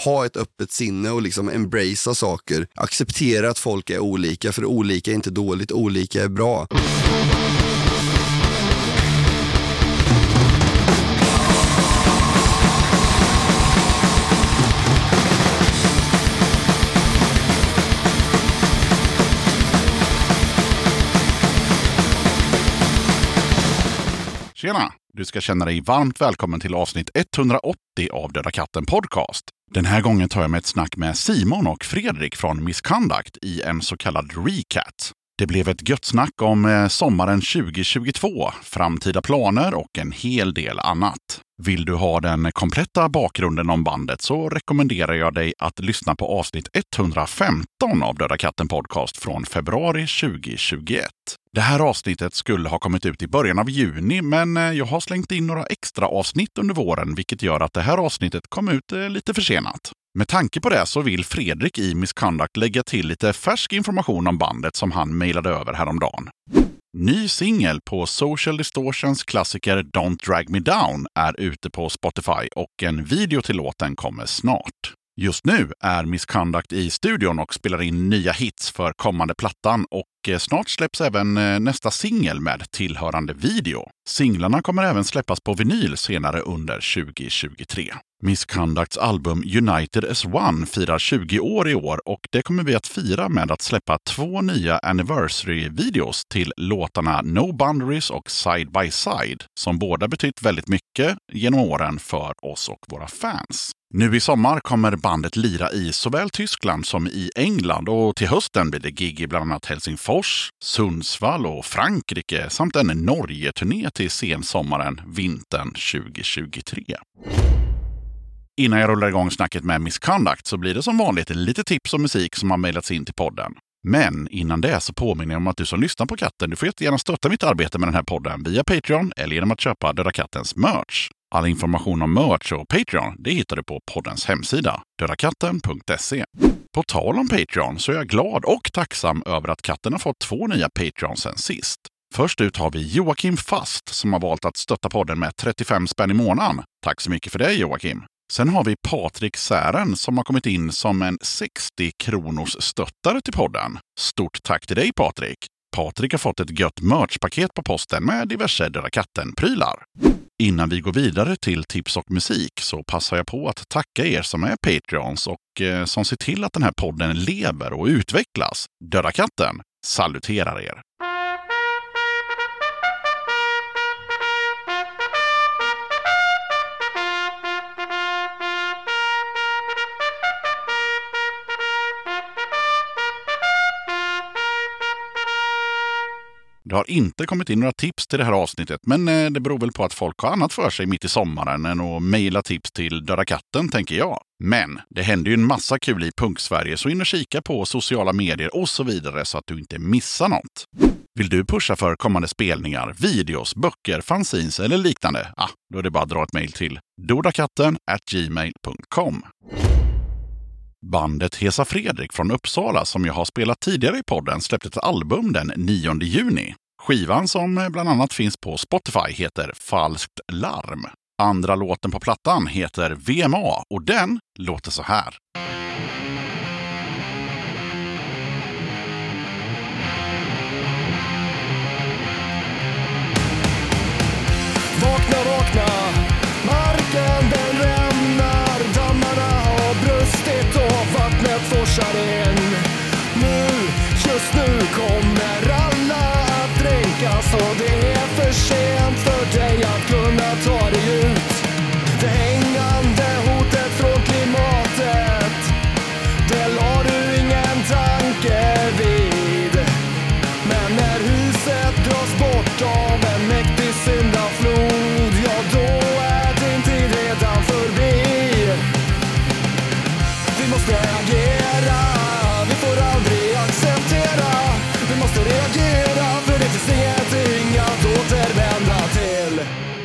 ha ett öppet sinne och liksom embracea saker. Acceptera att folk är olika, för olika är inte dåligt, olika är bra. Tjena! Du ska känna dig varmt välkommen till avsnitt 180 av Döda katten podcast. Den här gången tar jag med ett snack med Simon och Fredrik från Misconduct i en så kallad recat. Det blev ett gött snack om sommaren 2022, framtida planer och en hel del annat. Vill du ha den kompletta bakgrunden om bandet så rekommenderar jag dig att lyssna på avsnitt 115 av Döda katten podcast från februari 2021. Det här avsnittet skulle ha kommit ut i början av juni, men jag har slängt in några extra avsnitt under våren, vilket gör att det här avsnittet kom ut lite försenat. Med tanke på det så vill Fredrik i Misconduct lägga till lite färsk information om bandet som han mejlade över häromdagen. Ny singel på Social Distortions klassiker Don't Drag Me Down är ute på Spotify och en video till låten kommer snart. Just nu är Misconduct i studion och spelar in nya hits för kommande plattan och snart släpps även nästa singel med tillhörande video. Singlarna kommer även släppas på vinyl senare under 2023. Misconducts album United as One firar 20 år i år och det kommer vi att fira med att släppa 2 nya anniversary-videos till låtarna No Boundaries och Side by Side som båda betytt väldigt mycket genom åren för oss och våra fans. Nu i sommar kommer bandet lira i såväl Tyskland som i England och till hösten blir det gig i bland annat Helsingfors, Sundsvall och Frankrike samt en Norge-turné till sensommaren vintern 2023. Innan jag rullar igång snacket med Misconduct så blir det som vanligt lite tips om musik som har mejlats in till podden. Men innan det så påminner jag om att du som lyssnar på katten, du får jättegärna stötta mitt arbete med den här podden via Patreon eller genom att köpa Döda kattens merch. All information om merch och Patreon det hittar du på poddens hemsida, dödakatten.se. På tal om Patreon så är jag glad och tacksam över att katten har fått 2 nya Patreons sen sist. Först ut har vi Joakim Fast som har valt att stötta podden med 35 spänn i månaden. Tack så mycket för det Joakim. Sen har vi Patrik Sären som har kommit in som en 60 kronors stöttare till podden. Stort tack till dig Patrik. Patrik har fått ett gött merchpaket på posten med diverse Döda katten-prylar. Innan vi går vidare till tips och musik så passar jag på att tacka er som är Patreons och som ser till att den här podden lever och utvecklas. Döda katten saluterar er. Det har inte kommit in några tips till det här avsnittet, men det beror väl på att folk har annat för sig mitt i sommaren än att mejla tips till Döda katten, tänker jag. Men det händer ju en massa kul i Punk-Sverige, så in och kika på sociala medier och så vidare så att du inte missar något. Vill du pusha för kommande spelningar, videos, böcker, fanzines eller liknande? Då är det bara att dra ett mejl till dodakatten@gmail.com. Bandet Hesa Fredrik från Uppsala som jag har spelat tidigare i podden släppte ett album den 9 juni. Skivan som bland annat finns på Spotify heter Falskt larm. Andra låten på plattan heter VMA och den låter så här. Vakna, vakna, marken den rämnar, dammarna har brustit och vattnet forsar in. Nu, just nu kommer alla att dränkas och det är för sent för dig att kunna ta dig ut. Det hängande hotet från klimatet, det la du ingen tanke vid. Men när huset dras bort av en mäktig syndaflod, ja då är din tid redan förbi. Vi måste agera, vi får aldrig acceptera. Vi måste reagera för det finns ingenting att återvända till.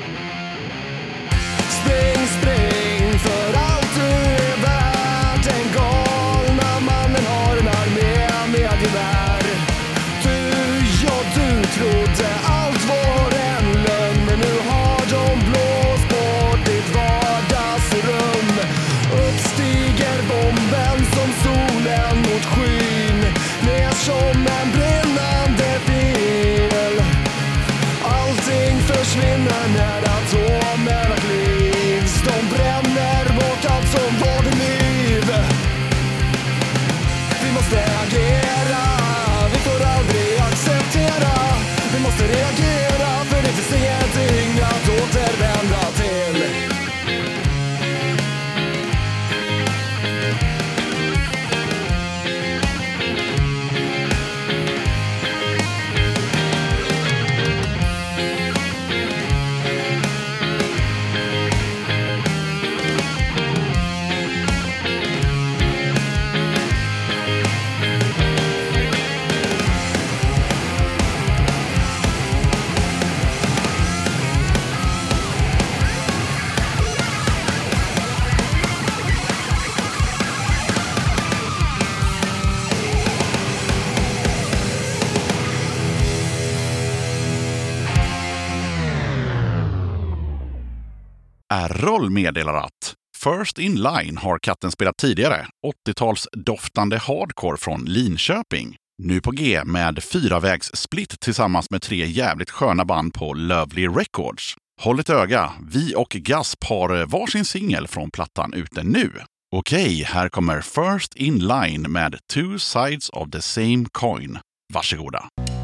Spring, spring för allt du är värd. Den galna mannen har en armé med gevär. Du trodde allt var en lögn, men nu har de blåst bort ditt vardagsrum. Uppstiger Errol meddelar att First In Line har katten spelat tidigare, 80-tals doftande hardcore från Linköping. Nu på G med 4-vägs split tillsammans med 3 jävligt sköna band på Lovely Records. Håll ett öga, vi och Gasp har varsin singel från plattan ute nu. Okej, här kommer First In Line med Two Sides of the Same Coin. Varsågoda.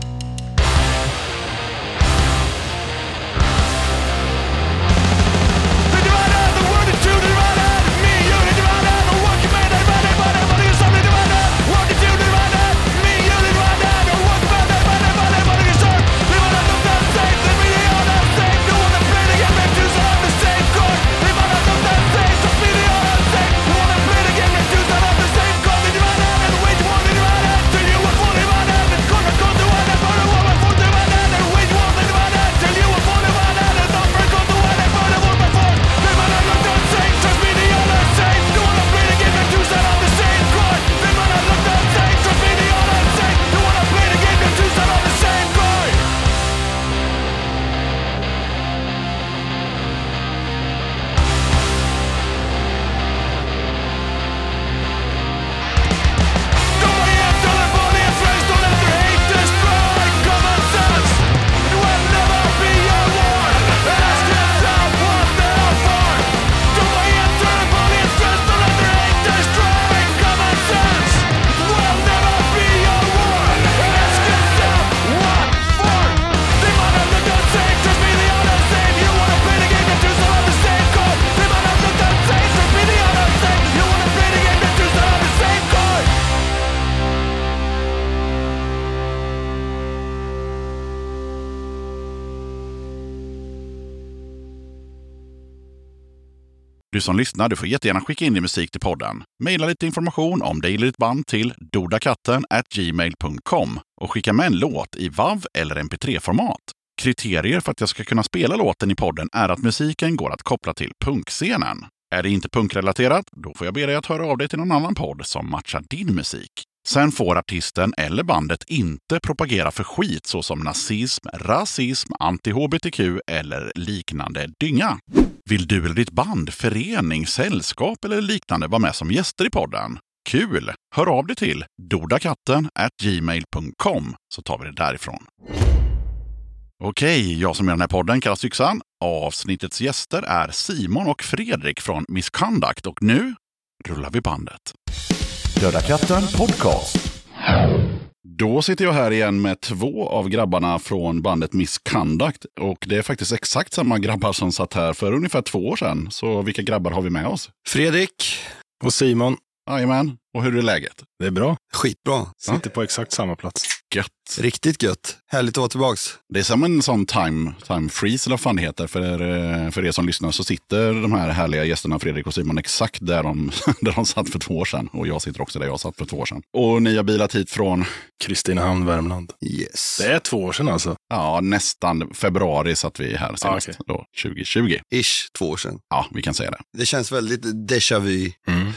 Du som lyssnar, du får jättegärna skicka in din musik till podden. Maila lite information om dig eller ditt band till dodakatten@gmail.com och skicka med en låt i WAV eller MP3-format. Kriterier för att jag ska kunna spela låten i podden är att musiken går att koppla till punkscenen. Är det inte punkrelaterat, då får jag be dig att höra av dig till någon annan podd som matchar din musik. Sen får artisten eller bandet inte propagera för skit såsom nazism, rasism, anti-HBTQ eller liknande dynga. Vill du eller ditt band, förening, sällskap eller liknande vara med som gäster i podden? Kul! Hör av dig till dodakatten@gmail.com så tar vi det därifrån. Okej, jag som gör den här podden kallas Yxan. Avsnittets gäster är Simon och Fredrik från Misconduct och nu rullar vi bandet. Döda katten podcast. Då sitter jag här igen med 2 av grabbarna från bandet Misconduct. Och det är faktiskt exakt samma grabbar som satt här för ungefär 2 år sedan. Så vilka grabbar har vi med oss? Fredrik. Och Simon. Jajamän. Och hur är läget? Det är bra. Skitbra. Sitter på exakt samma plats. Gött. Riktigt gött. Härligt att vara tillbaks. Det är som en sån time freeze eller vad fan det heter. För er som lyssnar så sitter de här härliga gästerna Fredrik och Simon exakt där de satt för 2 år sedan. Och jag sitter också där jag satt för 2 år sedan. Och ni har bilat hit från Kristinehamn, Värmland. Yes. Det är 2 år sedan alltså. Ja, nästan februari satt vi här senast. Okay. Då, 2020. Ish, 2 år sedan. Ja, vi kan säga det. Det känns väldigt déjà vu. Mm.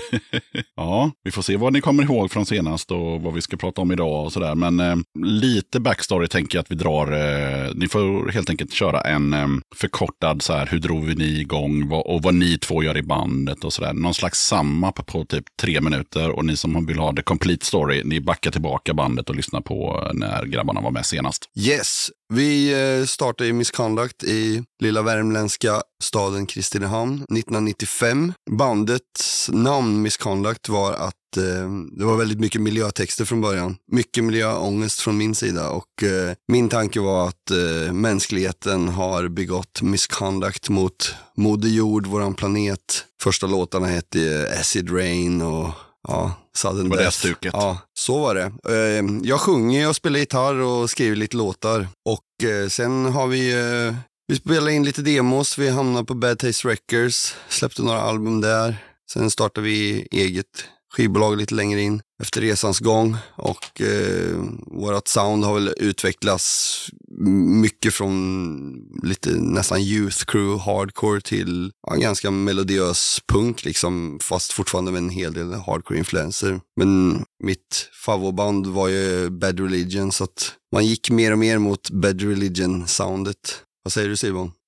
Ja, vi får se vad ni kommer ihåg från senast och vad vi ska prata om idag och sådär. Men lite backstory tänker jag att vi drar. Ni får helt enkelt köra en förkortad så här, hur drog vi ni igång och vad ni 2 gör i bandet och sådär. Någon slags samma på typ 3 minuter och ni som vill ha the complete story, ni backar tillbaka bandet och lyssnar på när grabbarna var med senast. Yes, vi startade i Misconduct i lilla värmländska staden Kristinehamn 1995. Bandets namn Misconduct var att det var väldigt mycket miljötexter från början. Mycket miljöångest från min sida och min tanke var att mänskligheten har begått misconduct mot Moder Jord, våran planet. Första låtarna hette Acid Rain och Sudden Death. Det stuket. Ja, så var det. Jag sjunger och spelar gitarr och skriver lite låtar och sen har vi spelade in lite demos. Vi hamnade på Bad Taste Records, släppte några album där. Sen startade vi eget skivbolag lite längre in efter resans gång och vårat sound har väl utvecklats mycket från lite nästan youth crew hardcore till ganska melodiös punk liksom, fast fortfarande med en hel del hardcore-influencer. Men mitt favoritband var ju Bad Religion så att man gick mer och mer mot Bad Religion-soundet. Vad säger du Simon?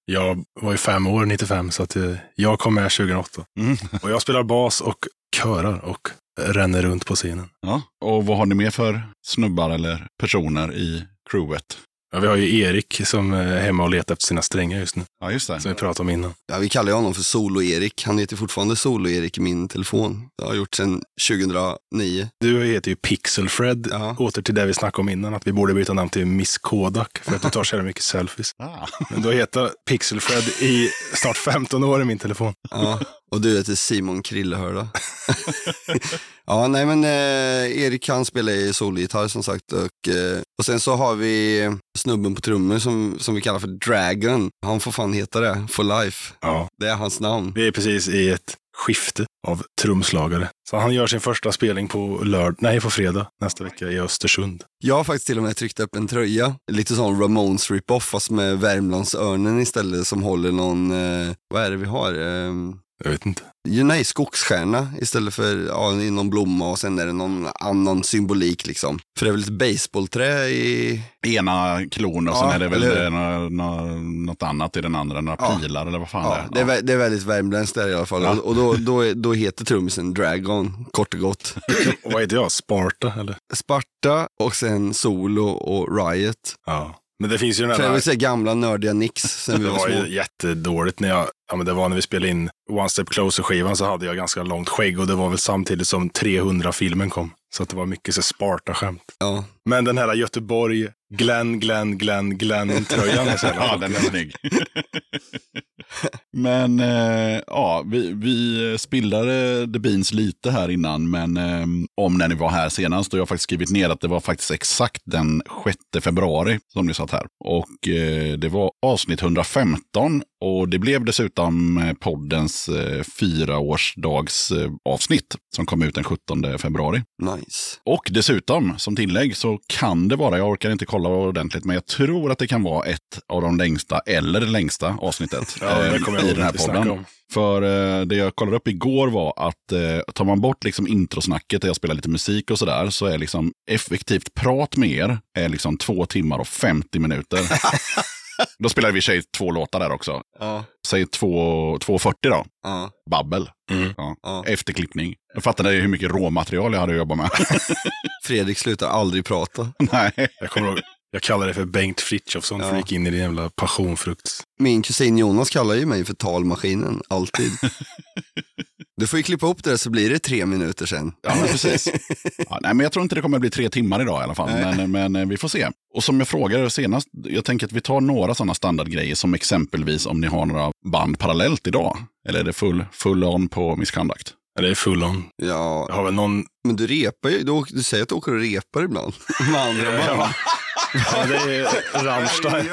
Jag var ju 5 år 95 så att jag kom med 2008. Och jag spelar bas och körar och ränner runt på scenen. Ja. Och vad har ni mer för snubbar eller personer i crewet? Ja, vi har ju Erik som är hemma och letar efter sina strängar just nu. Ja, just det. Som vi pratade om innan. Ja, vi kallar honom för Solo-Erik. Han heter fortfarande Solo-Erik i min telefon. Det har jag gjort sedan 2009. Du heter ju Pixel Fred. Ja. Åter till det vi snackade om innan. Att vi borde byta namn till Miss Kodak. För att du tar så jävla mycket selfies. Men då heter Pixel Fred i snart 15 år i min telefon. Ja, och du heter Simon Krillehörda. Ja, nej men Erik kan spela i solgitarr som sagt. Och sen så har vi snubben på trummor som vi kallar för Dragon. Han får fan heta det, for life. Ja. Det är hans namn. Vi är precis i ett skifte av trumslagare. Så han gör sin första spelning på fredag nästa vecka i Östersund. Jag har faktiskt till och med tryckt upp en tröja. Lite sån Ramones rip-off fast med Värmlandsörnen istället som håller någon, vad är det vi har? Jag vet inte. Nej, skogsstjärna istället för någon blomma och sen är det någon annan symbolik liksom. För det är väl ett baseballträ i... Ena klon och sen är det väl något annat i den andra, några pilar eller vad fan det är. Det är väldigt värmländskt där i alla fall. Ja. Och då heter trummisen Dragon, kort och gott. Och vad heter jag? Sparta eller? Sparta och sen Solo och Riot. Ja. Men det finns ju den här... För jag vill gamla nördiga Nix sen vi var små. Det var ju jättedåligt när vi spelade in One Step Closer-skivan så hade jag ganska långt skägg och det var väl samtidigt som 300-filmen kom. Så att det var mycket så Sparta-skämt. Ja. Men den här Göteborg, Glenn-tröjan är så jävla ja, den är snygg. Men vi spillade The Beans lite här innan, men om när ni var här senast, och jag har faktiskt skrivit ner att det var faktiskt exakt den 6 februari som ni satt här. Och det var avsnitt 115 och det blev dessutom poddens 4-årsdags avsnitt som kom ut den 17 februari. Nice. Och dessutom, som tillägg, så kan det vara, jag orkar inte kolla ordentligt, men jag tror att det kan vara ett av de längsta eller det längsta avsnittet i den här podden. För det jag kollade upp igår var att tar man bort liksom introsnacket där jag spelar lite musik och sådär, så är liksom effektivt prat med er är liksom 2 timmar och 50 minuter. Då spelade vi 2 låtar där också. Ja. Säg 2.40 då. Ja. Babbel. Ja. Efterklippning. Jag fattade hur mycket råmaterial jag hade att jobba med. Fredrik slutar aldrig prata. Nej. Jag kallar det för Bengt Frithiofsson för att gick in i den jävla passionfrukt. Min kusin Jonas kallar ju mig för talmaskinen, alltid. Du får ju klippa upp det så blir det 3 minuter sen. Ja, men precis. Nej, men jag tror inte det kommer att bli 3 timmar idag i alla fall. Men vi får se. Och som jag frågade senast, jag tänker att vi tar några sådana standardgrejer som exempelvis om ni har några band parallellt idag. Eller är det full on på Misconduct? Ja, det är full on. Ja. Jag har väl någon... Men du repar ju, du säger att du åker och repar ibland. Med andra band. Ja, det är Rammstein.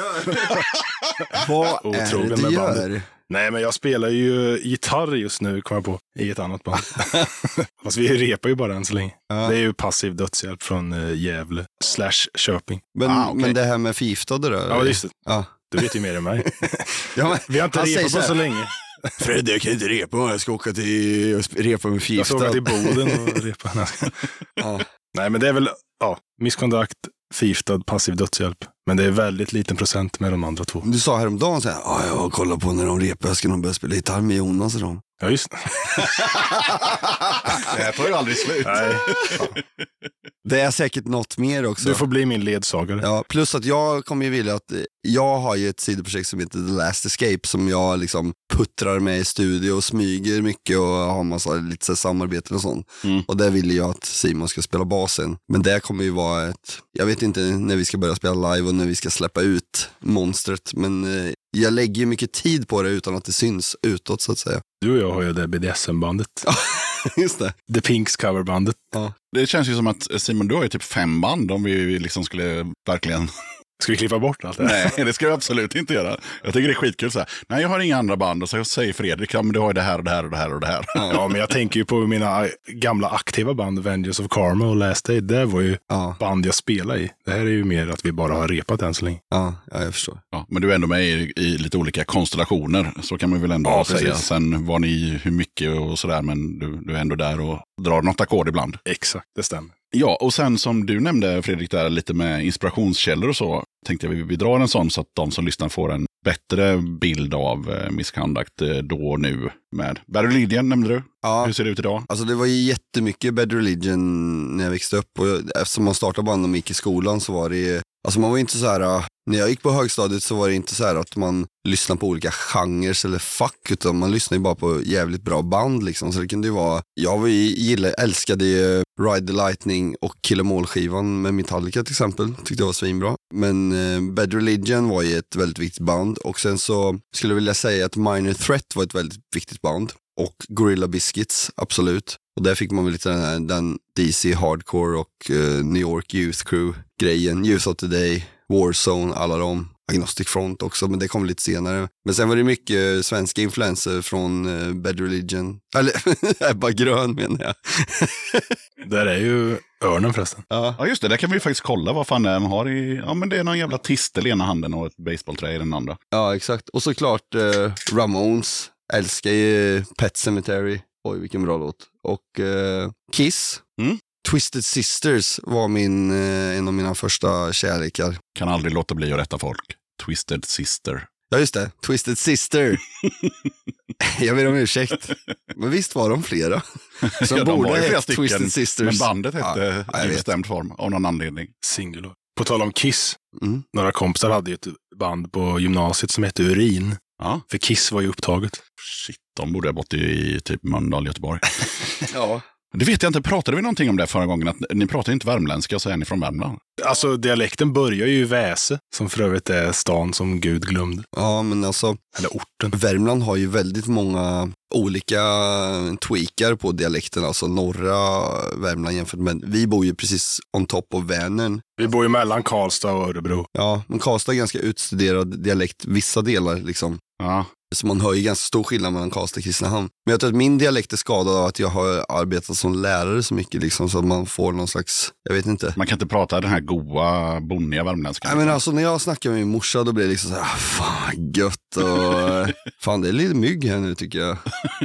Vad är det du gör? Nej, men jag spelar ju gitarr just nu, kommer jag på, i ett annat band. Fast vi repar ju bara än så länge. Ja. Det är ju passiv dödshjälp från Gävle / Köping. Men det här med förgiftade då? Ja, just det. Ja. Du vet ju mer än mig. Vi har inte repat på så länge. Fred, jag kan inte repa om jag ska åka till repa med förgiftad. Jag ska åka till Boden och repa. Ja. Nej, men det är väl Misconduct, förgiftad, passiv dödshjälp. Men det är väldigt liten procent med de andra 2. Du sa häromdagen så här, jag kollar på när de repar, jag ska nog börja spela gitarr med Jonas och dem. Ja, just det här tar ju aldrig slut. Nej. Det är säkert något mer också. Du får bli min ledsagare. Ja, plus att jag kommer ju vilja att jag har ju ett sidoprojekt som heter The Last Escape som jag liksom puttrar med i studio och smyger mycket och har massa lite så samarbeten och sånt. Och där vill jag att Simon ska spela basen. Men det kommer ju vara jag vet inte när vi ska börja spela live och när vi ska släppa ut monstret, men jag lägger ju mycket tid på det utan att det syns utåt så att säga. Du och jag har ju det BDSM-bandet. Just det. The Pinks coverbandet. Ja. Det känns ju som att Simon, du har ju typ 5 band om vi liksom skulle verkligen... Ska vi klippa bort allt det? Nej, det ska vi absolut inte göra. Jag tycker det är skitkul så här. Nej, jag har inga andra band. Och så säger Fredrik, men du har ju det här och det här och det här och det här. Ja, men jag tänker ju på mina gamla aktiva band, Vengeance of Karma och Last Day. Det var ju band jag spelade i. Det här är ju mer att vi bara har repat än så länge. Ja, jag förstår. Ja, men du är ändå med i lite olika konstellationer. Så kan man väl ändå säga. Sen var ni hur mycket och sådär, men du är ändå där och drar något ackord ibland. Exakt, det stämmer. Ja, och sen som du nämnde Fredrik där lite med inspirationskällor och så, tänkte jag vi drar en sån så att de som lyssnar får en bättre bild av Misconduct då och nu med Bad Religion, nämnde du. Ja. Hur ser det ut idag? Alltså det var ju jättemycket Bad Religion när jag växte upp, och eftersom man startade band och gick i skolan så var det, alltså man var inte så här, när jag gick på högstadiet så var det inte så här att man lyssnade på olika genrer eller fack, utan man lyssnade ju bara på jävligt bra band liksom. Så det kunde ju vara, älskade ju Ride the Lightning och Kill 'Em All-skivan med Metallica till exempel, tyckte jag var svinbra. Men Bad Religion var ju ett väldigt viktigt band, och sen så skulle jag vilja säga att Minor Threat var ett väldigt viktigt band. Och Gorilla Biscuits, absolut. Och där fick man väl lite den DC Hardcore och New York Youth Crew-grejen. Youth of the Day, Warzone, alla de. Agnostic Front också, men det kom lite senare. Men sen var det mycket svenska influenser från Bad Religion. Eller, Ebba Grön menar jag. Där är ju örnen förresten. Ja, just det. Där kan vi ju faktiskt kolla vad fan de har i... Ja, men det är någon jävla tistel i ena handen och ett baseballträ i den andra. Ja, exakt. Och såklart Ramones. Älskar ju Pet Sematary. Oj, vilken bra låt. Och Kiss. Twisted Sisters var en av mina första kärlekar. Kan aldrig låta bli att rätta folk. Twisted Sister. Ja, just det. Twisted Sister. Jag ber om ursäkt. Men visst var de flera. Som ja, borde heta Twisted Sisters. Men bandet hette i bestämd form av någon anledning. Singular. På tal om Kiss. Några kompisar hade ju ett band på gymnasiet som hette Urin. Ja. För Kiss var ju upptaget. Shit, de borde ha bott i typ Mölndal, Göteborg. Ja. Det vet jag inte, pratade vi någonting om det förra gången? Att ni pratar inte värmländska, så är ni från Värmland. Alltså dialekten börjar ju i Väse, som för övrigt är stan som Gud glömde. Ja, men alltså... Eller orten. Värmland har ju väldigt många olika tweakar på dialekten, alltså norra Värmland jämfört med... Vi bor ju precis on top of Vänern. Vi bor ju mellan Karlstad och Örebro. Ja, men Karlstad är ganska utstuderad dialekt, vissa delar liksom. Ja. Så man hör ju ganska stor skillnad mellan Karlstad och Kristinehamn. Men jag tror att min dialekt är skadad av att jag har arbetat som lärare så mycket liksom, så att man får någon slags, jag vet inte. Man kan inte prata den här goa, bonniga värmländska. Nej, men alltså när jag snackar med min morsa då blir det liksom så här, fan gött och fan det är lite mygg här nu tycker jag.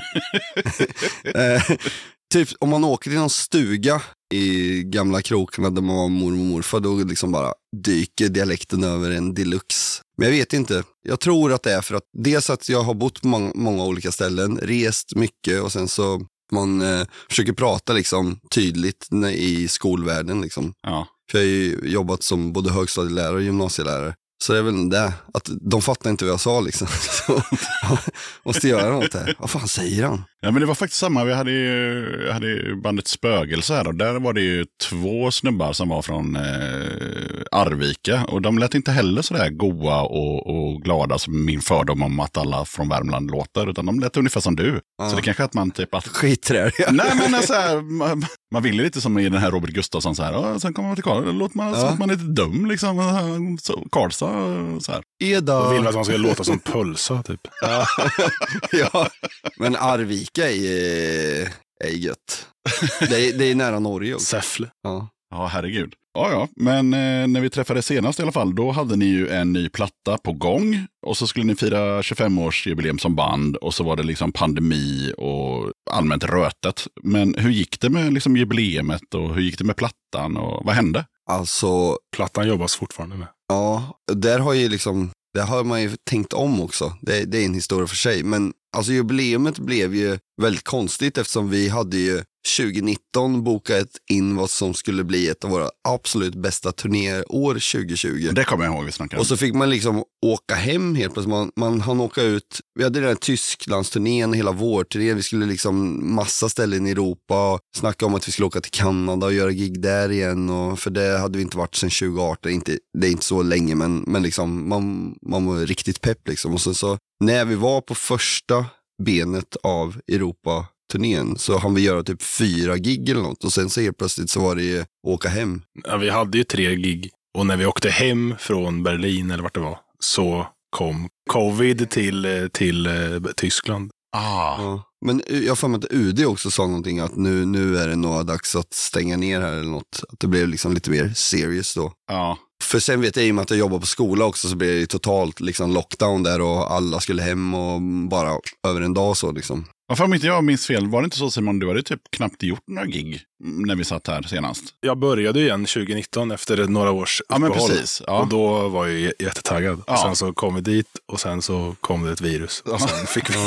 Typ om man åker till någon stuga i gamla krokarna där man var mormor och morfar, då liksom bara dyker dialekten över en deluxe. Men jag vet inte. Jag tror att det är för att dels att jag har bott på många olika ställen, rest mycket och sen så man försöker prata liksom tydligt i skolvärlden liksom. Ja. För jag har ju jobbat som både högstadielärare och gymnasielärare. Så det är väl det, att de fattar inte vad jag sa liksom. Så måste göra något här. Vad fan säger han? Ja, men det var faktiskt samma. Vi hade ju bandet Spögelse här och där var det ju 2 snubbar som var från Arvika och de lät inte heller sådär goa och glada som min fördom om att alla från Värmland låter, utan de lät ungefär som du. Ja. Så det kanske att man typ att... Skitträdiga. Nej, men så här, man vill lite som i den här Robert Gustafsson så här, sen kommer man till Karlstad, låter man så att man är lite dum liksom, så Karlstad så här. Eda. Och vill att man ska låta som Pölsa typ. Ja, men Arvika är gött. Det är nära Norge också. Säffle. Ja, herregud. Ja, men när vi träffades senast i alla fall, då hade ni ju en ny platta på gång. Och så skulle ni fira 25-årsjubileum som band. Och så var det liksom pandemi och allmänt rötet. Men hur gick det med liksom jubileumet och hur gick det med plattan och vad hände? Alltså, plattan jobbas fortfarande med. Ja, där har man ju tänkt om också. Det är en historia för sig. Men alltså jubileumet blev ju väldigt konstigt eftersom vi hade ju 2019 bokat in vad som skulle bli ett av våra absolut bästa turnéår 2020. Det kommer jag ihåg vi snackade. Och så fick man liksom åka hem helt plötsligt. Man hann åka ut. Vi hade den här Tysklandsturnén, hela vårturnén. Vi skulle liksom massa ställen i Europa och snacka om att vi skulle åka till Kanada och göra gig där igen. Och för det hade vi inte varit sedan 2018. Det är inte så länge, men liksom man var riktigt pepp liksom. Och så när vi var på första benet av Europa-turnén så hann vi göra typ 4 gig eller något. Och sen så helt plötsligt så var det ju åka hem. Ja, vi hade ju 3 gig. Och när vi åkte hem från Berlin eller vart det var så kom covid till Tyskland. Ja. Men jag får med att UD också sa någonting att nu är det nog dags att stänga ner här eller något. Att det blev liksom lite mer serious då. Ja. För sen vet jag i och med att jag jobbar på skola också så blev det totalt liksom lockdown där och alla skulle hem och bara över en dag så liksom. Varför om inte jag minns fel, var det inte så Simon, du hade typ knappt gjort några gig när vi satt här senast? Jag började igen 2019 efter några års uppehåll. Ja, men precis. Ja. Och då var jag jättetaggad. Ja. Och sen så kom vi dit och sen så kom det ett virus. Och sen fick vi...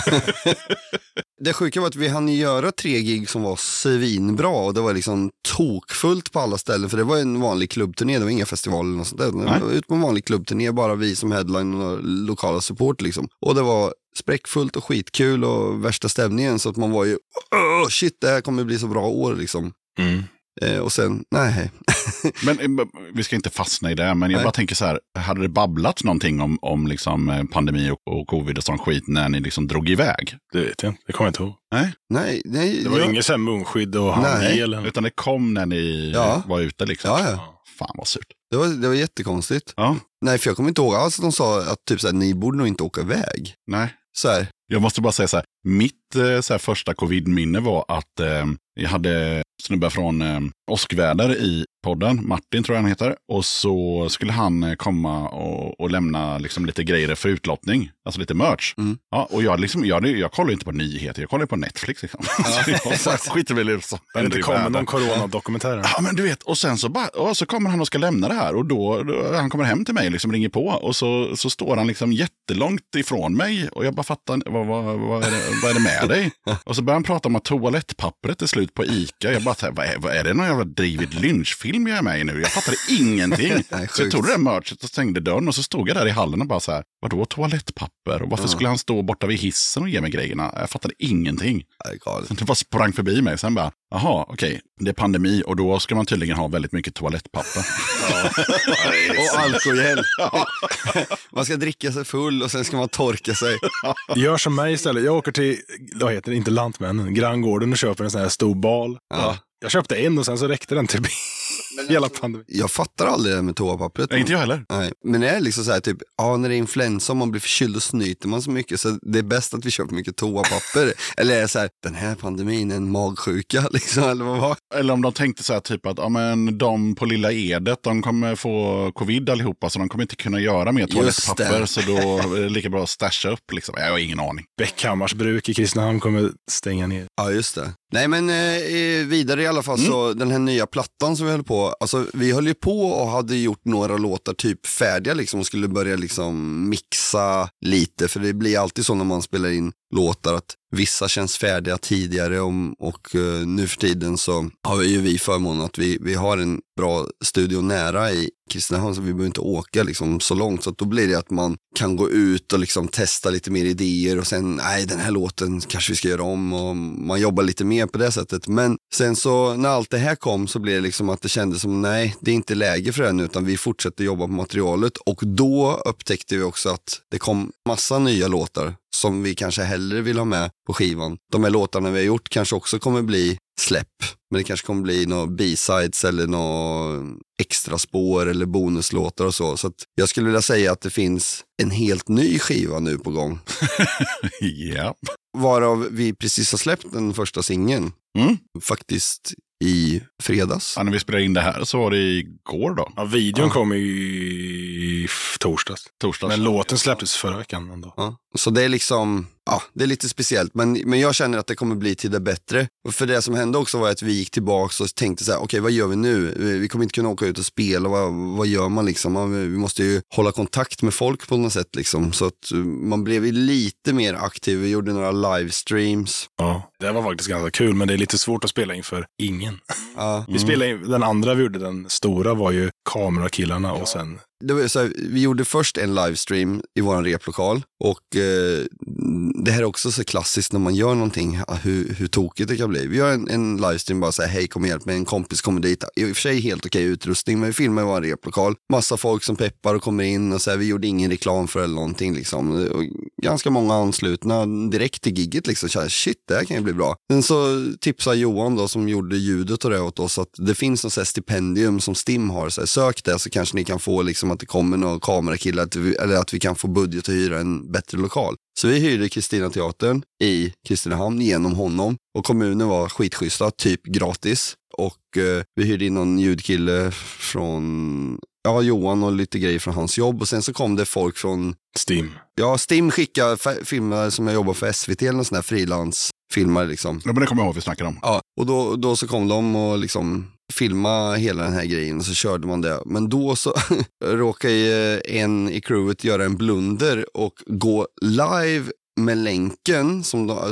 Det sjuka var att vi hann göra 3 gig som var svinbra och det var liksom tokfullt på alla ställen, för det var en vanlig klubbturné, det var inga festivaler eller något sånt där. Det var ut på en vanlig klubbturné, bara vi som headline och lokala support liksom. Och det var spräckfullt och skitkul och värsta stämningen, så att man var ju shit, det här kommer bli så bra år liksom. Och sen, nej. Men vi ska inte fastna i det, men jag bara tänker så här, hade det babblat någonting om liksom pandemi och covid och sån skit när ni liksom drog iväg? Det vet jag inte, det kommer jag inte ihåg. Nej. Det var inget så här munskydd och handgel. Utan det kom när ni var ute liksom. Ja. Fan vad surt. Det var jättekonstigt. Ja. Nej, för jag kommer inte ihåg alls att de sa att typ så här, ni borde nog inte åka iväg. Nej. Så här. Jag måste bara säga så här, mitt så här, första covid-minne var att jag hade snubbar från Åskväder i podden, Martin tror jag han heter, och så skulle han komma och lämna liksom lite grejer för utlottning, alltså lite merch. Ja, och jag kollar inte på nyheter, jag kollar på Netflix liksom. Skiter väl i så. Men det kommer någon coronadokumentär. Ja, men du vet, och sen så kommer han och ska lämna det här, och då han kommer hem till mig liksom, ringer på, och så står han liksom jättelångt ifrån mig, och jag bara fattar, vad är det med dig? Och så börjar han prata om att toalettpappret är slut på Ica. Jag bara säger, vad är det någon jävla David Lynch-film jag är med i nu? Jag fattade ingenting. Så jag tog det där merchet och stängde dörren, och så stod jag där i hallen och bara så här, vadå toalettpapper? Och varför skulle han stå borta vid hissen och ge mig grejerna? Jag fattade ingenting. Det bara sprang förbi mig. Sen bara, jaha, okej, det är pandemi och då ska man tydligen ha väldigt mycket toalettpapper. Och alkohol. Man ska dricka sig full och sen ska man torka sig. Gör som mig istället. Jag åker till, vad heter det, inte Lantmännen, Granngården, och köper en sån här stor bal. Ja. Jag köpte en och sen så räckte den till hela pandemin. Jag fattar aldrig det med toapappret. Nej, inte jag heller. Nej. Men det är liksom så här typ, när det är influensa och man blir förkyld och snyter man så mycket, så det är bäst att vi köper mycket toapapper. Eller är det så här, den här pandemin är en magsjuka liksom, eller vad var? Eller om de tänkte så här typ att de på Lilla Edet, de kommer få covid allihopa, så de kommer inte kunna göra mer toalettpapper, så då är det lika bra att stasha upp liksom. Jag har ingen aning. Bäckhammars bruk i Kristinehamn kommer stänga ner. Ja, just det. Nej, men vidare i alla fall så den här nya plattan som vi höll på, alltså vi höll ju på och hade gjort några låtar typ färdiga liksom och skulle börja liksom mixa lite, för det blir alltid så när man spelar in låtar att vissa känns färdiga tidigare och nu för tiden så har ju vi förmånen att vi har en bra studio nära i Kristinehamn, så vi behöver inte åka liksom så långt, så att då blir det att man kan gå ut och liksom testa lite mer idéer och sen, nej, den här låten kanske vi ska göra om, och man jobbar lite mer på det sättet. Men sen så när allt det här kom så blev det liksom att det kändes som, nej, det är inte läge för det nu, utan vi fortsätter jobba på materialet, och då upptäckte vi också att det kom massa nya låtar som vi kanske hellre vill ha med på skivan. De här låtarna vi har gjort kanske också kommer bli släpp, men det kanske kommer bli några B-sides eller några extra spår eller bonuslåtar och så. Så att jag skulle vilja säga att det finns en helt ny skiva nu på gång. Ja. Varav vi precis har släppt den första singeln. Faktiskt i fredags. Ja, när vi spelade in det här så var det igår då. Ja, videon kom i torsdags. Men låten släpptes förra veckan ändå. Ja. Så det är liksom, det är lite speciellt. Men jag känner att det kommer bli till det bättre. Och för det som hände också var att vi gick tillbaka och tänkte så här, okej, vad gör vi nu? Vi kommer inte kunna åka ut och spela. Vad gör man liksom? Vi måste ju hålla kontakt med folk på något sätt liksom. Så att man blev lite mer aktiv. Vi gjorde några livestreams. Ja, det var faktiskt ganska kul, men det är lite svårt att spela inför ingen. Ja. Vi spelade in, den andra vi gjorde, den stora var ju kamerakillarna och sen... Det var så här, vi gjorde först en livestream i våran replokal, och det här är också så klassiskt när man gör någonting, hur tokigt det kan bli. Vi gör en livestream, bara så här, hej, kom hjälp med, en kompis kommer dit. I och för sig helt okej utrustning, men vi filmar i vår replokal. Massa folk som peppar och kommer in, och så här, vi gjorde ingen reklam för eller någonting liksom. Och ganska många anslutna direkt till gigget liksom. Så här, shit, det här kan ju bli bra. Sen så tipsade Johan då, som gjorde ljudet och det åt oss, att det finns något så här stipendium som Stim har. Så här, sök det, så kanske ni kan få liksom att det kommer några kamerakillar, eller att vi kan få budget att hyra en bättre lokal. Så vi hyrde Kristina Teatern i Kristinehamn genom honom, och kommunen var skitschyssta, typ gratis. Och vi hyrde in någon ljudkille från Ja, Johan och lite grejer från hans jobb. Och sen så kom det folk från Steam. Ja, Steam skickade filmer som jag jobbar för SVT eller någon sån här frilansfilmare liksom. Ja, men det kommer jag ihåg vi snackade om. Ja, och då så kom de och liksom filma hela den här grejen och så körde man det. Men då så råkade en i crewet göra en blunder och gå live med länken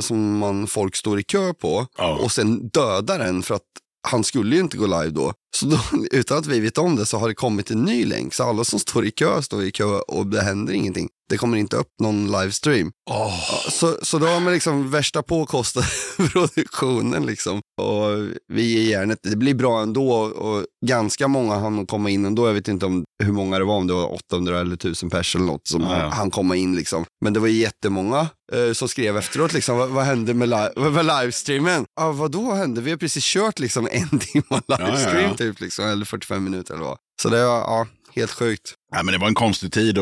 som folk står i kö på och sen döda den för att han skulle ju inte gå live då. Så då, utan att vi vet om det så har det kommit en ny länk. Så alla som står i kö och det händer ingenting. Det kommer inte upp någon livestream. Så då har man liksom värsta påkostade produktionen liksom. Och vi i järnet, det blir bra ändå. Och ganska många hann komma in ändå. Jag vet inte hur många det var, om det var 800 eller 1000 pers eller något som han komma in liksom. Men det var jättemånga som skrev efteråt liksom, vad hände med livestreamen? Vadå hände? Vi har precis kört liksom 1 timme livestream typ liksom, eller 45 minuter eller vad. Så det var helt sjukt. Ja, men det var en konstig tid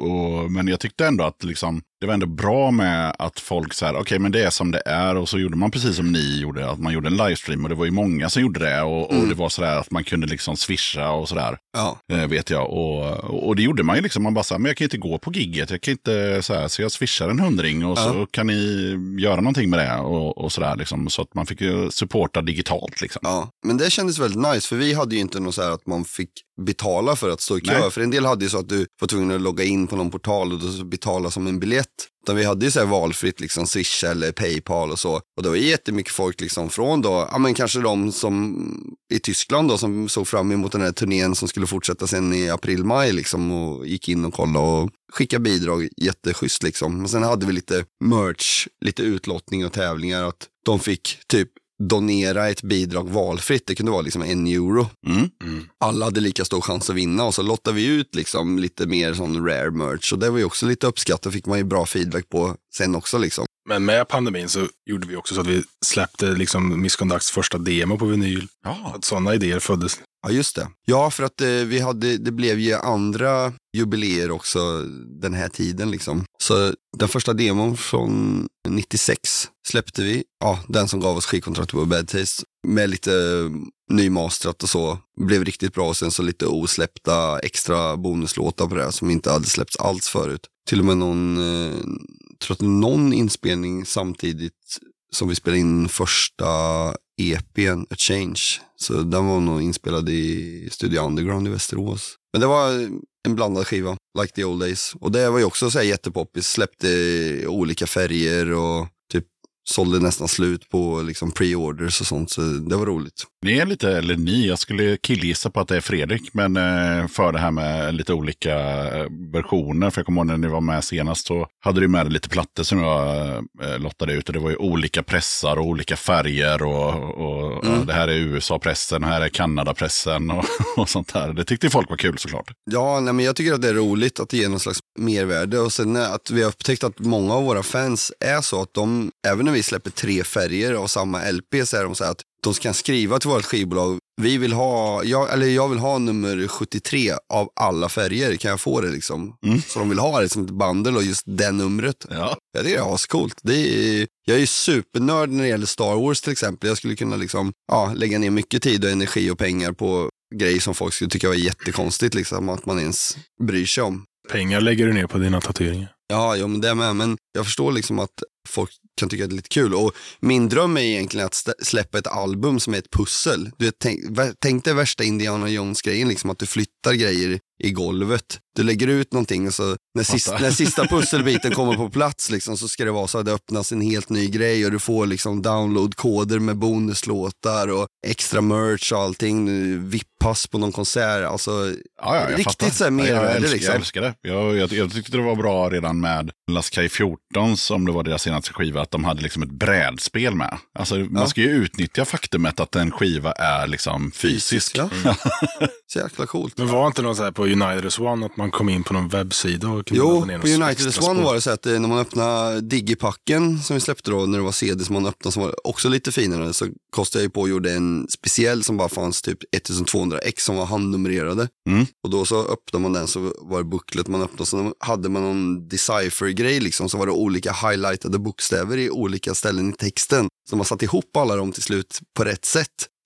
men jag tyckte ändå att liksom, det var ändå bra med att folk så här, okej, men det är som det är, och så gjorde man precis som ni gjorde, att man gjorde en livestream och det var ju många som gjorde det och det var sådär att man kunde liksom swisha och sådär, vet jag, och det gjorde man ju liksom, man bara så här, men jag kan inte gå på gigget, jag kan inte så här, så jag swishar en 100 och så kan ni göra någonting med det och sådär liksom, så att man fick ju supporta digitalt liksom. Ja, men det kändes väldigt nice, för vi hade ju inte något så här att man fick betala för att stå i kö. Nej. För en del hade ju så att du var tvungen att logga in på någon portal och då betala som en biljett. Utan vi hade ju så här valfritt liksom Swish eller Paypal och så. Och det var jättemycket folk liksom från då, ja men kanske de som i Tyskland då som såg fram emot den här turnén som skulle fortsätta sen i april-maj liksom och gick in och kollade och skickade bidrag, jätteschysst liksom. Men sen hade vi lite merch, lite utlottning och tävlingar, att de fick typ donera ett bidrag valfritt. Det kunde vara liksom €1. Alla hade lika stor chans att vinna, och så lottade vi ut liksom lite mer sån rare merch, och det var ju också lite uppskattat, fick man ju bra feedback på sen också liksom. Men med pandemin så gjorde vi också så att vi släppte liksom Misconducts första demo på vinyl. Att sådana idéer föddes. Ja, just det. Ja, för att det blev ju andra jubileer också den här tiden liksom. Så den första demon från 96 släppte vi. Ja, den som gav oss skivkontraktet på Bad Taste. Med lite nymastrat och så. Blev riktigt bra, och sen så lite osläppta extra bonuslåtar på det som inte hade släppts alls förut. Till och med någon inspelning samtidigt som vi spelade in första EP:n, A Change. Så den var nog inspelad i Studio Underground i Västerås. Men det var en blandad skiva, like the old days. Och det var ju också så här jättepoppis, släppte olika färger och typ sålde nästan slut på liksom pre-orders och sånt, så det var roligt. Ni är lite, eller jag skulle killgissa på att det är Fredrik, men för det här med lite olika versioner, för jag kommer ihåg när ni var med senast så hade du med lite plattor som jag lottade ut, och det var ju olika pressar och olika färger och det här är USA-pressen och här är Kanada-pressen och sånt där. Det tyckte folk var kul såklart. Ja, nej, men jag tycker att det är roligt att det ger någon slags mervärde, och sen att vi har upptäckt att många av våra fans är så att de, även när vi släpper 3 färger av samma LP, så är de så här att de kan skriva till vårt skivbolag, jag vill ha nummer 73 av alla färger, kan jag få det liksom? Så de vill ha det som ett bundle och just det numret. Ja. Jag tycker det är ascoolt. Jag är ju supernörd när det gäller Star Wars till exempel. Jag skulle kunna liksom, lägga ner mycket tid och energi och pengar på grejer som folk skulle tycka var jättekonstigt liksom, att man ens bryr sig om. Pengar lägger du ner på dina tatueringar? Ja, men det är med. Men jag förstår liksom att folk kan tycka att det är lite kul. Och min dröm är egentligen att släppa ett album som är ett pussel. Du tänk dig värsta Indiana Jones-grejen, liksom att du flyttar grejer i golvet. Du lägger ut någonting, och så när sista pusselbiten kommer på plats liksom, så ska det vara så att det öppnas en helt ny grej, och du får liksom downloadkoder med bonuslåtar och extra merch och allting. VIP-pass på någon konsert. Alltså, riktigt så här mervärde liksom. Jag älskar det. Jag tyckte det var bra redan med Laskai 14, som det var deras senaste skiva, att de hade liksom ett brädspel med. Alltså man ska ju utnyttja faktumet att en skiva är liksom fysisk. Ja. Så jäkla coolt. Men var inte någon så här på United as One att man kom in på någon webbsida och kunde på United as One var det så att när man öppnade Digipacken som vi släppte då, när det var CD som man öppnade, som var också lite finare, så kostade jag på och gjorde en speciell som bara fanns typ 1200x som var handnumrerade. Och då så öppnade man den, så var det booklet man öppnade, så hade man någon decipher-grej liksom, så var det olika highlightade bokstäver i olika ställen i texten, så man satt ihop alla dem till slut på rätt sätt.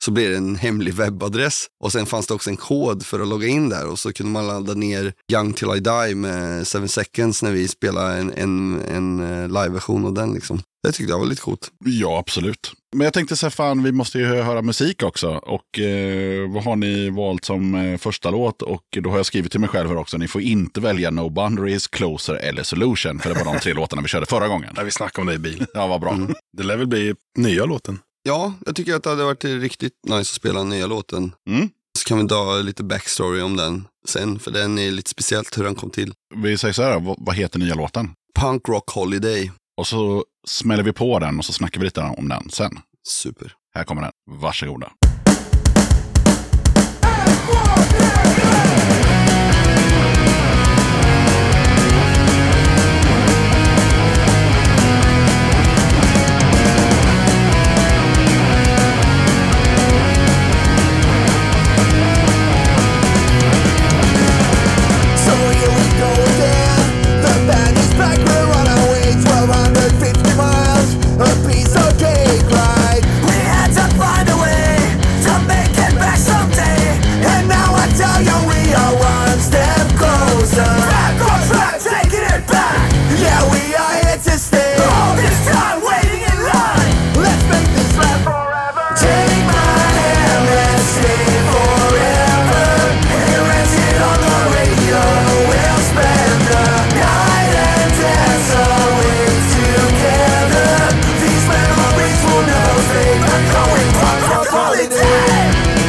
så blev det en hemlig webbadress. Och sen fanns det också en kod för att logga in där. Och så kunde man ladda ner Young Till I Die med 7 Seconds när vi spelade en live-version av den liksom. Det tyckte jag var lite coolt. Ja, absolut. Men jag tänkte så här, fan, vi måste ju höra musik också. Och vad har ni valt som första låt? Och då har jag skrivit till mig själv här också. Ni får inte välja No Boundaries, Closer eller Solution. För det var de 3 låtarna vi körde förra gången. När vi snackade om det i bil. Ja, vad bra. Det lär väl bli nya låten. Ja, jag tycker att det hade varit riktigt nice att spela den nya låten. Så kan vi ta lite backstory om den sen. För den är lite speciellt hur den kom till. Vi säger så här, vad heter nya låten? Punk Rock Holiday. Och så smäller vi på den och så snackar vi lite om den sen. Super. Här kommer den. Varsågoda. A piece of cake, right? We had to find a way to make it back someday. And now I tell you we are one step closer. Back on track, taking it back. Yeah, we are here to stay. All this time waiting in line. Let's make this last forever. Take my hand, let's stay forever. Here is it on the radio. We'll spend the night and dance away together. These memories will never fade. I'm going punk rock holiday.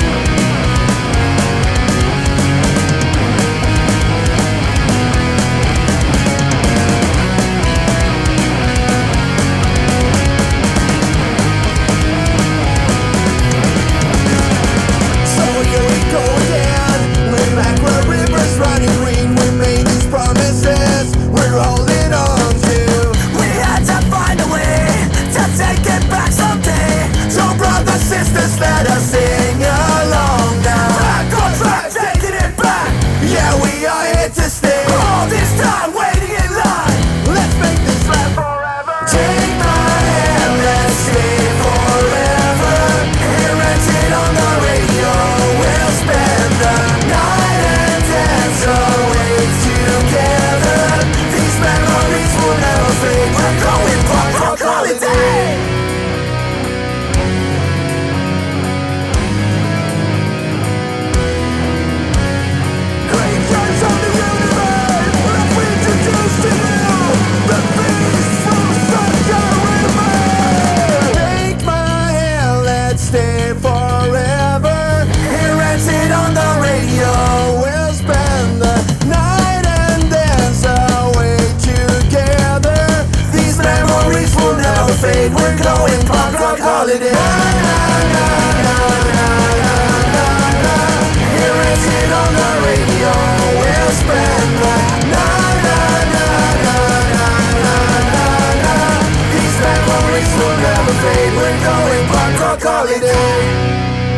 So here we go again. We're back where rivers running green. We made these promises we're holding on to. We had to find a way to take it back someday. So brothers, sisters, let us sing along now. Back on track, taking it back. Yeah, we are here to stay. All this time waiting in line. Let's make this last forever. Take my hand, let's stay forever. Hear it on the radio. We'll spend the night and dance away together. These memories will never fade. We're going punk rock holiday. Creatures of the universe, let's introduce to you the beast from such a river. Take my hand, let's stay forever. Hear it on the radio. We'll spend the night and dance away together. These memories will never fade. We're going punk rock holiday. Hear it on the radio. We'll spend the These memories will never fade. We're going punk rock holiday.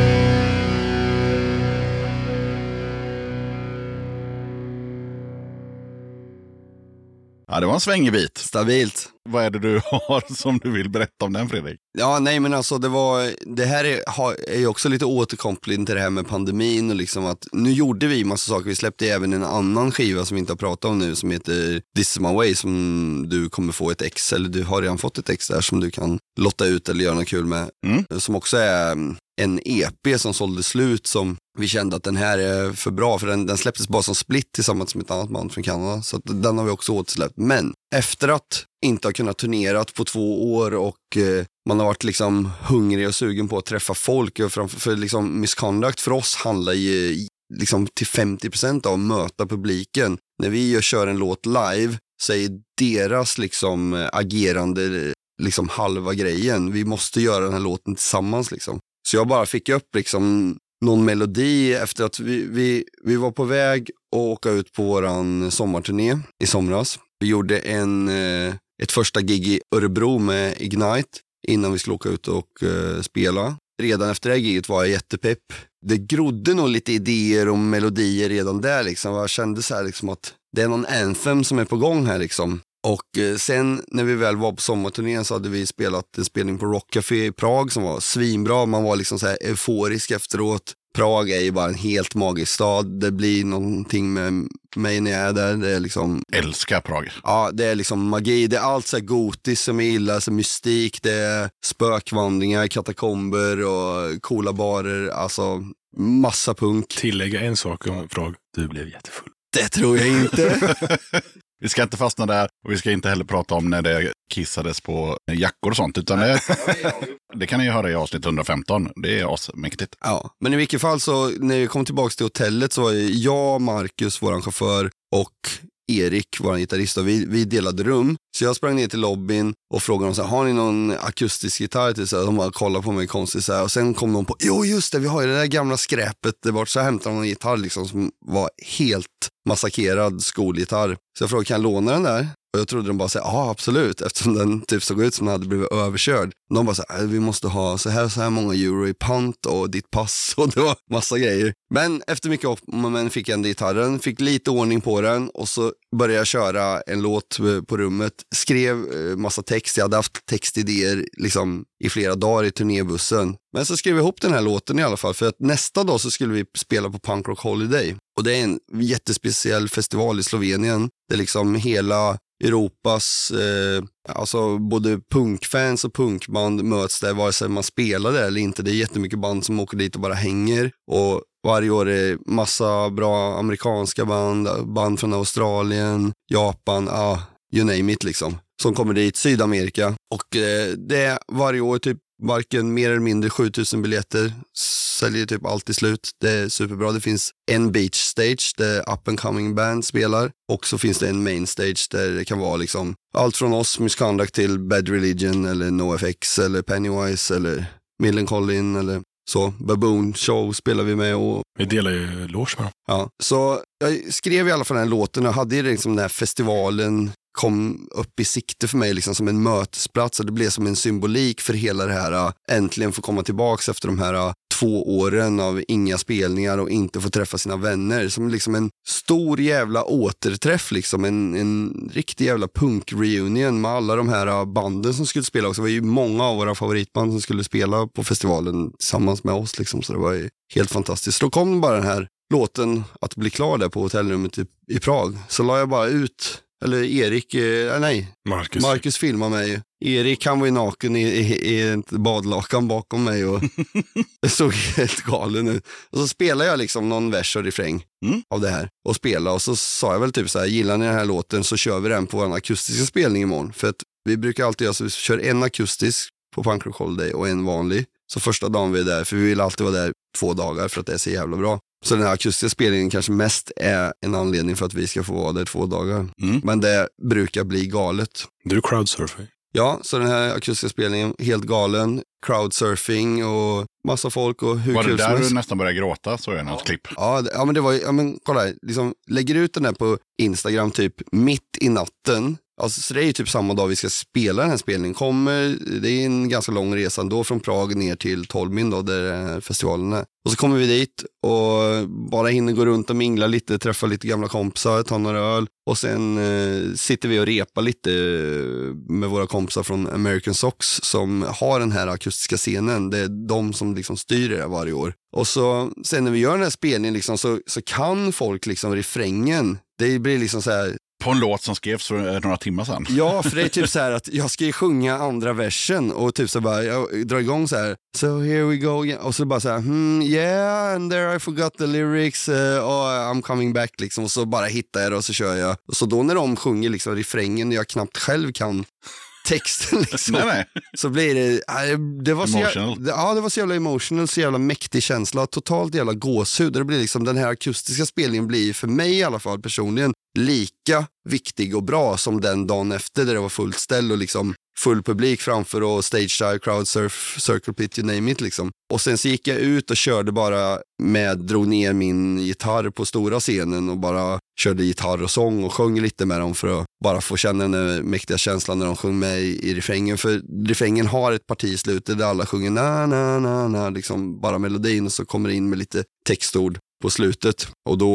Ja, det var en svängig bit. Stabilt. Vad är det du har som du vill berätta om den, Fredrik? Ja, nej men alltså det här är ju också lite återkoppling till det här med pandemin och liksom att nu gjorde vi massa saker. Vi släppte även en annan skiva som vi inte har pratat om nu som heter This Is My Way, som du kommer få ett ex, eller du har redan fått ett ex där som du kan lotta ut eller göra något kul med. Som också är en EP som sålde slut, som vi kände att den här är för bra, för den släpptes bara som split tillsammans med ett annat band från Kanada, så att den har vi också återsläppt. Men efter att inte ha kunnat turnerat på 2 år och man har varit liksom hungrig och sugen på att träffa folk, och för liksom Misconduct för oss handlar ju liksom till 50% av att möta publiken. När vi kör en låt live så är deras liksom agerande liksom halva grejen. Vi måste göra den här låten tillsammans liksom. Så jag bara fick upp liksom någon melodi efter att vi var på väg att åka ut på våran sommarturné i somras. Vi gjorde ett första gig i Örebro med Ignite innan vi skulle åka ut och spela. Redan efter det här giget var jag jättepepp. Det grodde nog lite idéer och melodier redan där liksom. Jag kände så här liksom att det är någon anthem som är på gång här liksom. Och sen när vi väl var på sommarturnén så hade vi spelat en spelning på Rock Café i Prag som var svinbra. Man var liksom så här euforisk efteråt. Prag är ju bara en helt magisk stad. Det blir någonting med mig när jag är där. Det är liksom... Älskar Prag. Ja, det är liksom magi. Det är allt så här gotiskt som jag gillar. Så mystik, det är spökvandringar, katakomber och coola barer. Alltså, massa punk. Tillägga en sak om Prag. Du blev jättefull. Det tror jag inte. Vi ska inte fastna där och vi ska inte heller prata om när det kissades på jackor och sånt, utan det kan ni ju höra i avsnitt 115. Det är asmäktigt. Ja, men i vilket fall så när vi kom tillbaka till hotellet så var jag, Marcus, våran chaufför och Erik, våran gitarrist, och vi delade rum. Så jag sprang ner till lobbyn och frågade dem så här, har ni någon akustisk gitarr till? Så här, de bara kollade på mig konstigt så här, och sen kom de på, jo just det, vi har ju det där gamla skräpet där bort. Så hämtade de en gitarr liksom som var helt massakrerad skolgitarr. Så jag frågade, kan jag låna den där? Och jag trodde de bara säga, ja absolut, eftersom den typ såg ut som den hade blivit överkörd. De bara så här, vi måste ha så här många euro i pant och ditt pass, och det var massa grejer. Men efter mycket om fick jag ändå gitarren, fick lite ordning på den och så började jag köra en låt på rummet. Skrev massa text, jag hade haft textidéer liksom i flera dagar i turnébussen. Men så skrev vi ihop den här låten i alla fall, för att nästa dag så skulle vi spela på Punk Rock Holiday. Och det är en jättespeciell festival i Slovenien. Det är liksom hela Europas, alltså både punkfans och punkband möts där vare sig man spelar där eller inte. Det är jättemycket band som åker dit och bara hänger. Och varje år är det massa bra amerikanska band från Australien, Japan, you name it liksom. Som kommer dit, Sydamerika. Och det är varje år typ varken mer eller mindre 7000 biljetter, säljer typ alltid slut. Det är superbra. Det finns en beach stage där up and coming band spelar, och så finns det en main stage där det kan vara liksom allt från oss, Misconduct, till Bad Religion eller NoFX eller Pennywise eller Millencolin eller så. Baboon Show spelar vi med. Och vi delar ju loge med dem. Ja, så jag skrev i alla fall den här låten och hade liksom den här festivalen kom upp i sikte för mig liksom som en mötesplats, och det blev som en symbolik för hela det här äntligen få komma tillbaks efter de här 2 åren av inga spelningar och inte få träffa sina vänner, som liksom en stor jävla återträff liksom, en riktig jävla punk-reunion med alla de här banden som skulle spela också. Det var ju många av våra favoritband som skulle spela på festivalen tillsammans med oss liksom, så det var ju helt fantastiskt. Då kom bara den här låten att bli klar där på hotellrummet i Prag, så la jag bara ut. Eller Erik, Marcus filmade mig. Erik, han var ju naken i ett badlakan bakom mig och det såg helt galen ut. Och så spelade jag liksom någon vers och refräng av det här och spelade, och så sa jag väl typ så här, gillar ni den här låten så kör vi den på en akustiska spelning imorgon. För att vi brukar alltid göra så, vi kör en akustisk på Punk Rock Holiday och en vanlig. Så första dagen vi är där, för vi vill alltid vara där 2 dagar för att det är så jävla bra. Så den här akustiska spelningen kanske mest är en anledning för att vi ska få vara där 2 dagar. Men det brukar bli galet. Du crowdsurfar. Ja, så den här akustiska spelningen, helt galen. Crowdsurfing och massa folk och hur var kul det som där helst. Du nästan började gråta, så är det något klipp. Ja, men det var ju, men kolla här, liksom, lägger ut den där på Instagram typ mitt i natten. Alltså, så det är ju typ samma dag vi ska spela den här spelningen. Det är en ganska lång resa då från Prag ner till Tolmin då, där festivalen är. Och så kommer vi dit och bara hinner gå runt och mingla lite, träffa lite gamla kompisar, ta några öl. Och sen sitter vi och repar lite med våra kompisar från American Socks som har den här akustiska scenen. Det är de som liksom styr det varje år. Och så sen när vi gör den här spelningen liksom, så kan folk liksom refrängen. Det blir liksom så här. På en låt som skrevs för några timmar sedan. Ja, för det är typ så här att jag ska ju sjunga andra versen och typ så bara, jag drar igång så här. So here we go again. Och så bara så här, yeah, and there I forgot the lyrics, I'm coming back liksom. Och så bara hittar jag det och så kör jag. Och så då när de sjunger liksom refrängen och jag knappt själv kan texten liksom. Nej. Så blir det var så emotional. Det var så jävla emotional, så jävla mäktig känsla, totalt jävla gåshud. Det blir liksom, den här akustiska spelningen blir för mig i alla fall personligen lika viktig och bra som den dagen efter där det var fullt ställ och liksom full publik framför och stage dive, crowdsurf, circle pit, you name it liksom. Och sen så gick jag ut och körde bara drog ner min gitarr på stora scenen och bara körde gitarr och sång och sjöng lite med dem för att bara få känna den där mäktiga känslan när de sjöng med i refrängen. För refrängen har ett parti i slutet där alla sjunger na na na na, liksom bara melodin, och så kommer det in med lite textord på slutet. Och då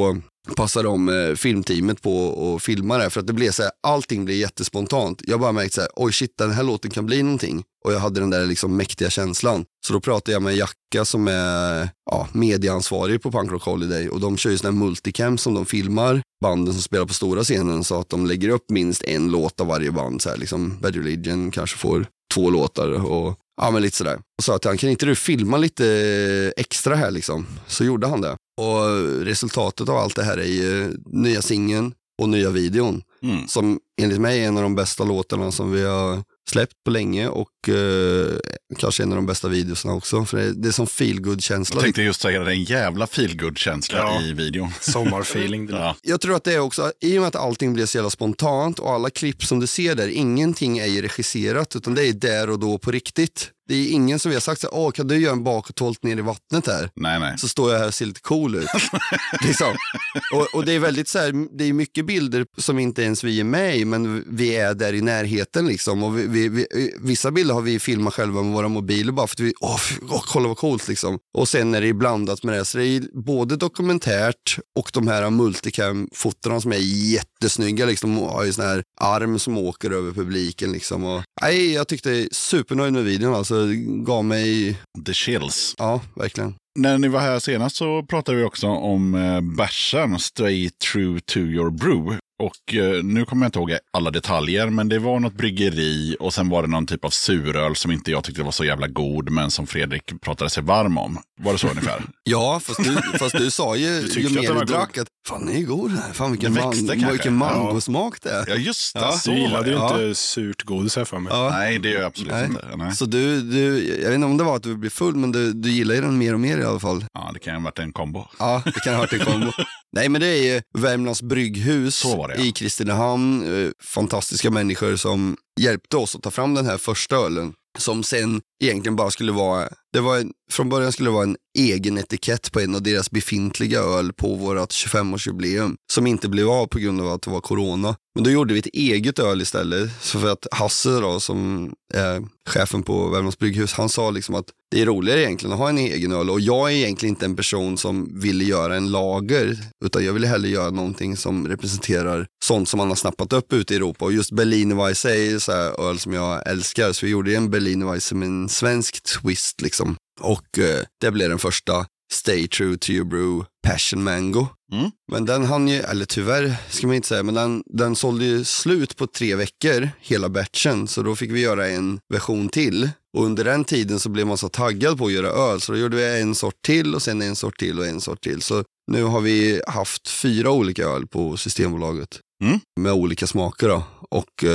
passade de filmteamet på att filma det, för att det blev så här, allting blev jättespontant. Jag bara märkte så här, oj shit, den här låten kan bli någonting. Och jag hade den där liksom mäktiga känslan. Så då pratade jag med Jacka som är medieansvarig på Punk Rock Holiday. Och de kör ju sådana här multicam som de filmar banden som spelar på stora scenen, så att de lägger upp minst en låt av varje band. Så här, liksom Bad Religion kanske får 2 låtar och men lite sådär. Och sa att han, kan inte du filma lite extra här liksom? Så gjorde han det. Och resultatet av allt det här är ju nya singeln och nya videon. Som enligt mig är en av de bästa låtarna som vi har släppt på länge, och kanske en av de bästa videorna också, för det är som feel-good-känsla. Jag tänkte just säga det, är en jävla feel-good-känsla i videon. Sommarfeeling. Ja. Jag tror att det är också, i och med att allting blir så jävla spontant och alla klipp som du ser där, ingenting är ju regisserat, utan det är där och då på riktigt. Det är ingen som vi har sagt så, kan du göra en bakåtvolt ner i vattnet här? Nej. Så står jag här och ser lite cool ut. Liksom. Och det är väldigt så här, det är mycket bilder som inte ens vi är med i, men vi är där i närheten liksom. Och vissa bilder har vi filmat själva med våra mobiler bara för att vi, kolla vad coolt liksom. Och sen är det blandat med det, så det är både dokumentärt och de här multicam-fotorna som är jättesnygga liksom, och har ju sån här arm som åker över publiken liksom. Och, jag tyckte jag är supernöjd med videon, alltså gav mig the chills. Ja, verkligen. När ni var här senast så pratade vi också om bärsen Stay True to Your Brew. Och nu kommer jag inte ihåg alla detaljer, men det var något bryggeri och sen var det någon typ av suröl som inte jag tyckte var så jävla god, men som Fredrik pratade sig varm om. Var det så ungefär? Ja, fast du sa ju mer du drack att fan, det är god här. Fan, vilken mangosmak det är. Ja, just det. Ja. Du gillade ju inte surt godis här för mig. Ja. Nej, det gör jag absolut inte. Nej. Så du, jag vet inte om det var att du blev full, men du gillar ju den mer och mer i alla fall. Ja, det kan ha varit en kombo. Ja, det kan ha varit en kombo. Nej, men det är ju Värmlands brygghus i Kristinehamn. Fantastiska människor som hjälpte oss att ta fram den här första ölen. Som sen egentligen bara skulle vara, från början skulle det vara en egen etikett på en av deras befintliga öl på vårat 25-årsjubileum. Som inte blev av på grund av att det var corona. Men då gjorde vi ett eget öl istället. Så för att Hasse då, som är chefen på Värmlands brygghus, han sa liksom att det är roligare egentligen att ha en egen öl. Och jag är egentligen inte en person som ville göra en lager, utan jag ville hellre göra någonting som representerar sånt som man har snappat upp ute i Europa. Och just Berliner Weisse är så här öl som jag älskar. Så vi gjorde en Berliner Weisse med en svensk twist liksom. Och det blev den första Stay True to Your Brew Passion Mango. Men den hann ju, eller tyvärr ska man inte säga, men den sålde ju slut på 3 veckor, hela batchen. Så då fick vi göra en version till. Och under den tiden så blev man så taggad på att göra öl. Så då gjorde vi en sort till och sen en sort till och en sort till. Så nu har vi haft 4 olika öl på Systembolaget. Med olika smaker då. Och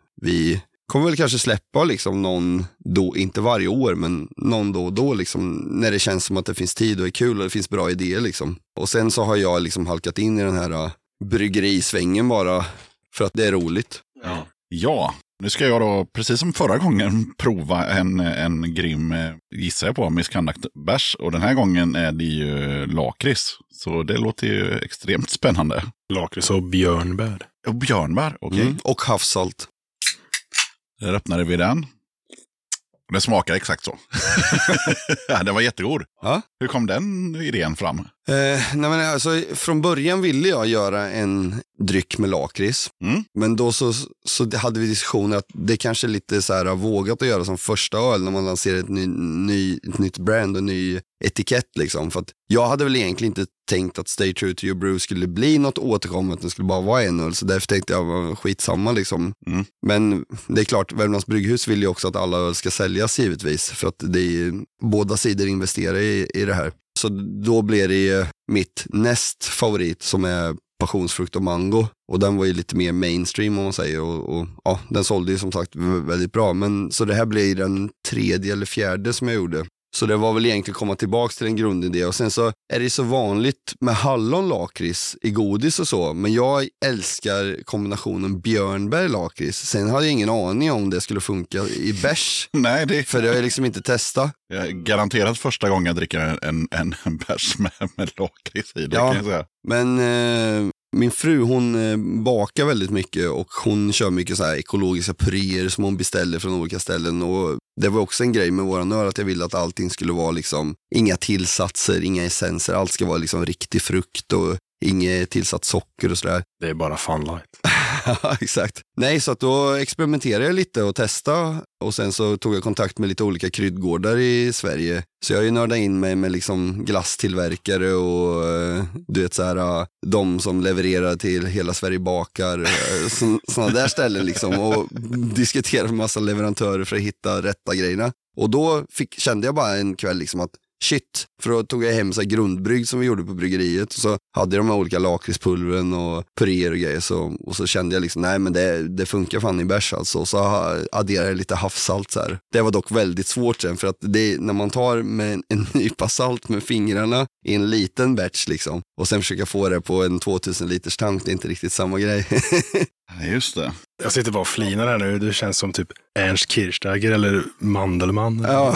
vi kommer väl kanske släppa liksom någon då, inte varje år, men någon då och då liksom, när det känns som att det finns tid och är kul och det finns bra idéer liksom. Och sen så har jag liksom halkat in i den här bryggerisvängen bara för att det är roligt. Ja, nu ska jag då, precis som förra gången, prova en grym, gissar jag på, Misconduct-bärs. Och den här gången är det ju lakrits. Så det låter ju extremt spännande. Lakrits och björnbär. Och björnbär, okej. Och havssalt. Där öppnade vi den. Det smakar exakt så. Ja, det var jättegod. Ja. Hur kom den idén fram? Nej, men alltså, från början ville jag göra en dryck med lakrits. Men då så hade vi diskussioner att det kanske är lite så här vågat att göra som första öl när man lanserar ett nytt brand och ny etikett liksom. För att jag hade väl egentligen inte tänkt att Stay True to Your Brew skulle bli något återkommande, det skulle bara vara en öl. Så därför tänkte jag var skitsamma liksom. Men det är klart, Värmlands brygghus vill ju också att alla öl ska säljas givetvis. För att det är båda sidor investerar i det här. Så då blir det mitt näst favorit som är passionsfrukt och mango. Och den var ju lite mer mainstream om man säger. Och ja, den sålde ju som sagt väldigt bra. Men så det här blir den 3:e eller 4:e som jag gjorde. Så det var väl egentligen komma tillbaka till en grundidé. Och sen så är det så vanligt med hallon-lakrits i godis och så. Men jag älskar kombinationen björnbär-lakrits. Sen hade jag ingen aning om det skulle funka i bärs. Nej, det... För det har jag liksom inte testat. Garanterat första gången jag dricker en bärs med lakrits i det, ja, kan jag säga. Men min fru, hon bakar väldigt mycket och hon kör mycket så här ekologiska puréer som hon beställer från olika ställen. Och det var också en grej med våran öl att jag ville att allting skulle vara liksom inga tillsatser, inga essenser. Allt ska vara liksom riktig frukt och inget tillsatt socker och sådär. Det är bara fun light. Ja, exakt. Nej, så att då experimenterade jag lite och testade. Och sen så tog jag kontakt med lite olika kryddgårdar i Sverige. Så jag har ju nördat in mig med liksom glasstillverkare och du vet så här, de som levererar till Hela Sverige bakar. Sådana där ställen liksom. Och diskuterar med massa leverantörer för att hitta rätta grejerna. Och då kände jag bara en kväll liksom att shit, för då tog jag hem så här grundbrygg som vi gjorde på bryggeriet och så hade jag de här olika lakritspulvren och puréer och grejer och så kände jag liksom, nej men det funkar fan i bärs alltså, och så adderade jag lite havssalt så här. Det var dock väldigt svårt sen, för att det, när man tar med en nypa salt med fingrarna i en liten batch liksom och sen försöka få det på en 2000 liters tank, det är inte riktigt samma grej. Just det. Jag sitter bara och flinar här nu. Du känns som typ Ernst Kirchsteiger eller Mandelmann. Ja.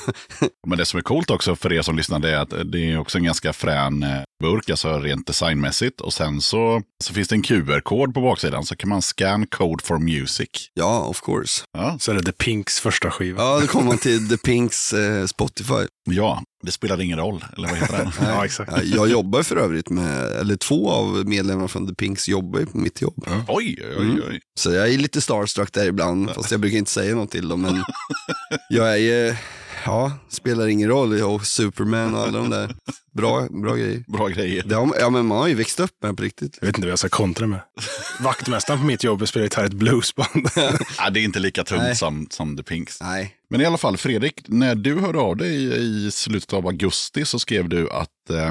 Men det som är coolt också för er som lyssnar, det är att det är också en ganska frän burk, alltså rent designmässigt. Och sen så finns det en QR-kod på baksidan, så kan man scan code for music. Ja, of course. Ja. Så är det The Pinks första skiva. Ja, då kommer man till The Pinks Spotify. Ja, det spelar ingen roll, eller vad heter det? Ja, exakt. Jag jobbar för övrigt med, eller 2 av medlemmarna från The Pinks jobbar ju på mitt jobb. Oj. Så jag är lite starstruck där ibland, fast jag brukar inte säga något till dem. Men jag är, spelar ingen roll. Jag och Superman och alla de där. Bra grejer. Bra grejer. Ja, men man har ju växt upp med på riktigt. Jag vet inte vad jag ska kontra med. Vaktmästaren på mitt jobb spelar gitarr i ett bluesband. Ja, det är inte lika tungt som The Pinks. Nej. Men i alla fall, Fredrik, när du hörde av dig i slutet av augusti så skrev du att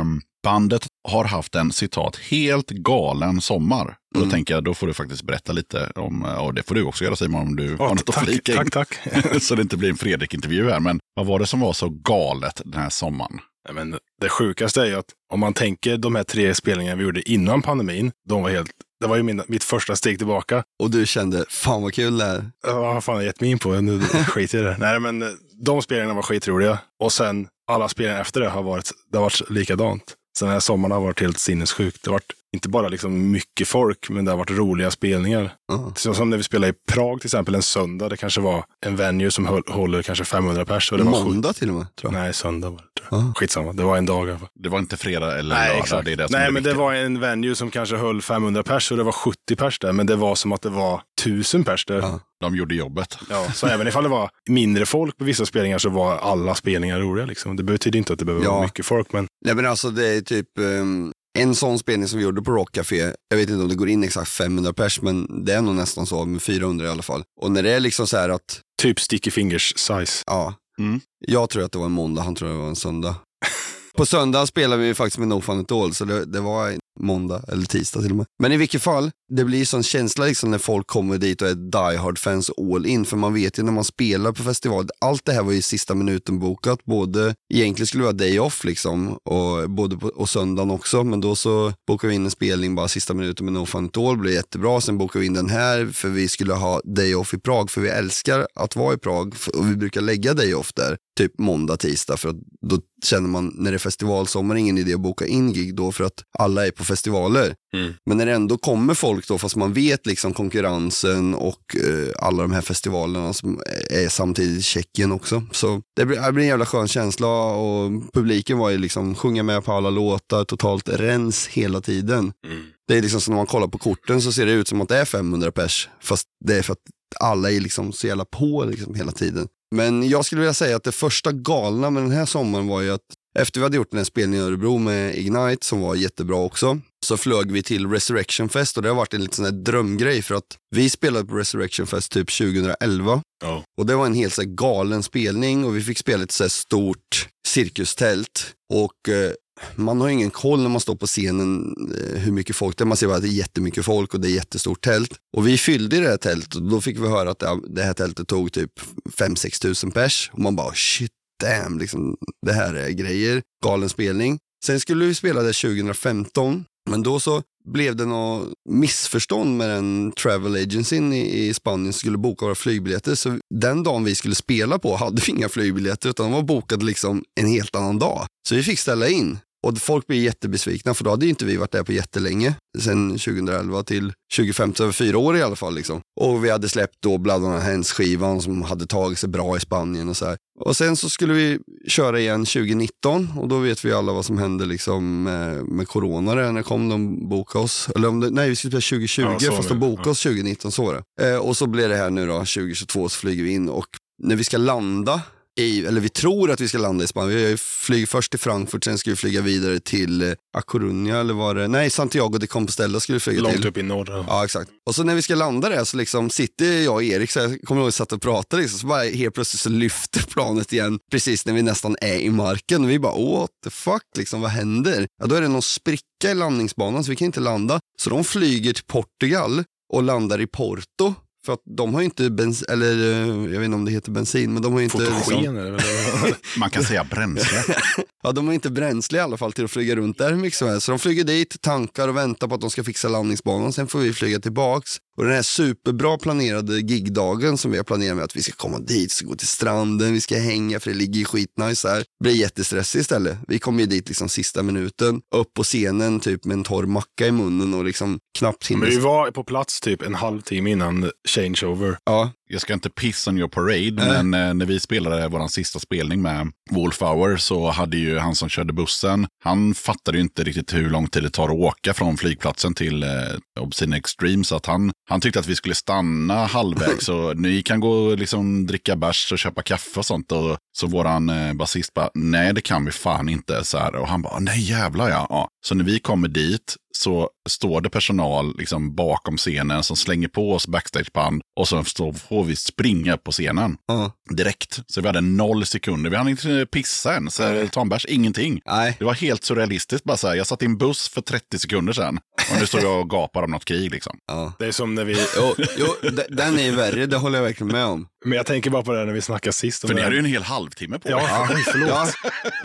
bandet har haft en, citat, helt galen sommar. Och då tänker jag, då får du faktiskt berätta lite om, och det får du också göra, Simon, om du har något att flika in. Tack. Så det inte blir en Fredrik-intervju här. Men vad var det som var så galet den här sommaren? Nej, men det sjukaste är ju att om man tänker de här 3 spelningarna vi gjorde innan pandemin, det var ju mitt första steg tillbaka. Och du kände, fan vad kul det här. Vad fan har jag gett mig in på? Nu skit i det. Nej, men de spelningarna var skitroliga. Och sen alla spelningar efter det har varit likadant. Så den här sommaren har varit helt sinnessjukt. Det har varit inte bara liksom mycket folk, men det har varit roliga spelningar. Som när vi spelade i Prag till exempel en söndag. Det kanske var en venue som håller kanske 500 pers. Och det var måndag till och med, tror jag. Nej, söndag var det, tror jag. Skitsamma, det var en dag i alla fall. Det var inte fredag eller lördag. Exakt. Det är det som Nej, är men viktigt. det var en venue som kanske höll 500 pers och det var 70 pers där. Men det var som att det var 1000 pers där. Ja. De gjorde jobbet. Ja, så även ifall det var mindre folk på vissa spelningar så var alla spelningar roliga. Liksom. Det betyder inte att det behöver vara mycket folk. Men... Nej, men alltså det är typ en sån spelning som vi gjorde på Rockcafé. Jag vet inte om det går in exakt 500 pers, men det är nog nästan så, med 400 i alla fall. Och när det är liksom så här att... Typ Sticky Fingers size. Ja, jag tror att det var en måndag, han tror att det var en söndag. På söndag spelade vi faktiskt med No Fun At All, så det var måndag eller tisdag till och med. Men i vilket fall, det blir sån känsla liksom när folk kommer dit och är die hard fans all in, för man vet ju när man spelar på festival, allt det här var ju sista minuten bokat, både egentligen skulle det vara day off liksom, och både och söndagen också, men då så bokade vi in en spelning bara sista minuten med No Fun At All, blev jättebra. Sen bokade vi in den här för vi skulle ha day off i Prag, för vi älskar att vara i Prag och vi brukar lägga day off där typ måndag, tisdag, för att då känner man när det är festivalsommar ingen idé att boka in gig då, för att alla är på festivaler. Men när det ändå kommer folk då, fast man vet liksom konkurrensen och alla de här festivalerna som är samtidigt i Tjeckien också, så det blir en jävla skön känsla, och publiken var ju liksom sjunga med på alla låtar, totalt rens hela tiden. Det är liksom så när man kollar på korten så ser det ut som att det är 500 pers, fast det är för att alla är liksom så jävla på liksom hela tiden. Men jag skulle vilja säga att det första galna med den här sommaren var ju att efter vi hade gjort den här spelningen i Örebro med Ignite, som var jättebra också, så flög vi till Resurrection Fest, och det har varit en liten sån här drömgrej, för att vi spelade på Resurrection Fest typ 2011. Och det var en helt så här galen spelning, och vi fick spela ett så här stort cirkustält, och man har ingen koll när man står på scenen hur mycket folk det är. Man ser bara att det är jättemycket folk och det är jättestort tält. Och vi fyllde i det här tältet, och då fick vi höra att det här tältet tog typ 5-6 tusen pers. Och man bara shit damn, liksom, det här är grejer. Galen spelning. Sen skulle vi spela det 2015, men då så blev det något missförstånd med den travel agencyn i Spanien som skulle boka våra flygbiljetter. Så den dagen vi skulle spela på hade vi inga flygbiljetter, utan de var bokade liksom en helt annan dag. Så vi fick ställa in. Och folk blir jättebesvikna, för då hade ju inte vi varit där på jättelänge. Sen 2011 till 2015, över 4 år i alla fall liksom. Och vi hade släppt då Blood on Our Hands-skivan som hade tagit sig bra i Spanien och så här. Och sen så skulle vi köra igen 2019, och då vet vi alla vad som hände liksom med corona där, när kom de boka oss. Eller nej, vi skulle spela 2020, fast de bokade oss 2019, så var det. Och så blev det här nu då, 2022 så flyger vi in, och när vi ska landa eller vi tror att vi ska landa i Spanien. Vi flyger först till Frankfurt, sen ska vi flyga vidare till A Coruña, eller var det? Nej, Santiago de Compostela skulle vi flyga långt till. Långt upp i norr. Ja, exakt. Och så när vi ska landa där så liksom sitter jag och Erik, så jag kommer ihåg att satt och pratade liksom, så bara helt plötsligt så lyfter planet igen precis när vi nästan är i marken. Och vi bara, what the fuck, liksom, vad händer? Ja, då är det någon spricka i landningsbanan så vi kan inte landa. Så de flyger till Portugal och landar i Porto. För att de har ju inte bensin, eller jag vet inte om det heter bensin, men de har ju inte... Fotogen, liksom... Man kan säga bränsle. Ja, de har inte bränsle i alla fall till att flyga runt där hur mycket som helst. Så de flyger dit, tankar och väntar på att de ska fixa landningsbanan. Sen får vi flyga tillbaks. Och den här superbra planerade gigdagen som vi har planerat med, att vi ska komma dit, ska gå till stranden, vi ska hänga för det ligger ju skitnice här. Blir jättestressigt istället. Vi kommer ju dit liksom sista minuten, upp på scenen typ med en torr macka i munnen och liksom knappt hinner. Men vi var på plats typ en halvtimme innan changeover. Ja. Jag ska inte piss on your parade, men när vi spelade vår sista spelning med Wolf Hour så hade ju han som körde bussen, han fattade ju inte riktigt hur lång tid det tar att åka från flygplatsen till Obscene Extreme, så att han tyckte att vi skulle stanna halvvägs, så ni kan gå och liksom dricka bärs och köpa kaffe och sånt, och så våran basist bara, nej det kan vi fan inte, så här, och han bara, nej jävlar ja. Så när vi kommer dit så står det personal liksom bakom scenen som slänger på oss backstageband, och så får vi springa på scenen direkt. Så vi hade 0 sekunder. Vi hann inte pissa än, så ta en bärs, ingenting. Nej. Det var helt surrealistiskt. Bara så här, jag satt i en buss för 30 sekunder sedan och nu står jag och gapar om något krig liksom. Ja. Det är som när vi... Jo, den är ju värre, det håller jag verkligen med om. Men jag tänker bara på det när vi snackade sist. För ni hade ju en hel halvtimme på förlåt.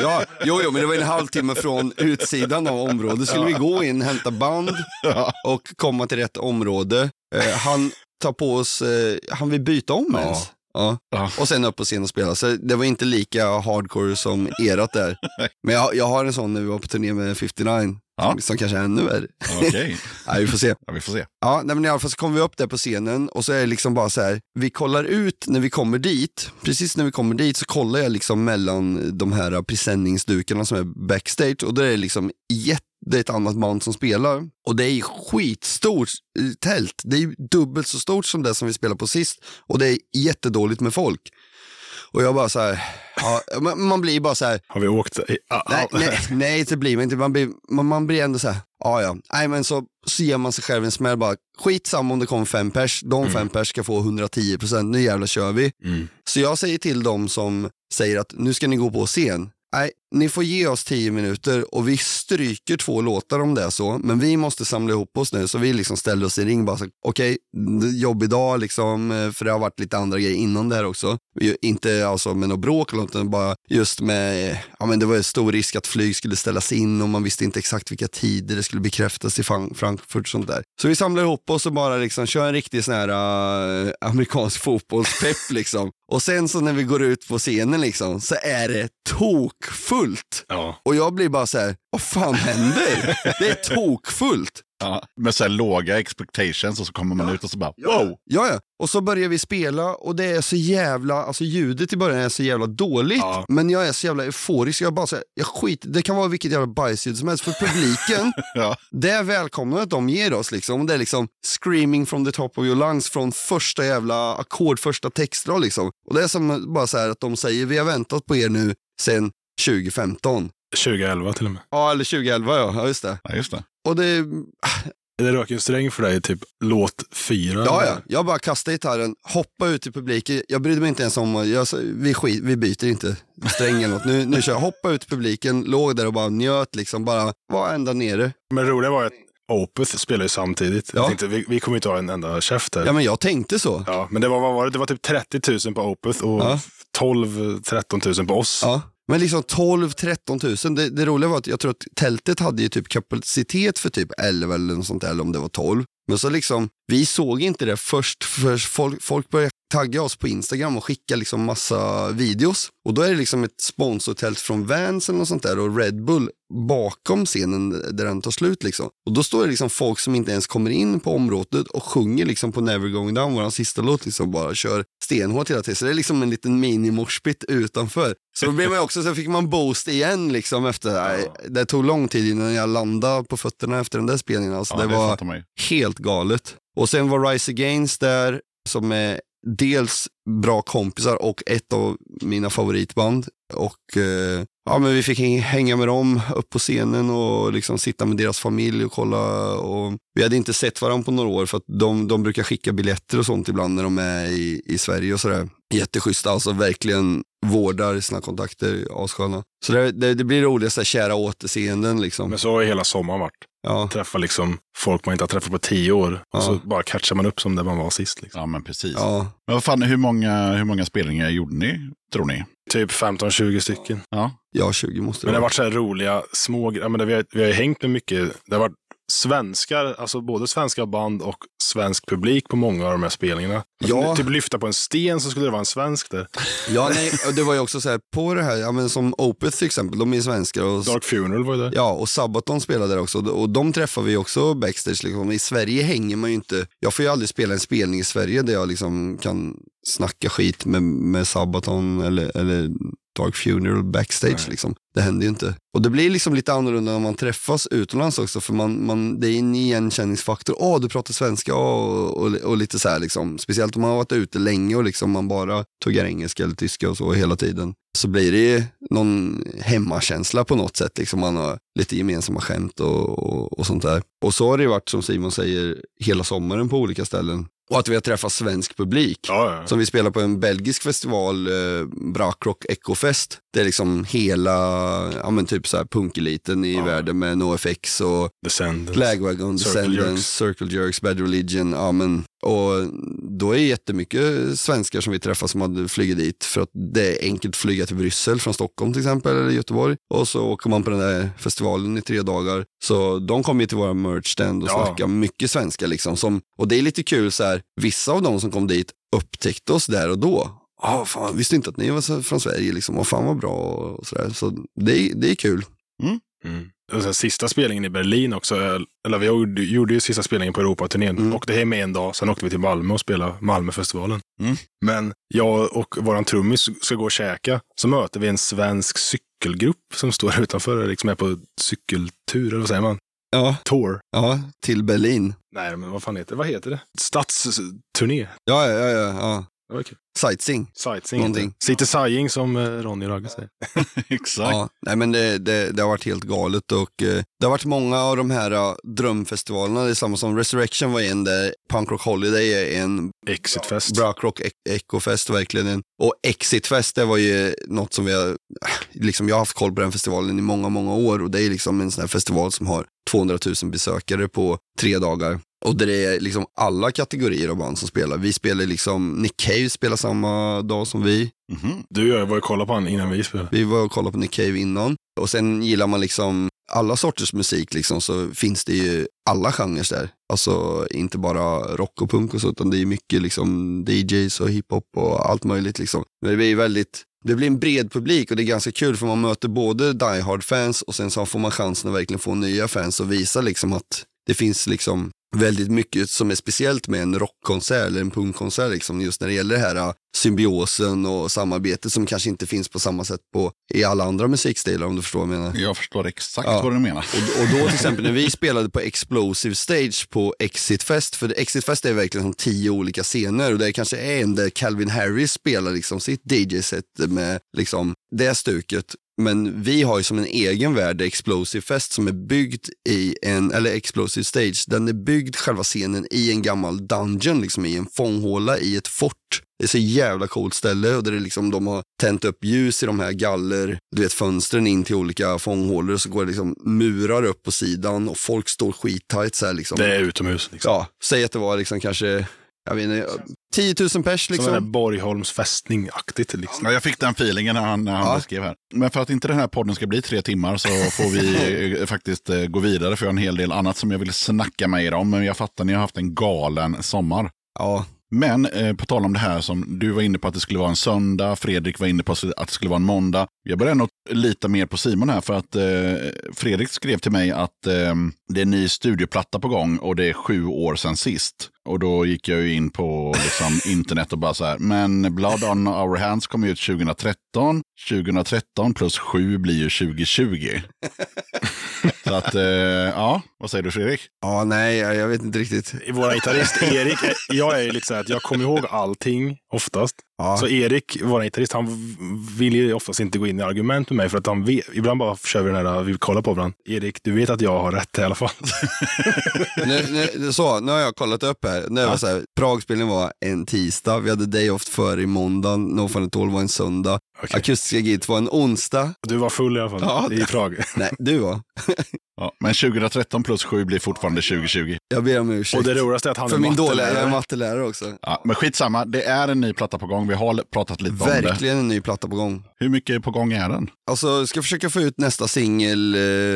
Jo, men det var en halvtimme från utsidan av området. Skulle vi gå in, hämta band och komma till rätt område. Han tar på oss, han vill byta om ens. Ja. Och sen upp på scen och spela. Så det var inte lika hardcore som erat där. Men jag har en sån när vi var på turné med 59. Som kanske är ännu värre. Okej. Nej, vi får se. Ja, vi får se. Ja, men i alla fall så kommer vi upp där på scenen och så är det liksom bara så här, vi kollar ut när vi kommer dit. Precis när vi kommer dit så kollar jag liksom mellan de här presenningsdukarna som är backstage, och då är det liksom det är ett annat band som spelar. Och det är skitstort tält. Det är dubbelt så stort som det som vi spelade på sist. Och det är jättedåligt med folk. Och jag bara så här, man blir bara så här. Har vi åkt? Nej, det blir man inte. Man blir ändå så här, nej men så ger man sig själv en smäll bara, skitsamma om det kommer 5 pers. De 5 pers ska få 110%, nu jävla kör vi. Så jag säger till dem som säger att nu ska ni gå på scen. Nej, ni får ge oss 10 minuter och vi stryker 2 låtar om det är så, men vi måste samla ihop oss nu, så vi liksom ställer oss i ring bara så, okej, jobbig dag liksom, för det har varit lite andra grejer innan det här också. Inte alltså med något bråk eller något, utan bara just med, men det var en stor risk att flyg skulle ställas in och man visste inte exakt vilka tider det skulle bekräftas i Frankfurt och sånt där. Så vi samlar ihop oss och bara liksom kör en riktig sån här amerikansk fotbollspepp liksom. Och sen så när vi går ut på scenen liksom, så är det tokfullt. Ja. Och jag blir bara så här, vad fan händer? Det är tokfullt. Ja, med så här låga expectations, och så kommer man ut och så bara, wow! Ja. Och så börjar vi spela och det är så jävla, alltså ljudet i början är så jävla dåligt. Ja. Men jag är så jävla euforisk, jag bara så här, det kan vara vilket jävla bajsljud som helst för publiken. Det är välkomna att de ger oss liksom. Det är liksom screaming from the top of your lungs från första jävla ackord, första textrad liksom. Och det är som bara så här att de säger, vi har väntat på er nu sen 2015. 2011 till och med. Ja, eller 2011, ja just det. Ja, just det. Och det rök en sträng för dig, typ låt 4. Ja. Jag bara kastade gitarren, hoppa ut i publiken. Jag brydde mig inte ens om, vi byter inte sträng eller något. Nu kör jag, hoppa ut i publiken, låg där och bara njöt liksom, bara var ända nere. Men det roliga var att Opeth spelar ju samtidigt. Jag tänkte, vi kommer inte ha en enda käft här. Ja, men jag tänkte så. Ja, men det var typ 30 000 på Opeth och 12-13 000 på oss. Ja. Men liksom 12-13 000, det roliga var att jag tror att tältet hade ju typ kapacitet för typ 11 eller något sånt där, eller om det var 12. Men så liksom, vi såg inte det först folk började tagga oss på Instagram och skicka liksom massa videos. Och då är det liksom ett sponsortält från Vans eller något sånt där och Red Bull bakom scenen där den tar slut liksom. Och då står det liksom folk som inte ens kommer in på området och sjunger liksom på Never Going Down, våran sista låt, liksom bara kör stenhårt hela tiden. Så det är liksom en liten mini-morspit utanför. Så då blev man också, så fick man boost igen liksom efter, det tog lång tid innan jag landade på fötterna efter den där spelningen. Alltså det var helt galet. Och sen var Rise Against där, som är dels bra kompisar och ett av mina favoritband. Och men vi fick hänga med dem upp på scenen och liksom sitta med deras familj och kolla. Och vi hade inte sett varandra på några år för att de brukar skicka biljetter och sånt ibland när de är i Sverige och sådär. Jätteschyssta, alltså verkligen vårdar sina kontakter, assköna. Så det blir roligt, så här, kära återseenden liksom. Men så har hela sommaren varit. Ja. Träffa liksom folk man inte har träffat på 10 år. Och så bara catchar man upp som där man var sist. Liksom. Ja, men precis. Ja. Men vad fan, hur många spelningar gjorde ni, tror ni? Typ 15-20 stycken. Ja, 20 måste det Men det vara. har varit så här roliga små... vi har ju hängt med mycket... Det har varit svenskar, alltså både svenska band och svensk publik på många av de här spelningarna. Ja. Typ lyfta på en sten så skulle det vara en svensk där. Ja, nej, och det var ju också så här på det här, ja, men som Opeth till exempel, de är svenskar. Och Dark Funeral var ju där. Ja, och Sabaton spelade där också. Och de träffar vi också backstage. Liksom. I Sverige hänger man ju inte... Jag får ju aldrig spela en spelning i Sverige där jag liksom kan snacka skit med Sabaton eller Dark Funeral backstage. Liksom. Det händer ju inte. Och det blir liksom lite annorlunda när man träffas utomlands också. För det är en igenkänningsfaktor. Du pratar svenska och lite så här liksom. Speciellt om man har varit ute länge och liksom man bara tuggar engelska eller tyska och så hela tiden. Så blir det någon hemmakänsla på något sätt. Liksom man har lite gemensamma skämt och sånt där. Och så har det varit, som Simon säger, hela sommaren på olika ställen. Och att vi har träffat svensk publik. Ja. Som vi spelar på en belgisk festival, Brakrock Ecofest. Det är liksom hela, typ så här punkeliten i världen med NoFX och Lagwagon, Descendants, Circle Jerks, Bad Religion. Och då är det jättemycket svenskar som vi träffar som hade flugit dit för att det är enkelt att flyga till Bryssel från Stockholm till exempel eller Göteborg. Och så åker man på den där festivalen i 3 dagar. Så de kommer ju till våra merch stand och snackar mycket svenska liksom. Och det är lite kul så här, vissa av dem som kom dit upptäckte oss där och då. Fan, visste inte att ni var från Sverige liksom. Och fan vad bra och sådär. Så det är kul. Och sen sista spelningen i Berlin också, eller vi gjorde ju sista spelningen på Europaturnén. Åkte hem en dag, sen åkte vi till Malmö och spelade Malmöfestivalen. Men jag och våran trummis ska gå och käka, så möter vi en svensk cykelgrupp som står utanför, liksom är på cykeltur, eller vad säger man? Ja. Tour. Ja, till Berlin. Nej, men vad heter det? Stadsturné. Ja. Okay. Sightseeing. Någonting. City Sighing som Ronny Ragge säger. Exakt. Ja, nej men det har varit helt galet och det har varit många av de här drömfestivalerna. Det är samma som Resurrection var en där, Punk Rock Holiday är en, Exitfest. Brakrock Ecofest verkligen en. Och Exitfest, det var ju något som vi har, liksom jag har haft koll på den festivalen i många, många år och det är liksom en sån här festival som har 200 000 besökare på 3 dagar. Och det är liksom alla kategorier av band som spelar. Vi spelar liksom, Nick Cave spelar samma dag som vi. Du och jag var ju kolla på han innan vi spelade. Vi var och kollade på Nick Cave innan. Och sen gillar man liksom alla sorters musik liksom, så finns det ju alla genrer där. Alltså inte bara rock och punk och så, utan det är mycket liksom DJs och hiphop och allt möjligt liksom. Men det blir en bred publik och det är ganska kul för man möter både Die Hard-fans och sen så får man chansen att verkligen få nya fans och visa liksom att det finns liksom väldigt mycket som är speciellt med en rockkonsert eller en punkkonsert liksom, just när det gäller det här symbiosen och samarbetet som kanske inte finns på samma sätt i alla andra musikstilar, om du förstår vad jag menar. Jag förstår exakt vad du menar. Och då till exempel när vi spelade på Explosive Stage på Exitfest, för Exitfest är verkligen som 10 olika scener och det kanske är en där Calvin Harris spelar liksom sitt DJ-set med liksom det stuket. Men vi har ju som en egen värld Explosive Fest som är byggd eller Explosive Stage, den är byggd själva scenen i en gammal dungeon, liksom i en fånghåla i ett fort. Det är så jävla coolt ställe och där det liksom, de har tänt upp ljus i de här fönstren in till olika fånghålor och så går det liksom murar upp på sidan och folk står skittajt så här liksom. Det är utomhus liksom. Ja, säg att det var liksom kanske, jag vet inte, 10 000 pers liksom. Som en Borgholms fästning-aktigt liksom. Ja, jag fick den feelingen när han beskrev här. Men för att inte den här podden ska bli 3 timmar så får vi faktiskt gå vidare, för jag har en hel del annat som jag vill snacka med er om. Men jag fattar, ni har haft en galen sommar. Ja, Men på tal om det här som du var inne på att det skulle vara en söndag, Fredrik var inne på att det skulle vara en måndag. Jag börjar nog lita mer på Simon här för att Fredrik skrev till mig att det är en ny studioplatta på gång och det är 7 år sedan sist. Och då gick jag ju in på liksom, internet och bara så här, men Blood on Our Hands kom ut 2013. 2013 plus 7 blir ju 2020. Så att, ja, vad säger du Fredrik? Ja, nej, jag vet inte riktigt. Vår gitarrist Erik, jag är lite så här att jag kommer ihåg allting oftast. Ja. Så Erik, vår gitarrist, han vill ju oftast inte gå in i argument med mig för att han vet, ibland bara kör vi den här, vi kollar på varandra. Erik, du vet att jag har rätt i alla fall. Nu har jag kollat upp här. Det var så här, Pragspelningen var en tisdag, vi hade day off för i måndag, No Fun at All var en söndag. Okay. Akustiska Git var en onsdag. Du var full i alla fall i Prag. Nej, du var. Ja, men 2013 plus 7 blir fortfarande 2020. Jag ber om ursäkt. Och det roligaste är att han för min dåliga mattelärare också. Ja, men skitsamma, det är en ny platta på gång. Vi har pratat lite om det. Verkligen en ny platta på gång. Hur mycket på gång är den? Alltså, ska försöka få ut nästa singel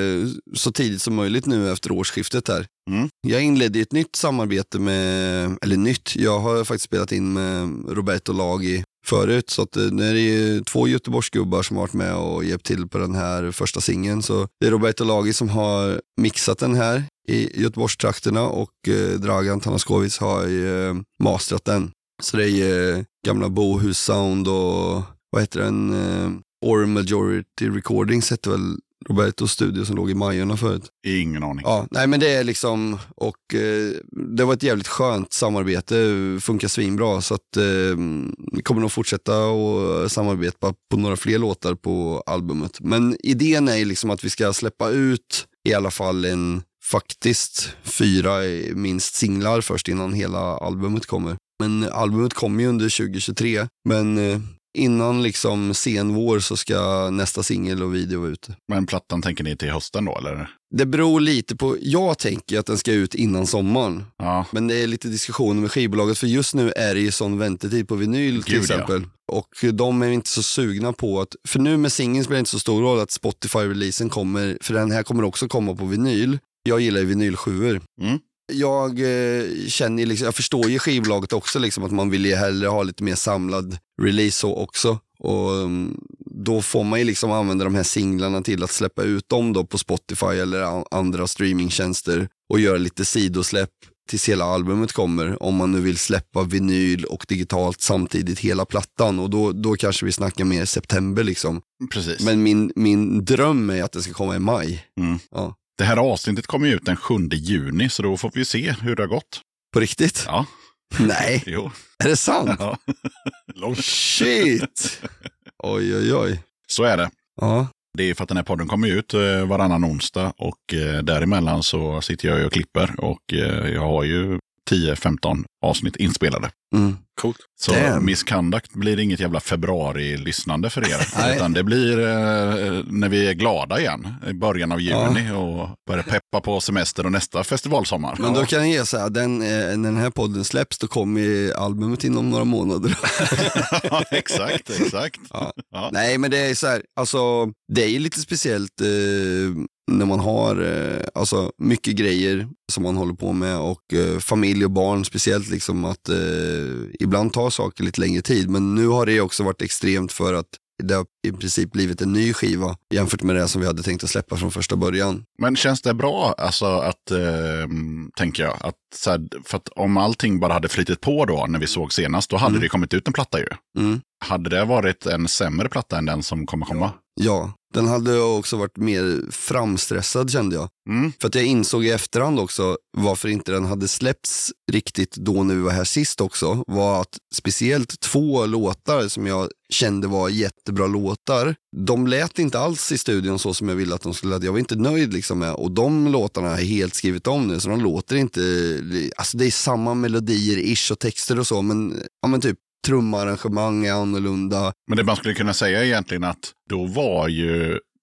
så tidigt som möjligt nu efter årsskiftet här. Mm. Jag inledde ett nytt samarbete med, eller nytt, jag har faktiskt spelat in med Roberto Lagi förut, så att nu är det ju 2 Göteborgsgubbar som har varit med och hjälpt till på den här första singeln. Så det är Roberto Lagi som har mixat den här i Göteborgstrakterna och Dragan Tanaskovic har masterat den. Så det är gamla Bohus Sound och vad heter den? Or Majority Recordings heter väl Robertos studio som låg i Majorna förut. Ingen aning. Ja, nej men det är liksom, och det var ett jävligt skönt samarbete, funkar svinbra, så att vi kommer nog fortsätta och samarbeta på några fler låtar på albumet. Men idén är liksom att vi ska släppa ut i alla fall faktiskt 4 minst singlar först innan hela albumet kommer. Men albumet kommer ju under 2023, men innan liksom sen vår så ska nästa singel och video ut. Men plattan tänker ni till hösten då, eller? Det beror lite på, jag tänker att den ska ut innan sommaren. Ja. Men det är lite diskussioner med skivbolaget, för just nu är det ju sån väntetid på vinyl till exempel. Ja. Och de är inte så sugna på att, för nu med singeln spelar det inte så stor roll att Spotify-releasen kommer, för den här kommer också komma på vinyl. Jag gillar ju vinylsjuor. Mm. Jag känner liksom, jag förstår ju skivbolaget också liksom, att man vill ju hellre ha lite mer samlad release så också, och då får man ju liksom använda de här singlarna till att släppa ut dem då på Spotify eller andra streamingtjänster och göra lite sidosläpp tills hela albumet kommer, om man nu vill släppa vinyl och digitalt samtidigt hela plattan, och då kanske vi snackar mer september liksom. Precis. Men min dröm är att det ska komma i maj. Mm. Ja. Det här avsnittet kommer ut den 7 juni, så då får vi se hur det har gått. På riktigt? Ja. Nej. Jo. Är det sant? Ja. Shit. Oj. Så är det. Ja. Det är för att den här podden kommer ut varannan onsdag, och däremellan så sitter jag och klipper, och jag har ju 10-15 avsnitt inspelade. Mm. Coolt. Så Misconduct blir inget jävla februari-lyssnande för er. Utan det blir när vi är glada igen i början av juni och börjar peppa på semester och nästa festivalsommar. Men då kan jag ge så här, när den här podden släpps, då kommer albumet inom några månader. Ja, exakt. Ja. Ja. Nej, men det är så här, alltså det är ju lite speciellt när man har alltså mycket grejer som man håller på med, och familj och barn speciellt liksom, att ibland tar saker lite längre tid, men nu har det också varit extremt för att det har i princip blivit en ny skiva jämfört med det som vi hade tänkt att släppa från första början. Men känns det bra, alltså att, tänker jag, att, så här, för att om allting bara hade flyttit på då när vi såg senast, då hade det kommit ut en platta ju. Mm. Hade det varit en sämre platta än den som kommer komma? Ja, den hade också varit mer framstressad, kände jag. Mm. För att jag insåg i efterhand också varför inte den hade släppts riktigt då när vi var här sist också, var att speciellt 2 låtar som jag kände var jättebra låtar, de lät inte alls i studion så som jag ville att de skulle. Jag var inte nöjd liksom med, och de låtarna har jag helt skrivit om nu, så de låter inte, alltså det är samma melodier, ish och texter och så, men typ trumarrangemang är annorlunda. Men det man skulle kunna säga egentligen att då var ju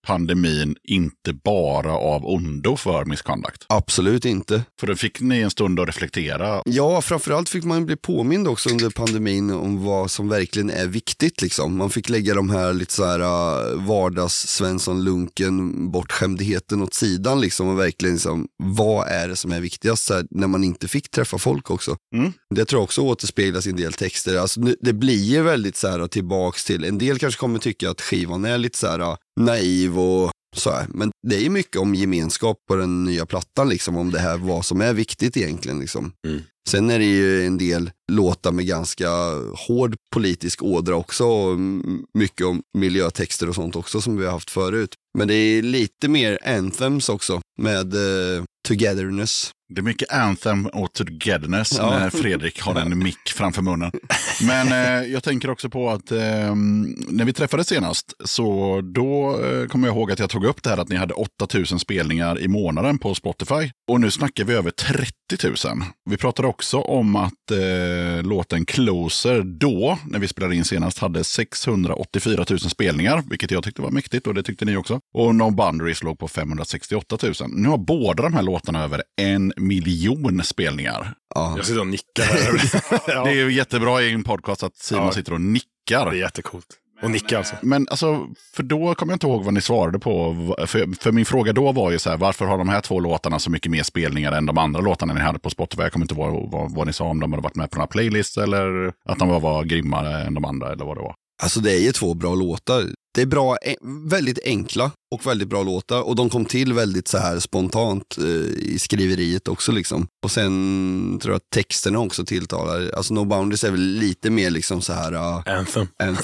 pandemin inte bara av ondo för Misconduct? Absolut inte. För då fick ni en stund att reflektera. Ja, framförallt fick man bli påmind också under pandemin om vad som verkligen är viktigt liksom. Man fick lägga de här lite så här vardags Svensson-lunken bortskämdheten åt sidan liksom, och verkligen liksom, vad är det som är viktigast så här, när man inte fick träffa folk också. Det tror jag också återspeglas i en del texter. Alltså, det blir ju väldigt så här tillbaks till, en del kanske kommer tycka att skivan är lite så här naiv och så här. Men det är mycket om gemenskap på den nya plattan liksom, om det här vad som är viktigt egentligen liksom. Sen är det ju en del låtar med ganska hård politisk ådra också, och mycket om miljötexter och sånt också som vi har haft förut. Men det är lite mer anthems också med togetherness. Det är mycket anthem och togetherness när Fredrik har en mick framför munnen. Men jag tänker också på att när vi träffades senast, så då kommer jag ihåg att jag tog upp det här att ni hade 8000 spelningar i månaden på Spotify. Och nu snackar vi över 30 000. Vi pratade också om att låten Closer då, när vi spelade in senast, hade 684 000 spelningar, vilket jag tyckte var mäktigt, och det tyckte ni också. Och No Boundaries låg på 568 000. Nu har båda de här låtarna över 1 miljon spelningar. Ja. Jag sitter och nickar här. Det är ju jättebra i en podcast att Simon sitter och nickar. Det är jättecoolt. Och nicka alltså. Men alltså, för då kommer jag inte ihåg vad ni svarade på. För min fråga då var ju så här, varför har de här 2 låtarna så mycket mer spelningar än de andra låtarna ni hade på Spotify? Jag kommer inte ihåg vad ni sa, om de hade varit med på några playlists eller att de var grimmare än de andra eller vad det var. Alltså det är ju 2 bra låtar. Det är bra, väldigt enkla och väldigt bra låtar. Och de kom till väldigt så här spontant i skriveriet också liksom. Och sen tror jag att texterna också tilltalar. Alltså No Boundaries är väl lite mer liksom så här... Anthem.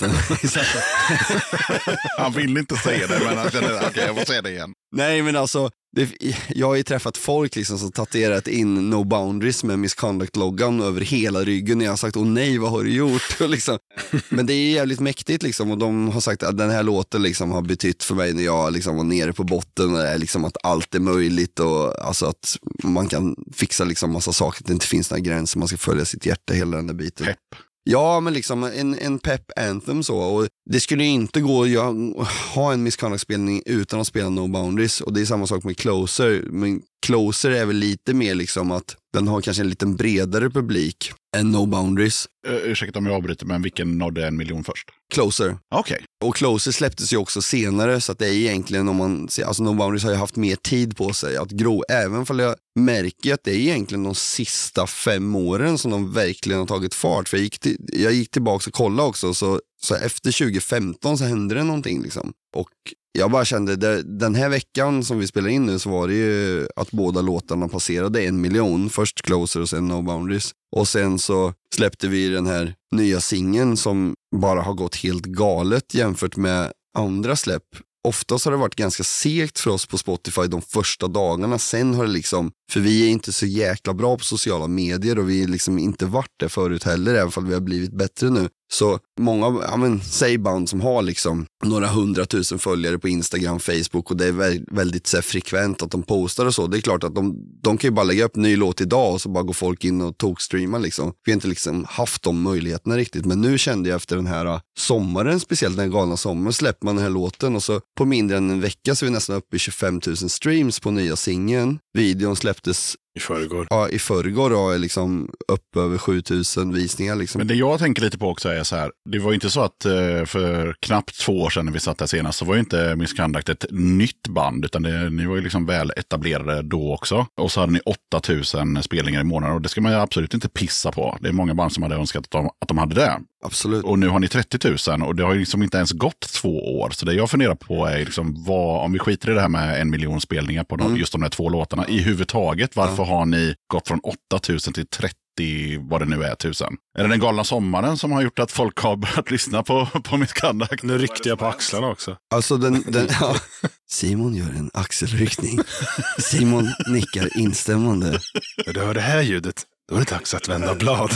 Han vill inte säga det, men han känner okej, jag får säga det igen. Nej, men alltså... Jag har ju träffat folk liksom som tatuerat in No Boundaries med Misconduct-loggan över hela ryggen. Jag har sagt, åh nej, vad har du gjort? liksom. Men det är jävligt mäktigt liksom, och de har sagt att den här låten liksom har betytt för mig när jag liksom var nere på botten, och det är liksom att allt är möjligt, och alltså att man kan fixa liksom massa saker, att det inte finns några gränser, man ska följa sitt hjärta, hela den där biten. Pepp. Ja, men liksom en pep anthem så, och det skulle ju inte gå att ha en Misconduct-spelning utan att spela No Boundaries, och det är samma sak med Closer, men Closer är väl lite mer liksom att den har kanske en liten bredare publik än No Boundaries. Ursäkta om jag avbryter, men vilken nådde 1 miljon först? Closer. Okej. Och Closer släpptes ju också senare, så att det är egentligen, om man ser, alltså No Boundaries har ju haft mer tid på sig att gro, även om jag märker att det är egentligen de sista 5 åren som de verkligen har tagit fart. För jag gick tillbaka och kollade också, så efter 2015 så hände det någonting liksom. Och jag bara kände, den här veckan som vi spelar in nu, så var det ju att båda låtarna passerade 1 miljon. Först Closer och sen No Boundaries. Och sen så släppte vi den här nya singeln som bara har gått helt galet jämfört med andra släpp. Oftast har det varit ganska segt för oss på Spotify de första dagarna. Sen har det liksom, för vi är inte så jäkla bra på sociala medier, och vi är liksom inte varit det förut heller, även om vi har blivit bättre nu. Så många, säg band som har liksom några 100 000 följare på Instagram, Facebook, och det är väldigt så här, frekvent att de postar och så. Det är klart att de kan ju bara lägga upp en ny låt idag, och så bara går folk in och tokstreamar liksom. Vi har inte liksom haft de möjligheterna riktigt, men nu kände jag efter den här sommaren, speciellt den galna sommaren, släpper man den här låten, och så på mindre än en vecka så är vi nästan uppe i 25 000 streams på nya singeln. Videon släpptes i förrgår. Ja, i förrgår då är liksom upp över 7000 visningar liksom. Men det jag tänker lite på också är så här, det var ju inte så att för knappt 2 år sedan när vi satt där senast, så var ju inte Misconduct ett nytt band, utan ni var ju liksom väl etablerade då också. Och så hade ni 8000 spelningar i månaden, och det ska man ju absolut inte pissa på. Det är många band som hade önskat att de hade det. Absolut. Och nu har ni 30 000, och det har ju liksom inte ens gått 2 år. Så det jag funderar på är liksom, om vi skiter i det här med 1 miljon spelningar på just de här 2 låtarna i huvudtaget, varför har ni gått från 8000 till 30, vad det nu är, 1000? Är det den galna sommaren som har gjort att folk har börjat lyssna på Misconduct? Nu ryckte jag på axlarna också. Alltså ja. Simon gör en axelryckning. Simon nickar instämmande. Du hör det här ljudet, då är det dags att vända blad.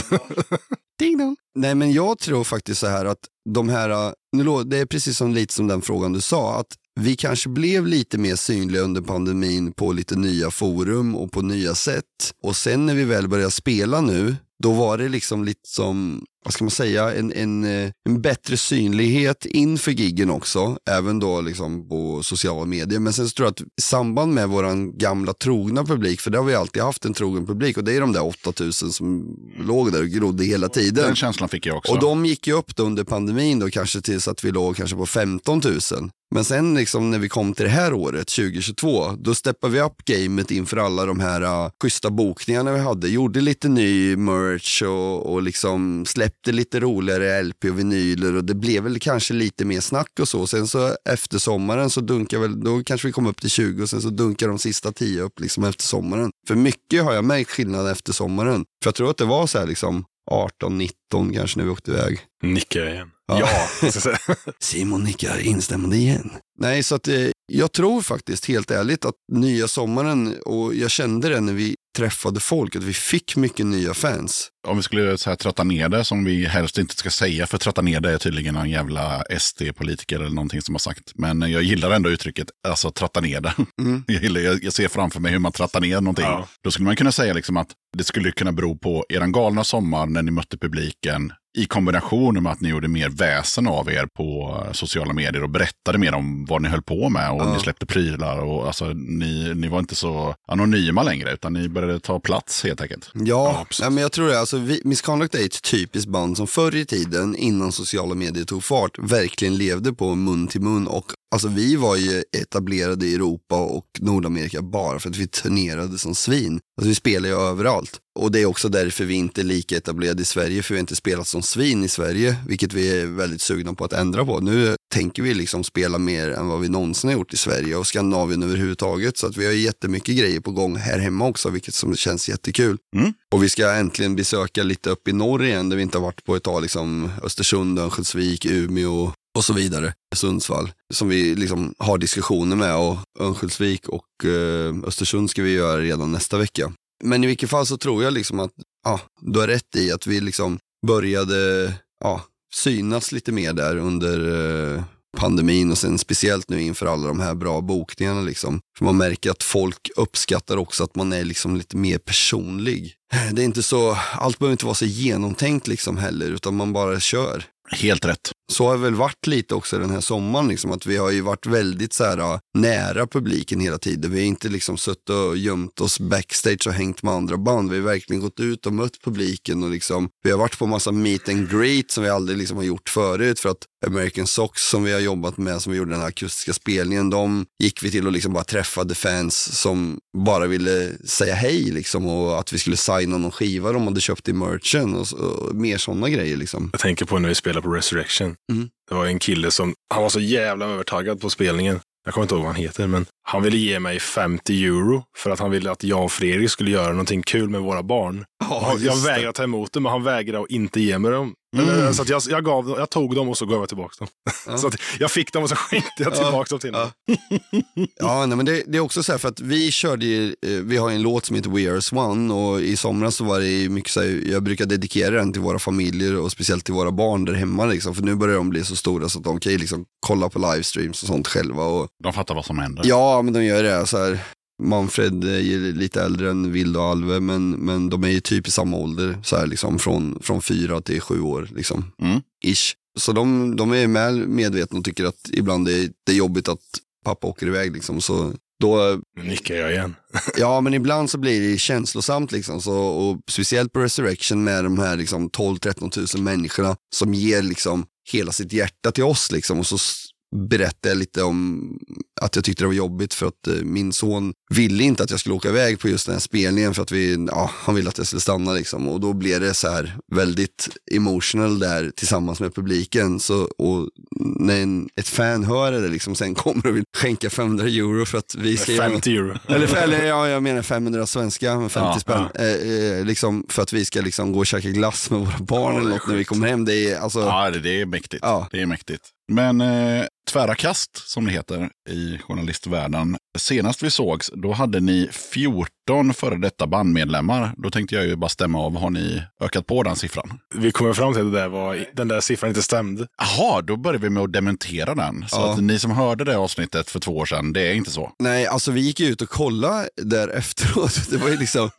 Ding dong. Nej, men jag tror faktiskt så här att de här, det är precis som lite som den frågan du sa, att vi kanske blev lite mer synliga under pandemin på lite nya forum och på nya sätt. Och sen när vi väl började spela nu, då var det liksom lite som vad ska man säga, en bättre synlighet inför giggen också, även då liksom på sociala medier. Men sen så tror jag att i samband med våran gamla trogna publik, för det har vi alltid haft en trogen publik, och det är de där 8000 som låg där och grodde hela tiden. Den känslan fick jag också. Och de gick ju upp då under pandemin då kanske tills att vi låg kanske på 15 000. Men sen liksom när vi kom till det här året, 2022, då steppade vi upp gamet inför alla de här schyssta bokningarna vi hade. Gjorde lite ny merch och liksom släppte lite roligare LP och vinyler, och det blev väl kanske lite mer snack och så. Sen så efter sommaren så dunkar väl, då kanske vi kom upp till 20 och sen så dunkar de sista 10 upp liksom efter sommaren. För mycket har jag märkt skillnad efter sommaren. För jag tror att det var så här liksom 18-19 kanske när vi åkte iväg. Nickar jag igen. Ja. Simon nickar instämmande igen. Nej, så att jag tror faktiskt helt ärligt att nya sommaren, och jag kände det när vi träffade folk, att vi fick mycket nya fans. Om vi skulle så här tratta ner det, som vi helst inte ska säga, för tratta ner det är tydligen en jävla SD-politiker eller någonting som har sagt. Men jag gillar ändå uttrycket, alltså tratta ner det. Mm. Jag ser framför mig hur man trattar ner någonting. Ja. Då skulle man kunna säga liksom att det skulle kunna bero på eran galna sommar när ni mötte publiken, i kombination med att ni gjorde mer väsen av er på sociala medier och berättade mer om vad ni höll på med, och ni släppte prylar, och alltså ni var inte så anonyma längre, utan ni började ta plats helt enkelt. Ja, men jag tror det. Alltså, Misconduct är ett typiskt band som förr i tiden, innan sociala medier tog fart, verkligen levde på mun till mun, och alltså vi var ju etablerade i Europa och Nordamerika bara för att vi turnerade som svin. Alltså vi spelar ju överallt. Och det är också därför vi inte är lika etablerade i Sverige, för vi har inte spelat som svin i Sverige, vilket vi är väldigt sugna på att ändra på. Nu tänker vi liksom spela mer än vad vi någonsin har gjort i Sverige och Skandinavien överhuvudtaget. Så att vi har jättemycket grejer på gång här hemma också, vilket som känns jättekul. Mm. Och vi ska äntligen besöka lite upp i norr igen, där vi inte har varit på ett tag, liksom Östersund, Örnsköldsvik, Umeå och så vidare. Sundsvall, som vi liksom har diskussioner med, och Örnsköldsvik och Östersund ska vi göra redan nästa vecka. Men i vilket fall så tror jag liksom att du har rätt i att vi liksom började synas lite mer där under pandemin, och sen speciellt nu inför alla de här bra bokningarna liksom. För man märker att folk uppskattar också att man är liksom lite mer personlig. Det är inte så, allt behöver inte vara så genomtänkt liksom heller, utan man bara kör. Helt rätt. Så har det väl varit lite också den här sommaren, liksom, att vi har ju varit väldigt så här, nära publiken hela tiden. Vi har inte liksom suttit och gömt oss backstage och hängt med andra band. Vi har verkligen gått ut och mött publiken, och liksom, vi har varit på massa meet and greet som vi aldrig liksom har gjort förut, för att American Socks som vi har jobbat med, som vi gjorde den här akustiska spelningen, de gick vi till och liksom bara träffade fans som bara ville säga hej liksom, och att vi skulle signa någon skiva de hade köpt i merchen och mer sådana grejer liksom. Jag tänker på när vi spelade på Resurrection. Mm. Det var en kille som, han var så jävla övertaggad på spelningen. Jag kommer inte ihåg vad han heter, men han ville ge mig 50 euro för att han ville att jag och Fredrik skulle göra någonting kul med våra barn. Jag vägrade ta emot det, men han vägrade att inte ge mig dem. Så att jag tog dem och så gav jag tillbaka dem. Så att jag fick dem och så skänkte jag tillbaka dem till dem. Ja, nej, men det är också så här, för att vi har en låt som heter We Are As One, och i somras så var det mycket så här, jag brukar dedikera den till våra familjer och speciellt till våra barn där hemma liksom, för nu börjar de bli så stora så att de kan liksom kolla på livestreams och sånt själva. Och de fattar vad som händer. Ja, men de gör det så här. Manfred är lite äldre än Vild och Alve, men de är ju typ i samma ålder så här, liksom, från 4 till 7 år liksom, ish. Så de är medvetna och tycker att ibland det är jobbigt att pappa åker iväg liksom, så då nickar jag igen. Ja, men ibland så blir det känslosamt liksom, så, och speciellt på Resurrection med de här liksom 12-13 000 människorna som ger liksom hela sitt hjärta till oss liksom, och så berättade jag lite om att jag tyckte det var jobbigt för att min son ville inte att jag skulle åka iväg på just den här spelningen, för att han ville att jag skulle stanna liksom, och då blev det så här väldigt emotional där tillsammans med publiken, så, och när ett fan hör det liksom, sen kommer och vill skänka 500 euro för att vi ska 50 euro. Eller jag menar 500 svenska, 50 spänn. Liksom, för att vi ska liksom gå och käka glass med våra barn eller något när vi kommer hem. Det är, alltså, det är mäktigt. Ja. Det är mäktigt. Men tvära kast, som det heter i journalistvärlden. Senast vi sågs, då hade ni 14 före detta bandmedlemmar. Då tänkte jag ju bara stämma av, har ni ökat på den siffran? Vi kommer fram till att den där siffran inte stämde. Jaha, då började vi med att dementera den. Så att ni som hörde det avsnittet för 2 år sedan, det är inte så. Nej, alltså vi gick ut och kollade där efteråt. Det var ju liksom,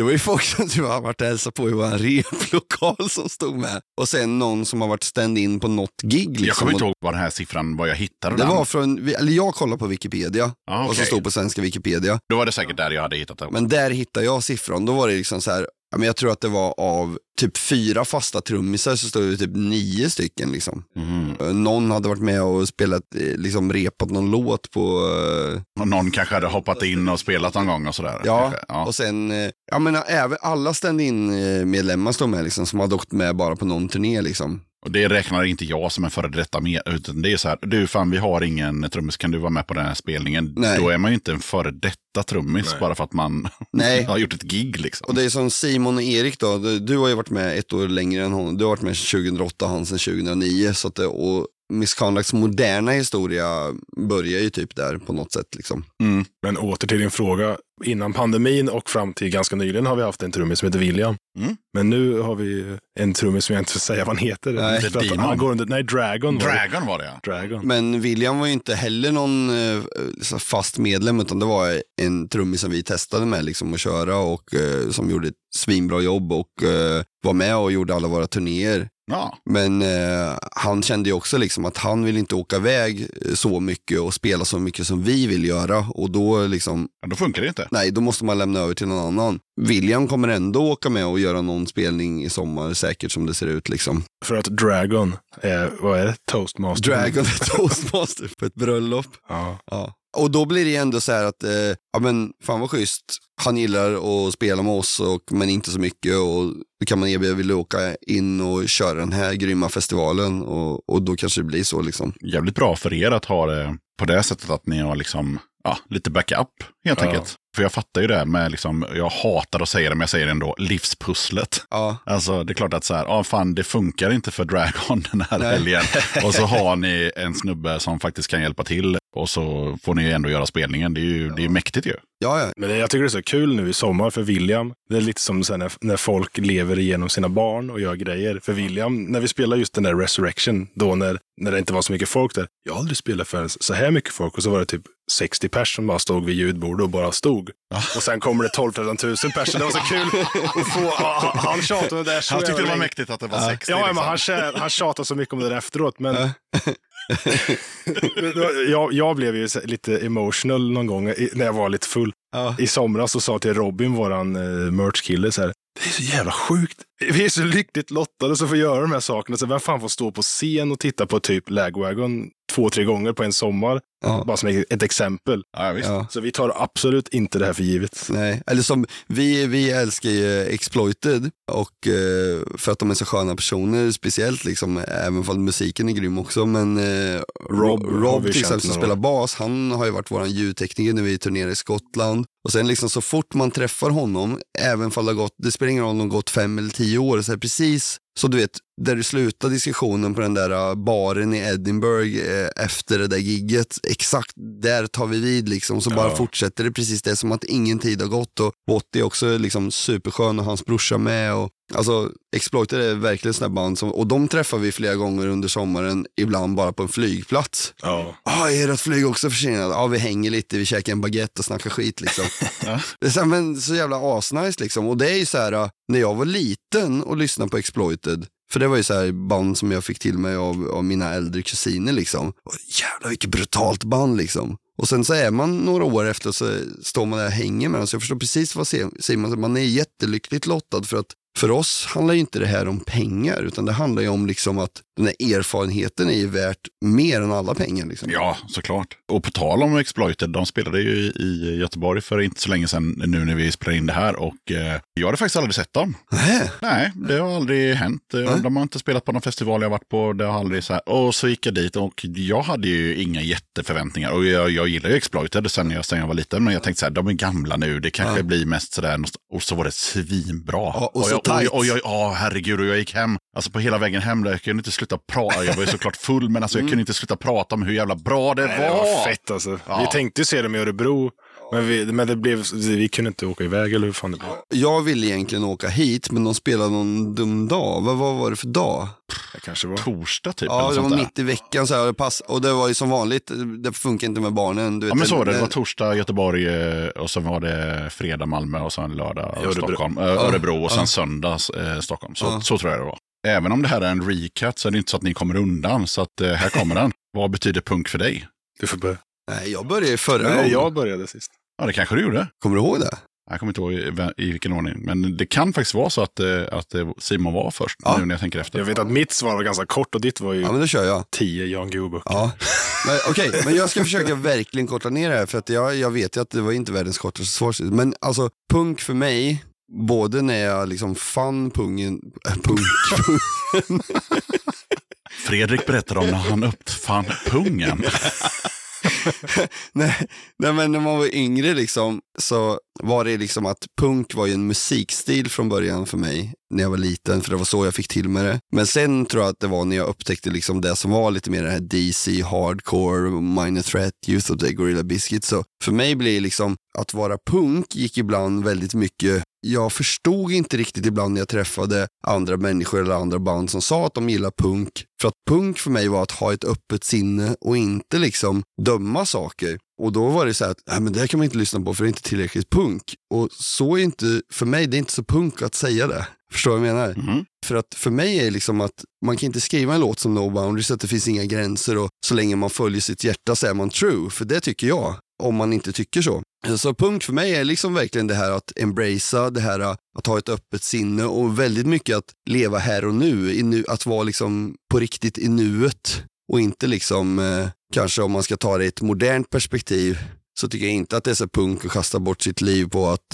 Det var ju folk som du har varit och hälsat på i vår replokal som stod med. Och sen någon som har varit stand-in på något gig. Liksom. Jag kommer inte ihåg vad den här siffran, vad jag hittade. Det var från, eller jag kollade på Wikipedia. Okay. Och så stod på svenska Wikipedia. Då var det säkert där jag hade hittat det. Men där hittade jag siffran. Då var det liksom så här, men jag tror att det var av typ 4 fasta trummisar så stod det typ 9 stycken liksom. Någon hade varit med och spelat, liksom repat någon låt på... Och någon kanske hade hoppat in och spelat någon gång och sådär. Ja, och sen, jag menar, även alla stand-in-medlemmar stod med liksom, som hade åkt med bara på någon turné liksom. Och det räknar inte jag som en före detta med, utan det är så här, du fan vi har ingen trummis, kan du vara med på den här spelningen? Nej. Då är man ju inte en före detta trummis bara för att man har gjort ett gig liksom. Och det är som Simon och Erik då, du har ju varit med 1 år längre än hon, du har varit med 2008, han sedan 2009, så att det, och Miscondacts moderna historia börjar ju typ där på något sätt liksom. Men åter till din fråga, innan pandemin och fram till ganska nyligen har vi haft en trummis som heter William. Men nu har vi en trummis som jag inte får säga vad han heter. Han går under, Dragon var det. Dragon. Men William var ju inte heller någon fast medlem, utan det var en trummis som vi testade med liksom att köra och som gjorde ett svinbra jobb och var med och gjorde alla våra turnéer. Ja. Men han kände ju också liksom att han vill inte åka iväg så mycket och spela så mycket som vi vill göra, och då liksom... Ja, då funkar det inte. Nej, då måste man lämna över till någon annan. William kommer ändå åka med och göra någon spelning i sommar, säkert som det ser ut liksom. För att Dragon är, vad är det? Toastmaster? Dragon är toastmaster på ett bröllop. Ja. Och då blir det ändå så här att, ja men fan vad schysst. Han gillar att spela med oss, men inte så mycket, och då kan man erbjuda, vill åka in och köra den här grymma festivalen, och då kanske det blir så liksom. Jävligt bra för er att ha det på det sättet att ni har liksom, lite backup helt enkelt. För jag fattar ju det med liksom, jag hatar att säga det, men jag säger det ändå, livspusslet. Ja. Alltså det är klart att så här, fan det funkar inte för Dragon den här helgen. Och så har ni en snubbe som faktiskt kan hjälpa till, och så får ni ju ändå göra spelningen. Det är ju mäktigt ju. Ja. Men jag tycker det är så kul nu i sommar för William. Det är lite som så här när folk lever igenom sina barn och gör grejer. För William, när vi spelar just den där Resurrection, då när det inte var så mycket folk där. Jag har aldrig spelat för så här mycket folk, och så var det typ 60 pers som bara stod vid ljudbord och bara stod. Och sen kommer det 12-13 000 pers. Det var så kul att få, han tjatade om det där. Han tyckte det var mäktigt att det var 60. Ja, liksom. Men han tjatade så mycket om det där efteråt, men... jag blev ju lite emotional någon gång när jag var lite full. I somras, och sa till Robin, våran merch-kille, så här: det är så jävla sjukt. Vi är så lyckligt lottade så får göra de här sakerna. Så vem fan får stå på scen och titta på typ Lagwagon 2-3 gånger på en sommar? Bara som ett exempel. Ja, visst. Så vi tar absolut inte det här för givet. Nej, eller som vi älskar ju Exploited, och för att de är så sköna personer, speciellt liksom, även om musiken är grym också, men Rob till exempel som spelar bas, han har ju varit våran ljudtekniker när vi turnerar i Skottland, och sen liksom så fort man träffar honom, även om det spelar ingen roll om det har gått 5 eller 10 år, så är precis så du vet, där du slutar diskussionen på den där baren i Edinburgh efter det där gigget, exakt där tar vi vid liksom, så bara fortsätter det precis det, som att ingen tid har gått. Och Botti är också liksom superskön, och hans brorsa med, och alltså Exploited är verkligen sådana band som, och de träffar vi flera gånger under sommaren, ibland bara på en flygplats. Är ert flyg också försenat? Vi hänger lite, vi käkar en baguette och snackar skit liksom. Det är så, men så jävla asnice liksom. Och det är ju så här, när jag var liten och lyssnade på Exploited, för det var ju så här band som jag fick till mig av mina äldre kusiner liksom. Och jävlar vilket brutalt band liksom. Och sen så är man några år efter, och så står man där och hänger med dem. Så jag förstår precis vad Simon, man är jättelyckligt lottad, för att för oss handlar ju inte det här om pengar, utan det handlar ju om liksom att den här erfarenheten är ju värt mer än alla pengar liksom. Ja, såklart. Och på tal om Exploited, de spelade ju i Göteborg för inte så länge sedan, nu när vi spelar in det här, och jag hade faktiskt aldrig sett dem. Nej, det har aldrig hänt. De har inte spelat på någon festival jag varit på, det har aldrig så här. Och så gick jag dit, och jag hade ju inga jätteförväntningar, och jag gillar ju Exploited sen jag var liten, men jag tänkte så här, de är gamla nu, det kanske blir mest sådär, och så var det svinbra. Och så herregud, och jag gick hem, alltså på hela vägen hem där, jag kunde inte sluta prata, jag var ju såklart full, men alltså jag kunde inte sluta prata om hur jävla bra det var. Det var fett alltså. Vi tänkte se dem i Örebro, Men vi kunde inte åka iväg, eller hur fan det blev? Jag ville egentligen åka hit, men de spelade någon dum dag. Vad var det för dag? Det kanske var torsdag typ. Ja, eller det var sånt där. mitt i veckan så här, och det var ju som vanligt, det funkar inte med barnen. Du vet, Ja, men så var det. Det var torsdag Göteborg och så var det fredag Malmö och sen lördag Stockholm. Örebro och sen söndag Stockholm. Så tror jag det var. Även om det här är en recap så är det inte så att ni kommer undan. Så att här kommer den. Vad betyder punk för dig? Du får börja. Nej, jag började förra gången. Nej, jag började sist. Ja, det kanske du gjorde. Kommer du ihåg det? Jag kommer inte ihåg i vilken ordning. Men det kan faktiskt vara så att Simon var först, nu när jag tänker efter. Jag vet att mitt svar var ganska kort och ditt var ju men då kör jag. 10 Jan Guillou. Ja, men okej, men jag ska försöka verkligen korta ner det här, för att jag vet ju att det var inte världens kortaste svar. Men alltså, punk för mig, både när jag liksom fann pungen. Fredrik berättar om när han uppfann pungen. nej, men när man var yngre liksom, så var det liksom att punk var ju en musikstil från början för mig när jag var liten, för det var så jag fick till med det. Men sen tror jag att det var när jag upptäckte liksom det som var lite mer det här DC, hardcore, Minor Threat, Youth of the Gorilla Biscuit. Så för mig blir liksom att vara punk gick ibland väldigt mycket. Jag förstod inte riktigt ibland när jag träffade andra människor eller andra band som sa att de gillar punk. För att punk för mig var att ha ett öppet sinne och inte liksom döma saker. Och då var det så här att men det här kan man inte lyssna på för det är inte tillräckligt punk. Och så är inte, för mig det är inte så punk att säga det. Förstår vad jag menar? Mm. För att för mig är det liksom att man kan inte skriva en låt som No Boundaries, att det finns inga gränser och så länge man följer sitt hjärta så är man true. För det tycker jag, om man inte tycker så. Så punk för mig är liksom verkligen det här att embracea, det här att ha ett öppet sinne och väldigt mycket att leva här och nu, att vara liksom på riktigt i nuet och inte liksom, kanske om man ska ta det i ett modernt perspektiv så tycker jag inte att det är så punk att kasta bort sitt liv på att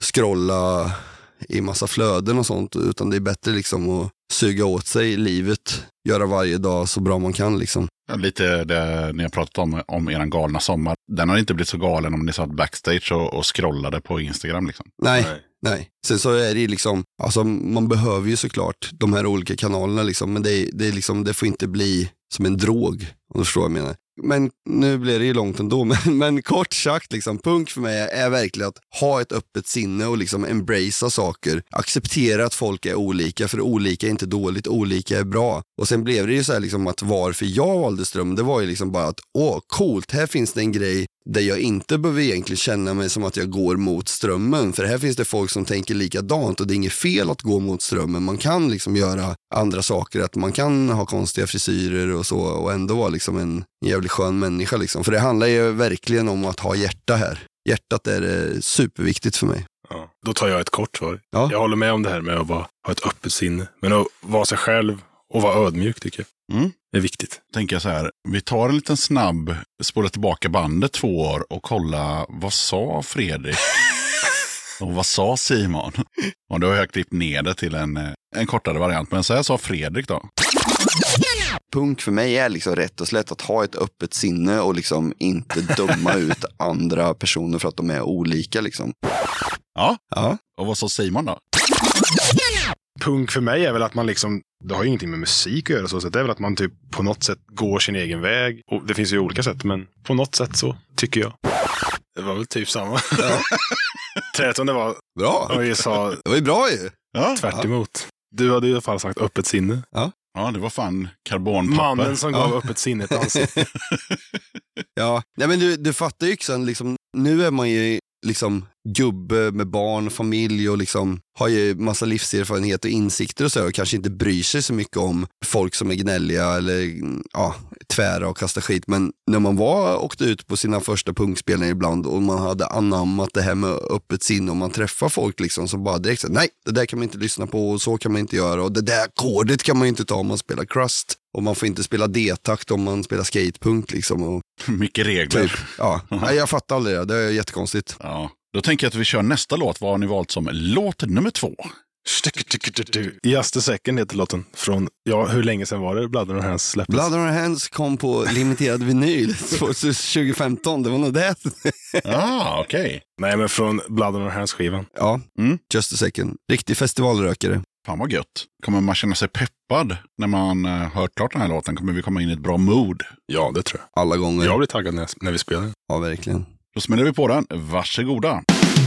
scrolla i massa flöden och sånt, utan det är bättre liksom att suga åt sig livet, göra varje dag så bra man kan liksom. Lite det ni har pratat om eran galna sommar. Den har inte blivit så galen om ni satt backstage och scrollade på Instagram liksom. Nej. Sen så är det liksom, alltså man behöver ju såklart de här olika kanalerna liksom, men det är liksom, det får inte bli som en drog, om du förstår vad jag menar. Men nu blir det ju långt ändå, men kort sagt liksom, punk för mig är verkligen att ha ett öppet sinne och liksom embracea saker, acceptera att folk är olika, för olika är inte dåligt, olika är bra. Och sen blev det ju så här liksom att varför jag valde ström, det var ju liksom bara att coolt, här finns det en grej där jag inte behöver egentligen känna mig som att jag går mot strömmen, för här finns det folk som tänker likadant och det är inget fel att gå mot strömmen. Man kan liksom göra andra saker, att man kan ha konstiga frisyrer och så och ändå vara liksom en jävligt skön människa liksom. För det handlar ju verkligen om att ha hjärta här. Hjärtat är superviktigt för mig. Ja, då tar jag ett kort svar. Ja. Jag håller med om det här med att ha ett öppet sinne, men att vara sig själv och vara ödmjuk tycker jag. Det är viktigt. Tänker jag så här, vi tar en liten snabb, spolar tillbaka bandet 2 år och kolla vad sa Fredrik och vad sa Simon. Och då har jag klippt ner det till en kortare variant, men så här sa Fredrik då. Punk för mig är liksom rätt och slätt att ha ett öppet sinne och liksom inte döma ut andra personer för att de är olika liksom. Ja. Och vad sa Simon då? Punk för mig är väl att man liksom, det har ju ingenting med musik att göra så det är väl att man typ på något sätt går sin egen väg. Och det finns ju olika sätt, men på något sätt så tycker jag. Det var väl typ samma. Ja. 13 det var bra. Och jag sa det var ju bra ju. Ja. Tvärt emot. Du hade i alla fall sagt öppet sinne. Ja, det var fan karbonpapper. Mannen som gav öppet sinne ett ansikte. Ja, nej men du fattar ju också liksom, nu är man ju liksom gubbe med barn, familj och liksom har ju massa livserfarenhet och insikter och så och kanske inte bryr sig så mycket om folk som är gnälliga eller tvära och kasta skit. Men när man åkte ut på sina första punkspelningar ibland och man hade anammat det här med öppet sinne och man träffar folk liksom som bara direkt säger nej, det där kan man inte lyssna på och så kan man inte göra och det där ackordet kan man inte ta om man spelar crust och man får inte spela D-takt om man spelar skatepunk liksom. Och mycket regler. Typ, nej, jag fattar aldrig det är jättekonstigt. Ja. Då tänker jag att vi kör nästa låt. Vad har ni valt som låt nummer 2? Just a Second heter låten. Från, hur länge sedan var det Blood on Our Hands släpptes? Blood on Our Hands kom på limiterad vinyl 2015, det var nog det. Okej. Nej, men från Blood on Our Hands-skivan. Ja, Just a Second. Riktig festivalrökare. Fan vad gött. Kommer man känna sig peppad när man hört klart den här låten? Kommer vi komma in i ett bra mood? Ja, det tror jag. Alla gånger. Jag blir taggad när vi spelar. Ja, verkligen. Då smäller vi på den. Varsågoda.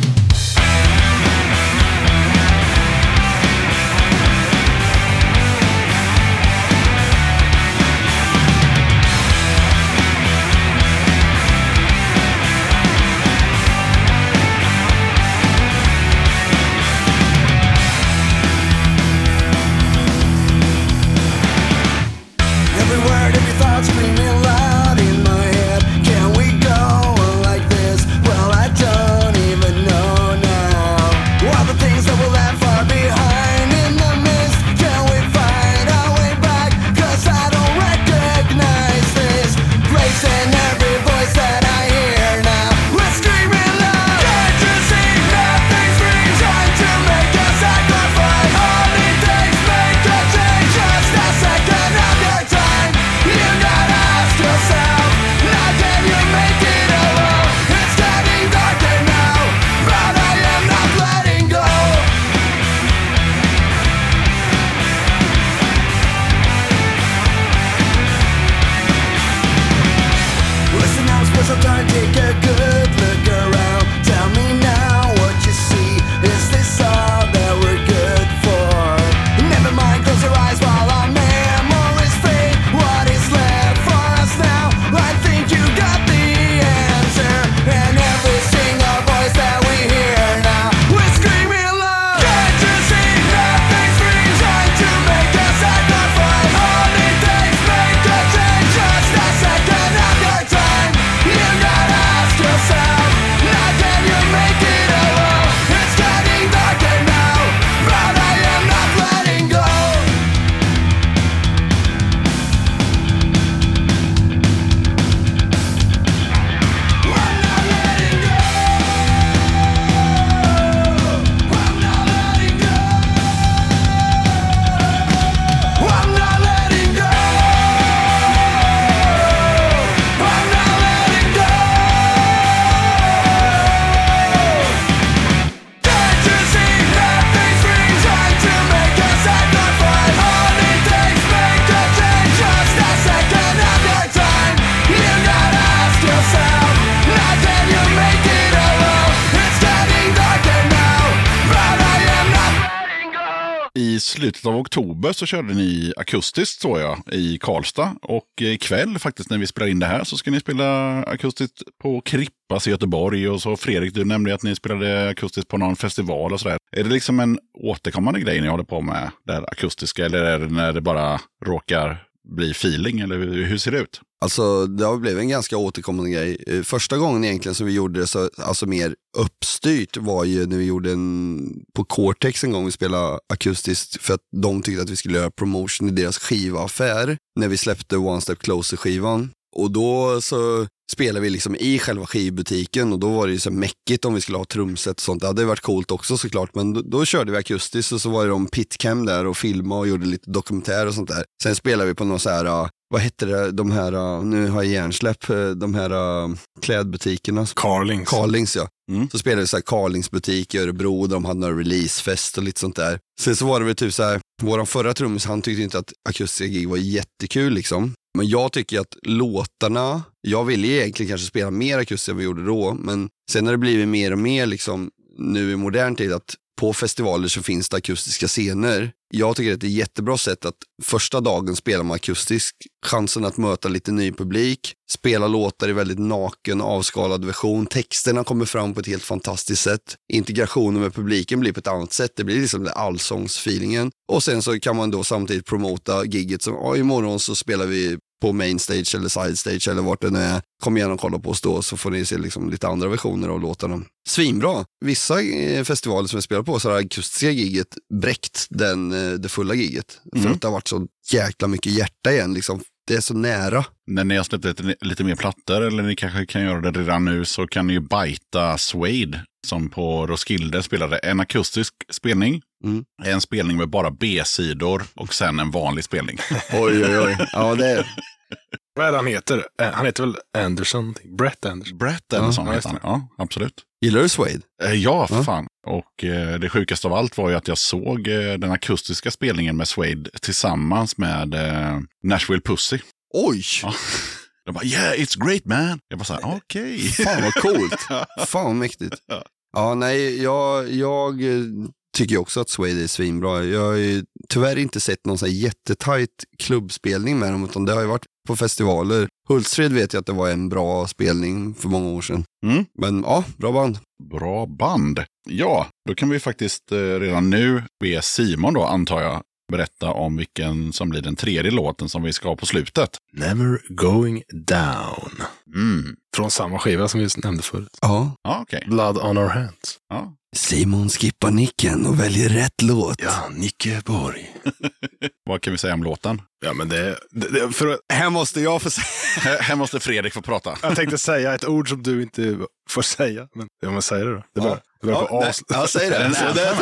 I slutet av oktober så körde ni akustiskt, tror jag, i Karlstad. Och ikväll faktiskt när vi spelar in det här så ska ni spela akustiskt på Krippas i Göteborg. Och så Fredrik, du nämnde att ni spelade akustiskt på någon festival och sådär. Är det liksom en återkommande grej ni håller på med, det här akustiska? Eller är det när det bara råkar bli feeling? Eller hur ser det ut? Alltså det har blivit en ganska återkommande grej. Första gången egentligen som vi gjorde det så, alltså mer uppstyrt, var ju när vi gjorde på Cortex en gång vi spelade akustiskt för att de tyckte att vi skulle göra promotion i deras skivaffär när vi släppte One Step Closer-skivan. Och då så spelade vi liksom i själva skivbutiken och då var det ju så mäckigt om vi skulle ha trumset och sånt. Det hade varit coolt också såklart, men då körde vi akustiskt och så var det de pitcam där och filmade och gjorde lite dokumentär och sånt där. Sen spelade vi på någon så här, vad hette det, de här, nu har jag hjärnsläpp, de här klädbutikerna. Carlings, ja. Så spelade vi så här Carlings butik i Örebro där de hade några releasefest och lite sånt där. Sen så var det väl typ så här, våran förra trummis, han tyckte inte att akustiska gig var jättekul liksom. Men jag tycker att låtarna, jag ville egentligen kanske spela mer akustiskt än vi gjorde då, men sen har det blivit mer och mer liksom nu i modern tid att på festivaler så finns det akustiska scener. Jag tycker att det är ett jättebra sätt att första dagen spela med akustisk, chansen att möta lite ny publik, spela låtar i väldigt naken, avskalad version, texterna kommer fram på ett helt fantastiskt sätt, integrationen med publiken blir på ett annat sätt, det blir liksom den allsångsfeelingen, och sen så kan man då samtidigt promota gigget som, imorgon så spelar vi på main stage eller side stage eller vart det nu är. Kom igen och kolla på oss då så får ni se liksom lite andra versioner av låtarna. Svinbra. Vissa festivaler som jag spelar på så har akustiska gigget bräckt det fulla gigget. För att det har varit så jäkla mycket hjärta igen liksom. Det är så nära. När ni har släppt lite mer plattor eller ni kanske kan göra det redan nu så kan ni ju bajta Suede som på Roskilde spelade en akustisk spelning. En spelning med bara B-sidor och sen en vanlig spelning. Oj. Ja, det är... Vad är det han heter? Han heter väl Anderson? Brett Anderson heter han. Ja, absolut. Gillar du Suede? Ja, för fan. Och det sjukaste av allt var ju att jag såg den akustiska spelningen med Suede tillsammans med Nashville Pussy. Oj! Ja. De bara, yeah, it's great man. Jag bara så här, okej. Fan vad coolt. Fan vad mäktigt. Ja, nej, jag tycker också att Suede är svinbra. Jag har ju tyvärr inte sett någon så här jättetajt klubbspelning med dem, utan det har ju varit på festivaler. Hultsfred vet jag att det var en bra spelning för många år sedan. Men ja, bra band. Bra band. Ja, då kan vi faktiskt redan nu be Simon då, antar jag, berätta om vilken som blir den tredje låten som vi ska ha på slutet. Never Going Down. Från samma skiva som vi nämnde förut. Ja. Okej. Blood on Our Hands. Ja. Simon skippar nicken och väljer rätt låt. Ja, Nicke Borg. Vad kan vi säga om låten? Ja, men det för att, Här måste jag få säga. Här måste Fredrik få prata. jag tänkte säga ett ord som du inte får säga. Men jag måste säga det då. Det börjar på A. Ja, säg det.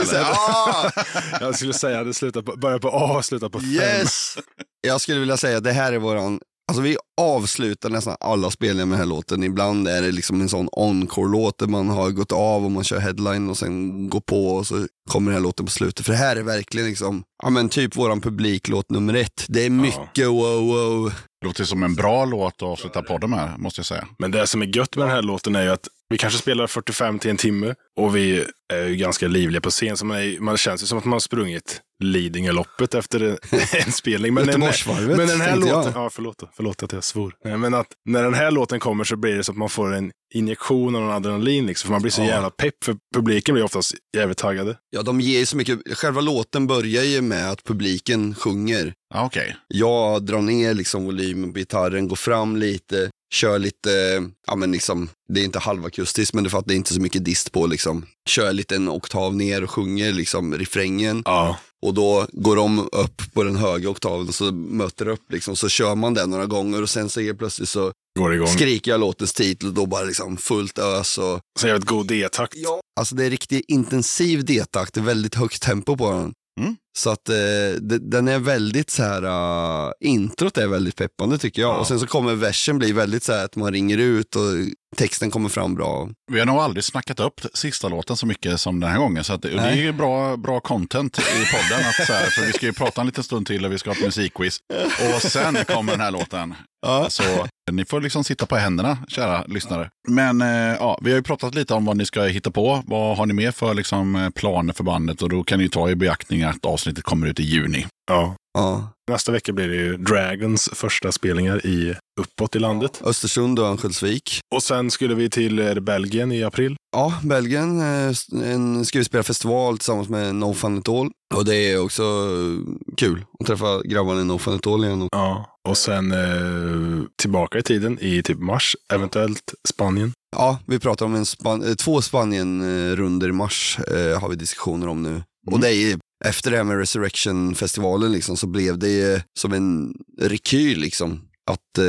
Jag skulle säga det börjar på A och slutar på 5. Yes! Jag skulle vilja säga att det här är våran... Alltså vi avslutar nästan alla spelningar med den här låten. Ibland är det liksom en sån encore-låt där man har gått av och man kör headline och sen går på och så kommer den här låten på slutet. För det här är verkligen liksom, ja men typ våran publiklåt nummer 1. Det är mycket wow. Det låter som en bra låt att avsluta podden med, måste jag säga. Men det som är gött med den här låten är ju att vi kanske spelar 45 till en timme och vi är ju ganska livliga på scen. Så man känns ju som att man har sprungit Lidingö-loppet efter en spelning. Men den här låten... Ja, förlåt att jag svor. Men att när den här låten kommer så blir det så att man får en injektion av adrenalin liksom, för man blir så jävla pepp, för publiken blir oftast jävligt taggade. Ja, de ger så mycket. Själva låten börjar ju med att publiken sjunger. Okej. Jag drar ner liksom volymen på gitarren, går fram lite, kör lite, ja men liksom, det är inte halvakustiskt, men det är för att det är inte så mycket dist på liksom. Kör lite en oktav ner och sjunger liksom refrängen. Ja. Och då går de upp på den höga oktaven och så möter det upp liksom, så kör man den några gånger och sen så är plötsligt så går igång. Skriker jag låtens titel och då bara liksom fullt ös och... Så jag har ett god D-takt. Ja. Alltså det är riktigt intensiv D-takt, det är väldigt högt tempo på den. Så att den är väldigt så här, introt är väldigt peppande tycker jag. Och sen så kommer versen bli väldigt så här att man ringer ut och texten kommer fram bra. Vi har nog aldrig snackat upp sista låten så mycket som den här gången. Så att, och det är ju bra content i podden. Att, så här, för vi ska ju prata en liten stund till och vi ska ha ett musikquiz. Och sen kommer den här låten. Så ni får liksom sitta på händerna, kära lyssnare. Men vi har ju pratat lite om vad ni ska hitta på. Vad har ni med för liksom, planer för bandet? Och då kan ni ta i beaktning att avsnittet kommer ut i juni. Ja. Nästa vecka blir det ju Dragons första spelningar uppåt i landet. Östersund och Örnsköldsvik. Och sen skulle vi till Belgien i april. Ja, Belgien ska vi spela festival tillsammans med No Fun At All. Och det är också kul att träffa grabbarna i No Fun At All igen. Ja, och sen tillbaka i tiden i typ mars, eventuellt Spanien. Ja, vi pratar om 2 Spanien-runder i mars har vi diskussioner om nu. Och det är ju efter det här med Resurrection-festivalen liksom, så blev det som en rekyl liksom. Att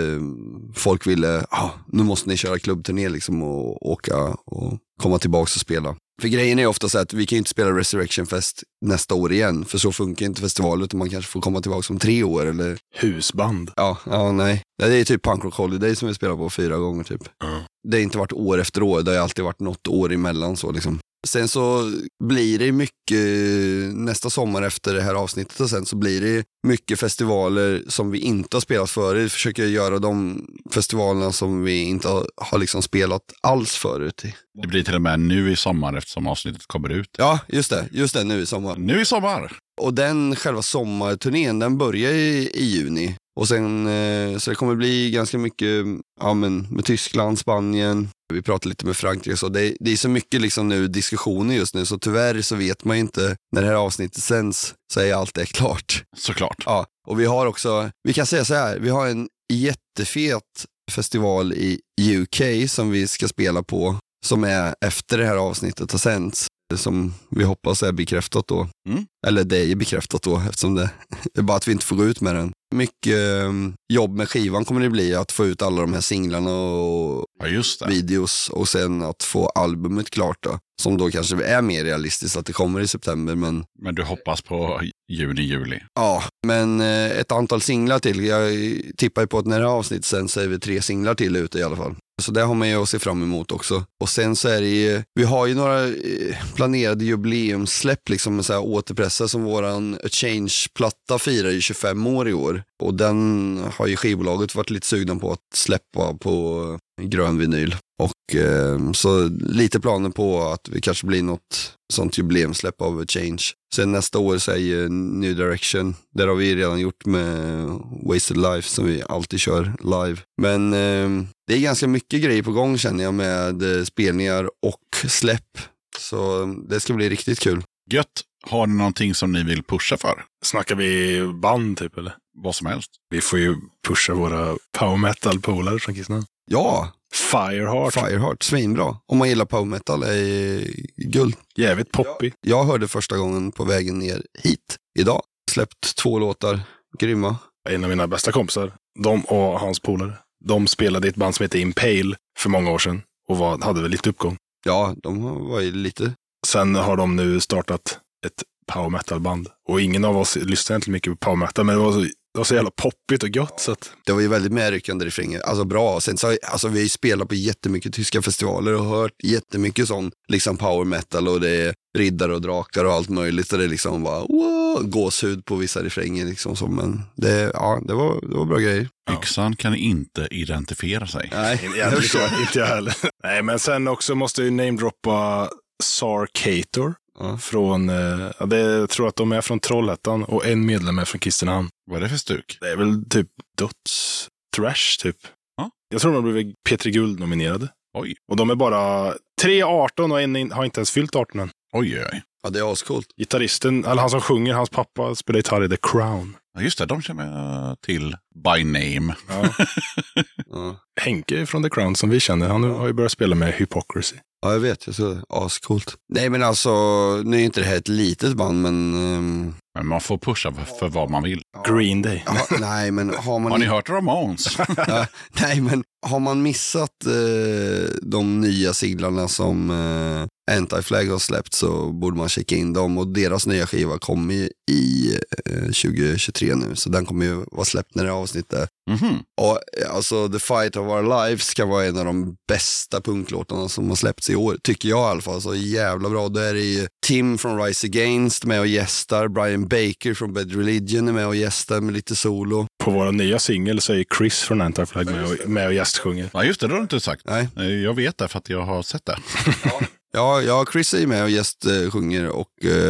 folk ville, nu måste ni köra klubbturné liksom, och åka och komma tillbaka och spela. För grejen är ofta så att vi kan inte spela Resurrection Fest nästa år igen, för så funkar inte festivalen, utan man kanske får komma tillbaka om 3 år eller... Husband. Ja, nej. Det är typ Punk Rock Holiday som vi spelar på 4 gånger typ. Det har inte varit år efter år, det har alltid varit något år emellan så liksom. Sen så blir det mycket nästa sommar efter det här avsnittet och sen så blir det mycket festivaler som vi inte har spelat förut. Vi försöker göra de festivalerna som vi inte har liksom spelat alls förut. Det blir till och med nu i sommar eftersom avsnittet kommer ut. Ja, just det, nu i sommar. Nu i sommar! Och den själva sommarturnén, den börjar i juni. Och sen, så det kommer bli ganska mycket med Tyskland, Spanien. Vi pratar lite med Frankrike. Så det är så mycket liksom nu diskussioner just nu. Så tyvärr så vet man ju inte när det här avsnittet sänds så är allt det klart. Såklart. Ja, och vi har också, vi kan säga så här, vi har en jättefet festival i UK som vi ska spela på. Som är efter det här avsnittet har sänds. Som vi hoppas är bekräftat då. Eller det är bekräftat då eftersom det är bara att vi inte får gå ut med den. Mycket jobb med skivan kommer det bli att få ut alla de här singlarna och videos och sen att få albumet klart då. Som då kanske är mer realistiskt att det kommer i september. Men du hoppas på juni-juli? Ja, men ett antal singlar till. Jag tippar ju på att när det här avsnittet sen så är vi 3 singlar till ute i alla fall. Så det har man ju att se fram emot också. Och sen så är det ju, vi har ju några planerade jubileumsläpp liksom med så här återpressar, som våran A Change-platta firar ju 25 år i år. Och den har ju skivbolaget varit lite sugna på att släppa på grön vinyl. Och så lite planer på att vi kanske blir något sånt jubileumsläpp av A Change. Sen nästa år så är ju New Direction. Där har vi redan gjort med Wasted Life som vi alltid kör live. Men det är ganska mycket grejer på gång känner jag med spelningar och släpp. Så det ska bli riktigt kul. Gött. Har ni någonting som ni vill pusha för? Snackar vi band typ eller? Vad som helst. Vi får ju pusha våra power metal-polare från Kristinehamn. Ja! Fireheart. Svinbra. Om man gillar power metal är guld. Jävligt poppy. Jag hörde första gången på vägen ner hit idag. Släppt 2 låtar. Grymma. En av mina bästa kompisar, de och hans polare, de spelade i ett band som heter Impale för många år sedan och hade väl lite uppgång. Ja, de var ju lite. Sen har de nu startat ett power metal-band. Och ingen av oss lyssnar inte mycket på power metal, men det var så jävla poppigt och gott. Så att... Det var ju väldigt medryckande refränger. Alltså bra. Sen så, alltså, vi har ju spelat på jättemycket tyska festivaler och hört jättemycket sån liksom power metal, och det är riddare och drakar och allt möjligt. Så det är liksom bara gåshud på vissa refränger liksom. Så, men det var bra grejer. Yxan kan inte identifiera sig. Nej, inte jag heller. Nej, men sen också måste jag namedroppa Sarkator. Ja. Från, jag tror att de är från Trollhättan och en medlem är från Kristinehamn. Vad är det för stuk? Det är väl typ Dots Trash typ. Ja. Jag tror de blev P3 Guld nominerade. Oj. Och de är bara 3-18 och en har inte ens fyllt 18 än. Oj. Ja, det är ascoolt. Gitarristen, eller han som sjunger, hans pappa spelar gitarr i The Crown. Ja, just det, de känner jag till by name. Ja. Ja. Henke från The Crown som vi känner, han har ju börjat spela med Hypocrisy. Ja, jag vet. Jag så ascoolt. Nej, men alltså, nu är inte det här ett litet band, men... Men man får pusha för vad man vill. Green Day. Ja, nej, men har man... Har ni hört Ramones? Ja, nej, men har man missat de nya singlarna som Anti-Flag har släppt, så borde man checka in dem. Och deras nya skiva kommer ju i 2023 nu, så den kommer ju vara släppt när det avsnittet. Mm-hmm. Och alltså The Fight of Our Lives kan vara en av de bästa punklåtarna som har släppts i år, tycker jag i alla fall. Så jävla bra. Där är ju Tim från Rise Against med och gästar. Brian Baker från Bad Religion är med och gästar med lite solo. På våra nya singel så är Chris från Anti-Flag med och gästsjunger. Ja, just det, det har du inte sagt. Nej. Jag vet det för att jag har sett det. Ja, Chris är med och sjunger och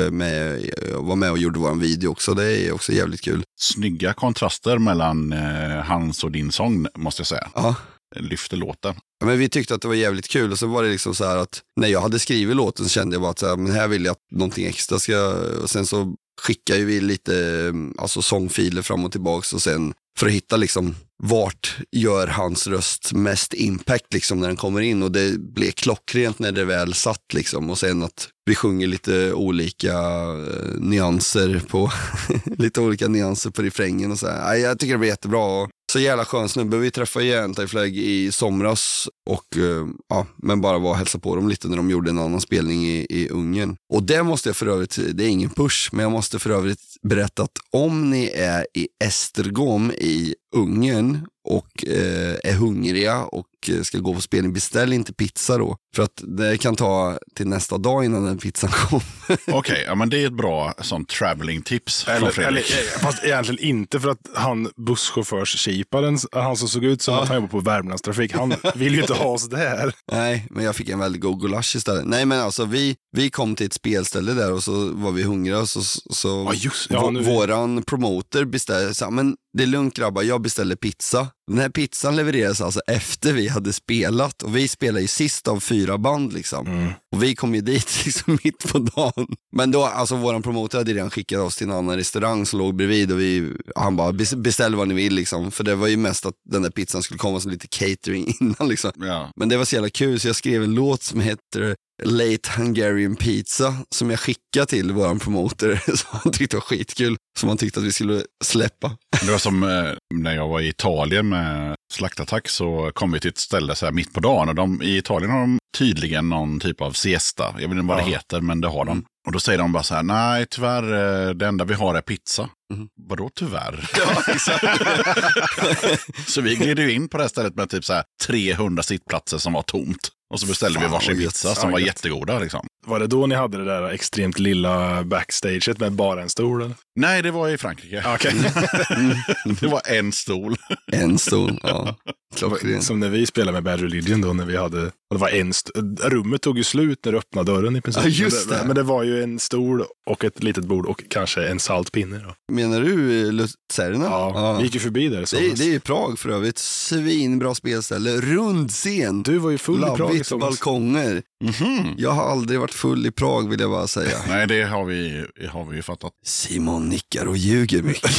var med och gjorde vår video också. Det är också jävligt kul. Snygga kontraster mellan hans och din sång, måste jag säga. Ja. Lyfter låten. Ja, men vi tyckte att det var jävligt kul, och så var det liksom så här att när jag hade skrivit låten så kände jag bara att så här, men här vill jag att någonting extra ska, och sen så skickar ju vi lite alltså sångfiler fram och tillbaks, och sen för att hitta liksom vart gör hans röst mest impact liksom när den kommer in, och det blev klockrent när det väl satt liksom, och sen att vi sjunger lite olika nyanser på lite olika nyanser på refrängen och så här. Jag tycker det blir jättebra, och så jävla skön snubbe. Vi träffade ju Anti-Flag i somras och men bara var och hälsa på dem lite när de gjorde en annan spelning i Ungern. Och det måste jag för övrigt, det är ingen push, men jag måste för övrigt berätta att om ni är i Esztergom i Ungern och är hungriga och ska gå på spelning, beställ inte pizza då. För att det kan ta till nästa dag innan den pizzan kommer. Okej, ja, men det är ett bra sånt traveling tips från Fredrik. Fast egentligen inte, för att han busschaufförskiparen, han som såg ut som att han jobbar på Värmlandstrafik, han vill ju inte ha oss där. Nej, men jag fick en väldigt god gulasch istället. Nej, men alltså vi kom till ett spelställe där och så var vi hungriga, så våran promoter beställde så här, men det är lugnt grabbar, jag beställer pizza. Den här pizzan levereras alltså efter vi hade spelat, och vi spelade ju sist av 4 band liksom. Och vi kom ju dit liksom mitt på dagen. Men då, alltså våran promotor hade redan skickat oss till en annan restaurang som låg bredvid, och han bara beställ vad ni vill liksom. För det var ju mest att den där pizzan skulle komma som lite catering innan liksom. Ja. Men det var så jävla kul, så jag skrev en låt som heter Late Hungarian Pizza som jag skickade till våran promoter som han tyckte var skitkul, som han tyckte att vi skulle släppa. Det var som när jag var i Italien med Slaktattack, så kom vi till ett ställe så här mitt på dagen, och i Italien har de tydligen någon typ av siesta. Jag vet inte vad det heter, men det har de. Och då säger de bara så här: nej tyvärr, det enda vi har är pizza. Vadå tyvärr? Ja, exakt. Så vi gled ju in på det här stället med typ så här 300 sittplatser som var tomt. Och så beställde vi varsin pizza som var jättegoda liksom. Var det då ni hade det där extremt lilla backstaget med bara en stol? Eller? Nej, det var i Frankrike. Okay. Det var en stol. En stol, ja. Klockrent. Som när vi spelade med Bad Religion då, när vi hade, och det var rummet tog ju slut när du öppnade dörren i princip. Ja, just det. Men det var ju en stol och ett litet bord och kanske en saltpinne då. Menar du Luzerna? Ja, vi gick ju förbi där. Det är ju Prag för övrigt. Svinbra spelställe. Rund scen. Du var ju full i Prag. Balkonger. Jag har aldrig varit full i Prag, vill jag bara säga. Nej, det har vi ju fattat. Simon nickar och ljuger mycket.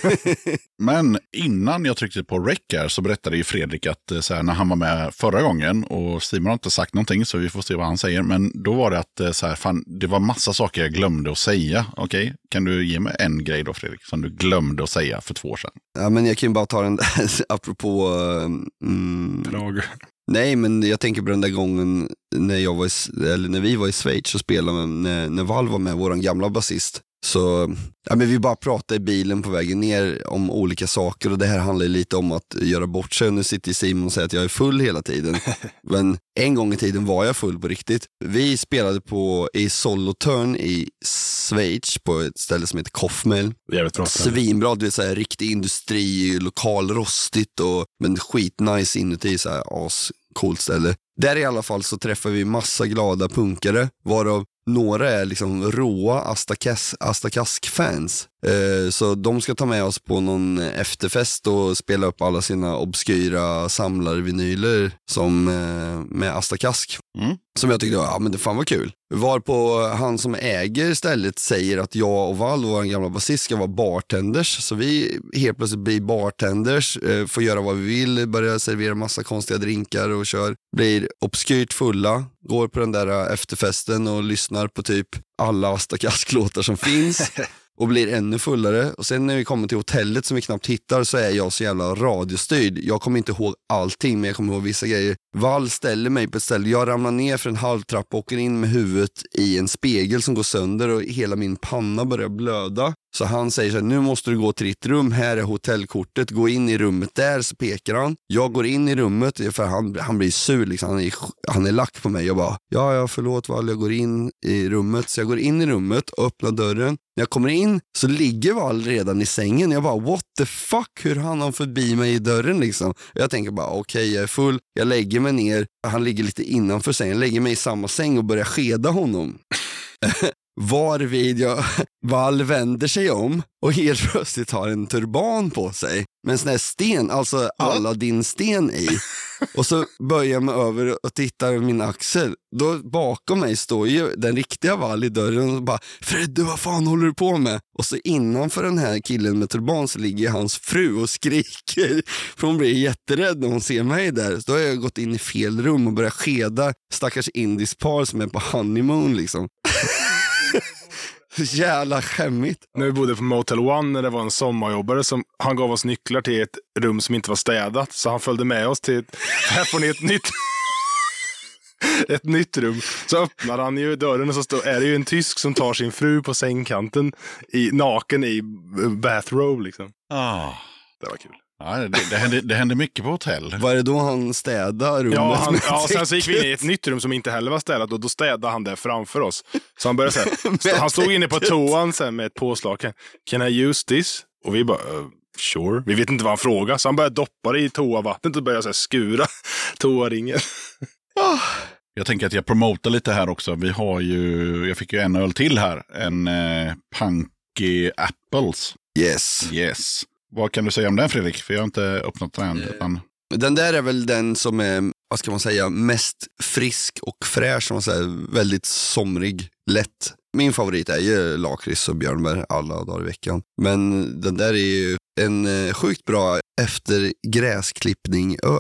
Men innan jag tryckte på rec här så berättade ju Fredrik att så här, när han var med förra gången, och Simon har inte sagt någonting så vi får se vad han säger, men då var det att så här, fan, det var massa saker jag glömde att säga. Okej, kan du ge mig en grej då, Fredrik, som du glömde att säga för 2 år sedan? Ja, men jag kan ju bara ta den där apropå Prag. Nej, men jag tänker på den där gången när vi var i Schweiz och spelade när Valve var med, våran gamla basist. Så men vi bara pratade i bilen på vägen ner om olika saker, och det här handlar lite om att göra bort sig. Nu sitter Simon och säger att jag är full hela tiden. Men en gång i tiden var jag full på riktigt. Vi spelade i Solothurn i Schweiz på ett ställe som heter Kaufmel. Svinbra, det vill säga riktig industri, lokal rostigt, men skitnice inuti, så här coolt ställe. Där i alla fall så träffar vi massa glada punkare, varav några är liksom råa Astakask-fans. Så de ska ta med oss på någon efterfest och spela upp alla sina obskyra samlarvinyler som med Astakask. Som jag tyckte, men det fan var kul. Varpå han som äger stället säger att jag och Val, vår gamla basist, ska vara bartenders. Så vi helt plötsligt blir bartenders, får göra vad vi vill, börja servera massa konstiga drinkar och blir obskyrt fulla, går på den där efterfesten och lyssnar på typ alla Astakask-låtar som finns. Och blir ännu fullare. Och sen när vi kommer till hotellet som vi knappt hittar, så är jag så jävla radiostyrd. Jag kommer inte ihåg allting, men jag kommer ihåg vissa grejer. Val ställer mig på ett ställe. Jag ramlar ner för en halvtrappa och åker in med huvudet i en spegel som går sönder, och hela min panna börjar blöda. Så han säger så här: nu måste du gå till ditt rum, här är hotellkortet, gå in i rummet där, så pekar han. Jag går in i rummet, för han blir sur liksom. Han är lack på mig. Jag bara, ja förlåt Val, jag går in i rummet. Så jag går in i rummet och öppnar dörren. När jag kommer in så ligger Val redan i sängen. Jag bara, what the fuck, hur han har förbi mig i dörren liksom. Jag tänker bara, okej, jag är full. Jag lägger mig ner, han ligger lite innanför sängen. Jag lägger mig i samma säng och börjar skeda honom. Varvid Val vänder sig om och helt plötsligt har en turban på sig med en sån här sten, alltså Aladdin-sten i. Och så börjar jag mig över och tittar på min axel. Då bakom mig står ju den riktiga Val i dörren och bara, Fredde, vad fan håller du på med? Och så innanför den här killen med turban så ligger hans fru och skriker. För hon blir jätterädd när hon ser mig där. Så då har jag gått in i fel rum och börjat skeda stackars indisk par som är på honeymoon liksom. Jävla skämmigt. När vi bodde på Motel One, när det var en sommarjobbare som han gav oss nycklar till ett rum som inte var städat, så han följde med oss till här får ni ett nytt rum. Så öppnar han ju dörren och så är det ju en tysk som tar sin fru på sängkanten naken i bathrobe liksom. Det var kul. Ja, det hände mycket på hotell. Var det då han städade rummet? Sen så gick vi in i ett nytt rum som inte heller var städat, och då städade han där framför oss. Så han började säga, han stod inne på toan sen med ett påslakan. Can I use this? Och vi bara, sure. Vi vet inte vad han frågade, så han började doppa det i toavattnet och började så här skura toaringen. Jag tänker att jag promotar lite här också. Jag fick ju en öl till här. En Punky Apples. Yes. Vad kan du säga om den, Fredrik? För jag har inte öppnat den. Den där är väl den som är, vad ska man säga, mest frisk och fräsch, som man säger, väldigt somrig, lätt. Min favorit är ju lakrits och björnbär alla dagar i veckan. Men den där är ju en sjukt bra efter gräsklippning öl.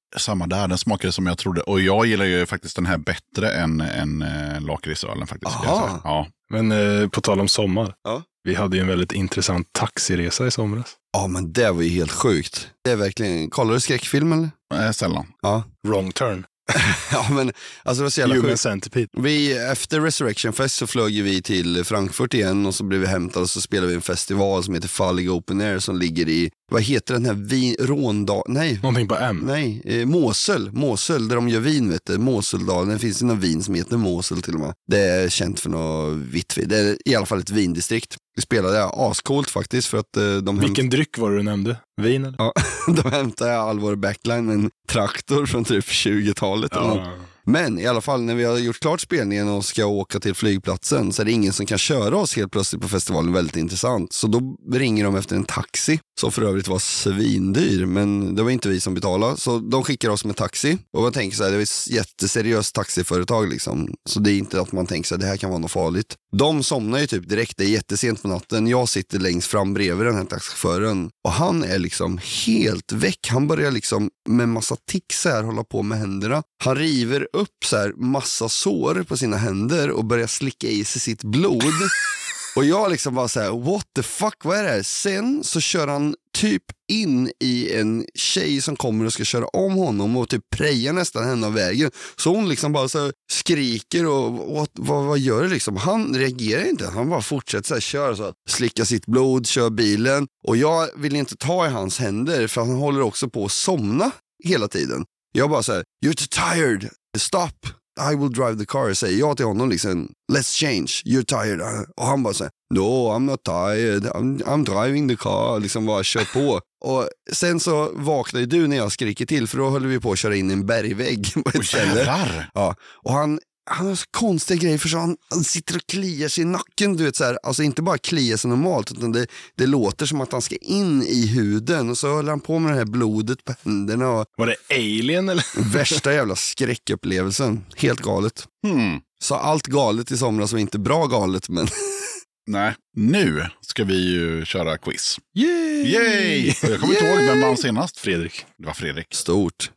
Samma där, den smakade som jag trodde. Och jag gillar ju faktiskt den här bättre än lakritsölen faktiskt. Ja. Men på tal om sommar. Ja. Vi hade ju en väldigt intressant taxiresa i somras. Ja, men det var ju helt sjukt. Det är verkligen... Kollar du skräckfilm eller? Sällan. Ja. Wrong turn. Ja, men alltså det var så jävla Human sjukt. Centipede. Efter Resurrection Fest så flög vi till Frankfurt igen och så blev vi hämtade och så spelade vi en festival som heter Falling Open Air som ligger i, vad heter den här Någonting på M. Nej, Mosel där de gör vin, vet du. Moseldalen, det finns någon vin som heter Mosel till och med. Det är känt för något vitt. Det är i alla fall ett vindistrikt. Vi spelade ascoolt faktiskt för att Vilken dryck var det du nämnde? Vin eller? Ja, de hämtade all vår backline med en traktor från typ 20-talet. Ja. Men i alla fall när vi har gjort klart spelningen och ska åka till flygplatsen så är det ingen som kan köra oss helt plötsligt på festivalen. Väldigt intressant. Så då ringer de efter en taxi som för övrigt var svindyr, men det var inte vi som betalade. Så de skickar oss med taxi och man tänker så här, det är ett jätteseriöst taxiföretag liksom. Så det är inte att man tänker så här, det här kan vara något farligt. De somnar ju typ direkt, det är jättesent på natten. Jag sitter längst fram bredvid den här taxichauffören och han är liksom helt väck. Han börjar liksom med massa tics här hålla på med händerna. Han river upp så här massa sår på sina händer och börjar slicka i sig sitt blod. Och jag liksom bara så här, what the fuck, vad är det här? Sen så kör han typ in i en tjej som kommer och ska köra om honom och typ prejar nästan henne av vägen. Så hon liksom bara så här skriker och vad gör det liksom? Han reagerar inte, han bara fortsätter så här, köra så här, slicka sitt blod, kör bilen. Och jag vill inte ta i hans händer för han håller också på att somna hela tiden. Jag bara så här, you're too tired, stop. I will drive the car, säger jag till honom liksom, let's change, you're tired. Och han bara säger, no, I'm not tired, I'm driving the car, liksom bara kör på. Och sen så vaknade du när jag skriker till, för då höll vi på att köra in en bergvägg på ett ställe. Ja, och han har så konstiga grejer för så han sitter och kliar sig i nacken, du vet så här, alltså inte bara kliar sig normalt utan det låter som att han ska in i huden och så håller han på med det här blodet på händerna och... Var det Alien eller? Värsta jävla skräckupplevelsen, helt galet. Så allt galet i somras var inte bra galet, men... Nej, nu ska vi ju köra quiz. Yay! Yay! Jag kommer inte ihåg vem vann senast. Fredrik. Det var Fredrik. Stort.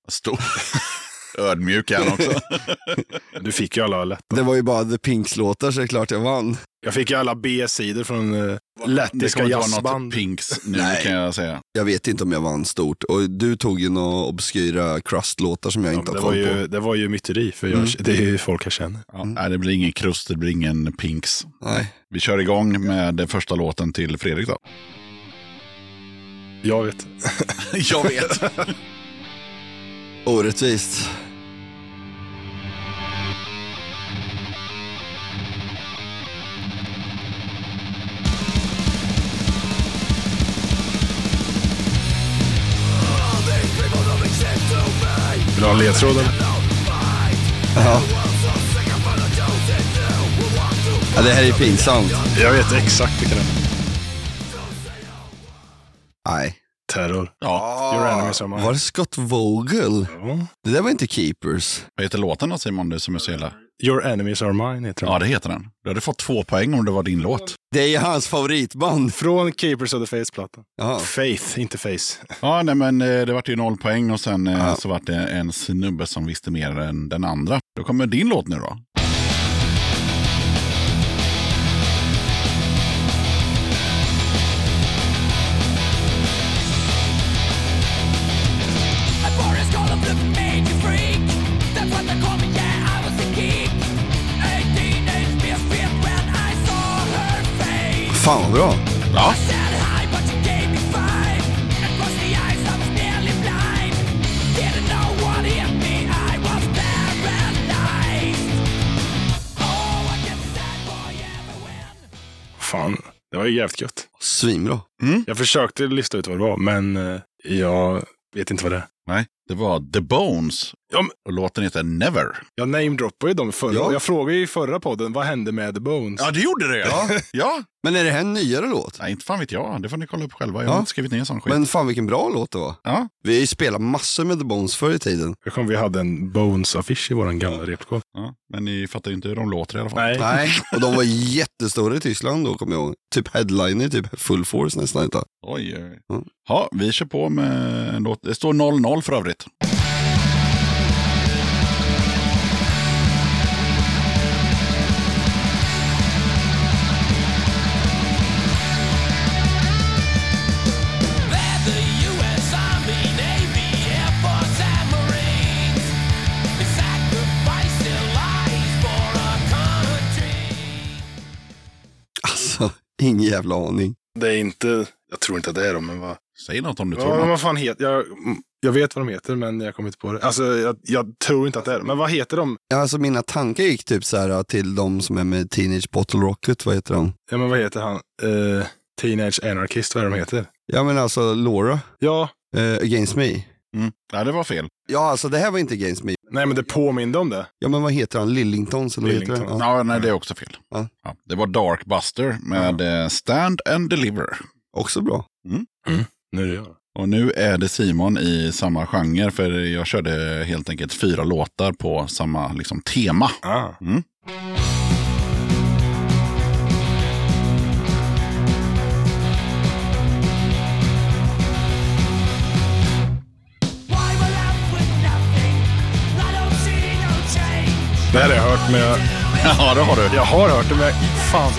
Ödmjuk är han också. Du fick ju alla lätt. Det var ju bara The Pinks-låtar så det är klart jag vann. Jag fick ju alla B-sidor från lettiska jazzband. Något Pinks nu kan jag säga. Jag vet inte om jag vann stort. Och du tog ju några obskyra crust-låtar som jag inte har koll på. Det var ju myteri, för det är ju folk jag känner. Ja, nej, det blir ingen krust, det blir ingen Pinks. Nej. Vi kör igång med den första låten till Fredrik då. Jag vet. Jag vet. Orättvist. Vill du ha en ledtråd eller? Ja. Ja, det här är pinsamt. Jag vet exakt vilka det är. Nej. Terror. Ja. Your enemies are mine. Var det Scott Vogel? Ja. Det där var inte Keepers. Vad heter låten då, Simon, du som är så jävla... Your enemies are mine heter den. Ja, det heter den. Du hade fått 2 poäng om det var din låt. Det är ju hans favoritband. Från Keepers of the Face-plattan. Ja. Faith, inte Face. Ja, nej, men det var ju 0 poäng och sen så var det en snubbe som visste mer än den andra. Då kommer din låt nu då. Fan vad bra. Ja. Fan, det var ju jävligt gött. Svinbra. Jag försökte lista ut vad det var, men jag vet inte vad det är. Nej, det var The Bones. Ja, men... Och låten heter Never. Jag namedroppade ju dem förra. Ja. Jag frågade ju i förra podden, vad hände med The Bones? Ja, det gjorde det. Ja. Ja. Men är det här en nyare låt? Nej, inte fan vet jag. Det får ni kolla upp själva. Jag har inte skrivit ner en sån skit. Men fan vilken bra låt det var. Ja. Vi har ju spelat massor med The Bones förr i tiden. Jag kommer vi hade en Bones-affisch i våran gamla repkål. Ja. Men ni fattar ju inte hur de låter i alla fall. Nej. Nej, och de var jättestora i Tyskland då, kommer jag ihåg. Typ headliner, typ full force nästan inte. Oj. Ja, vi kör på med en låt. Det står 0-0 för övrigt. Ingen jävla aning. Det är inte, jag tror inte att det är de, men vad... Säg något om du tror Ja, men något. vad fan heter... Jag vet vad de heter, men jag kommer inte på det. Alltså, jag tror inte att det är de. Men vad heter de? Ja, alltså mina tankar gick typ så här till de som är med Teenage Bottle Rocket, vad heter han? Ja, men vad heter han? Teenage Anarchist, vad är de heter? Ja, men alltså Laura, Ja. Against Me. Ja, det var fel. Ja, alltså det här var inte Against Me. Nej, men det påminner om det. Ja, men vad heter han? Lillingtons eller vad heter Lillingtons. det? Ja. Ja, nej, det är också fel. Ja. Ja, det var Dark Buster med Stand and Deliver. Också bra. Nu är det jag. Och nu är det Simon i samma genre, för jag körde helt enkelt 4 låtar på samma liksom, tema. Mm. Det här har jag hört, men Ja, det har du. jag har hört det, men fan.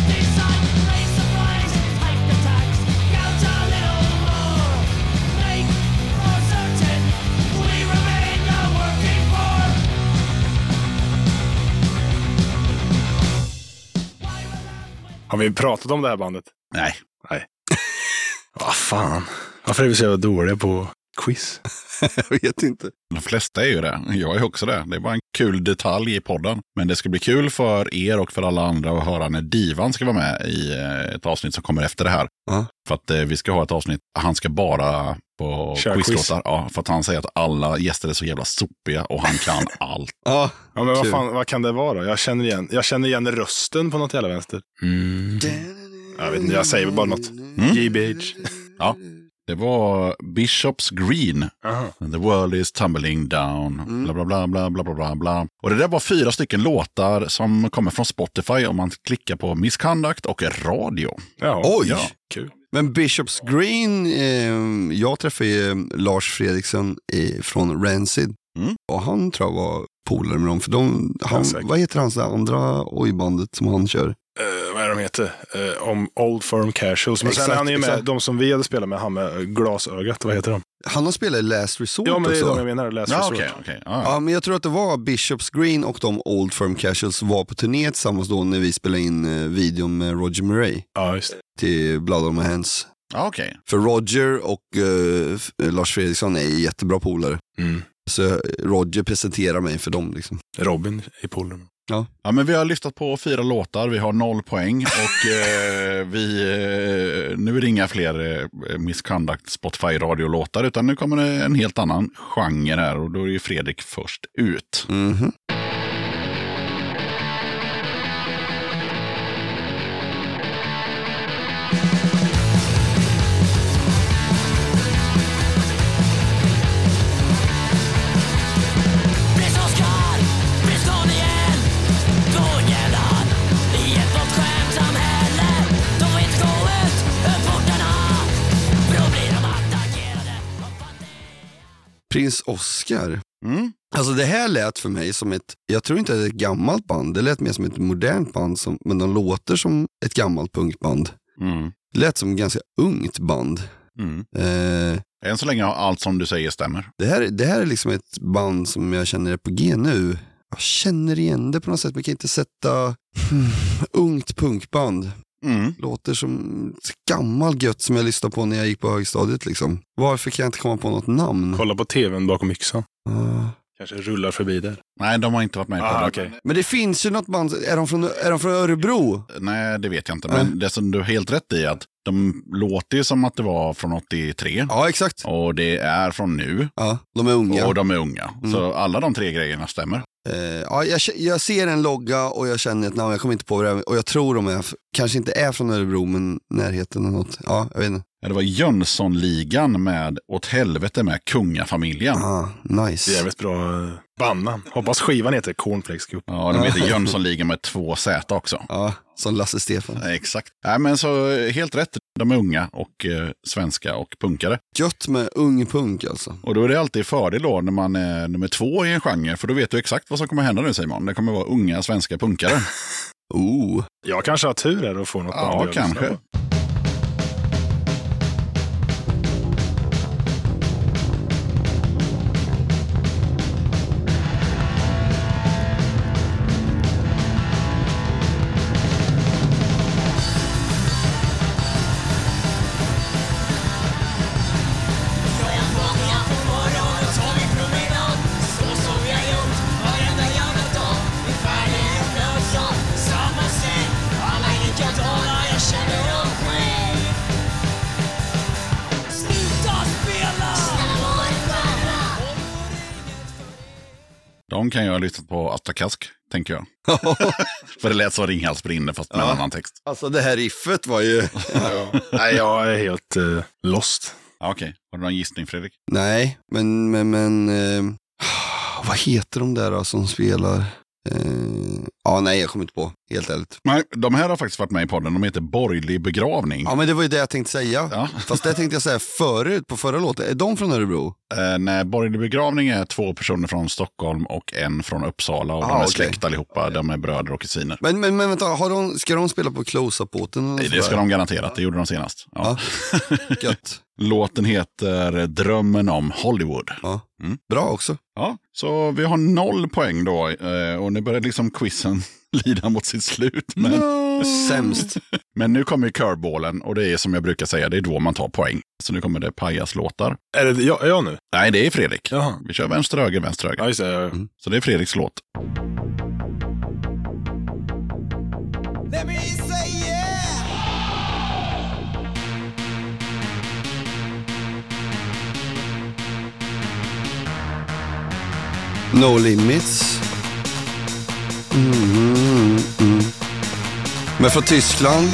Har vi pratat om det här bandet? Nej. Nej. Vad fan. Varför är vi så jävla dåliga på quiz? Jag vet inte. De flesta är ju det. Jag är också det. Det är bara en kul detalj i podden. Men det ska bli kul för er och för alla andra att höra när Divan ska vara med i ett avsnitt som kommer efter det här. Ja. För att vi ska ha ett avsnitt. Han ska bara på quizlåtar. Ja, för att han säger att alla gäster är så jävla sopiga och han kan allt. Ja, Ja, men kul. vad kan det vara? Jag känner igen rösten på något jävla vänster. Jag vet inte, jag säger bara något. GBH. Ja. Det var Bishops Green. Aha. The world is tumbling down. Bla, bla, bla, bla, bla, bla, bla. Och det där var 4 stycken låtar som kommer från Spotify om man klickar på Misconduct och radio. Ja, Oj! Ja, kul. Men Bishops Green, jag träffade ju Lars Fredriksson från Rancid. Och han tror jag var polare med dem. För vad heter hans andra oj-bandet som han kör? Vad är de heter? Om Old Firm Casuals. Men Exakt, sen han är ju med, exakt. de som vi hade spelat med, han med glasögat, vad heter de? Han har spelat i Last Resort Ja, men det är också. de jag menar, Last Ja, Resort. okej. Ja, men jag tror att det var Bishops Green och de Old Firm Casuals var på turné tillsammans då när vi spelade in videon med Roger Murray Ja, just det. till Blood on My Hands. Ja, okej. För Roger och Lars Fredriksson är jättebra polare. Så Roger presenterar mig för dem liksom. Robin i Polen. Ja, men vi har lyssnat på 4 låtar, vi har 0 poäng och nu är det inga fler Misconduct Spotify-radiolåtar utan nu kommer det en helt annan genre här och då är ju Fredrik först ut. Mhm. Prins Oscar. Alltså det här lät för mig som jag tror inte att det är ett gammalt band, det lät mer som ett modernt band, men de låter som ett gammalt punkband. Det lät som ett ganska ungt band. Än så länge har allt som du säger stämmer. Det här är liksom ett band som jag känner är på G nu. Jag känner igen det på något sätt, men jag kan inte sätta ungt punkband. Låter som ett gammalt gött som jag lyssnade på när jag gick på högstadiet liksom. Varför kan jag inte komma på något namn? Kolla på tvn bakom yxan. Kanske rullar förbi där. Nej, de har inte varit med på det. Okej. Men det finns ju något band, är de från Örebro? Nej, det vet jag inte. Men det som du har helt rätt i att de låter ju som att det var från 83. Ja, exakt. Och det är från nu. Ja, de är unga. Och de är unga. Så alla de 3 grejerna stämmer. Ja, jag ser en logga och jag känner ett namn, jag kommer inte på det. Och jag tror de är, kanske inte är från Örebro, men närheten eller något. Ja, jag vet inte. Ja, det var Jönssonligan med Åt helvete med kungafamiljen. Nice. Jävligt bra bandnamn. Hoppas skivan heter Cornflakes Cup. Ja, de heter Jönssonligan med 2 Z också. Ja, som Lasse Stefan. Ja, exakt. Nej, men så helt rätt. De är unga och svenska och punkare. Gött med ung punk alltså. Och då är det alltid fördel då när man är nummer 2 i en genre. För då vet du exakt vad som kommer hända nu, Simon. Det kommer vara unga svenska punkare. Jag kanske har tur här och får något band. Ja, kanske. De kan jag ha lyssnat på Astrakask, tänker jag. För det lät som Ringhals brinner fast med en annan text. Alltså det här riffet var ju... Nej, jag är helt lost. Okej. Har du någon gissning, Fredrik? Nej, men vad heter de där då, som spelar? Nej, jag kommer inte på, helt ärligt. Nej, de här har faktiskt varit med i podden. De heter Borgerlig begravning. Ja, men det var ju det jag tänkte säga. Ja. Fast det tänkte jag säga förut, på förra låten. Är de från Örebro? Nej, Borgerlig begravning är 2 personer från Stockholm och en från Uppsala. Och de är okej. släkt allihopa. De är bröder och kusiner. Men vänta, ska de spela på Close-Up-båten? Nej, det ska de garanterat. Det gjorde de senast. Ja. Gött. Låten heter Drömmen om Hollywood. Ja. Mm. Bra också. Ja, så vi har 0 poäng då. Och nu börjar liksom quizen lida mot sitt slut. Men, Sämst. men nu kommer ju curveballen och det är som jag brukar säga, det är då man tar poäng. Så nu kommer det pajaslåtar. Är det jag nu? Nej, det är Fredrik. Jaha. Vi kör vänster, höger, vänster, höger. Ja, just det. Så det är Fredriks låt. Let me say yeah. No Limits. Men från Tyskland.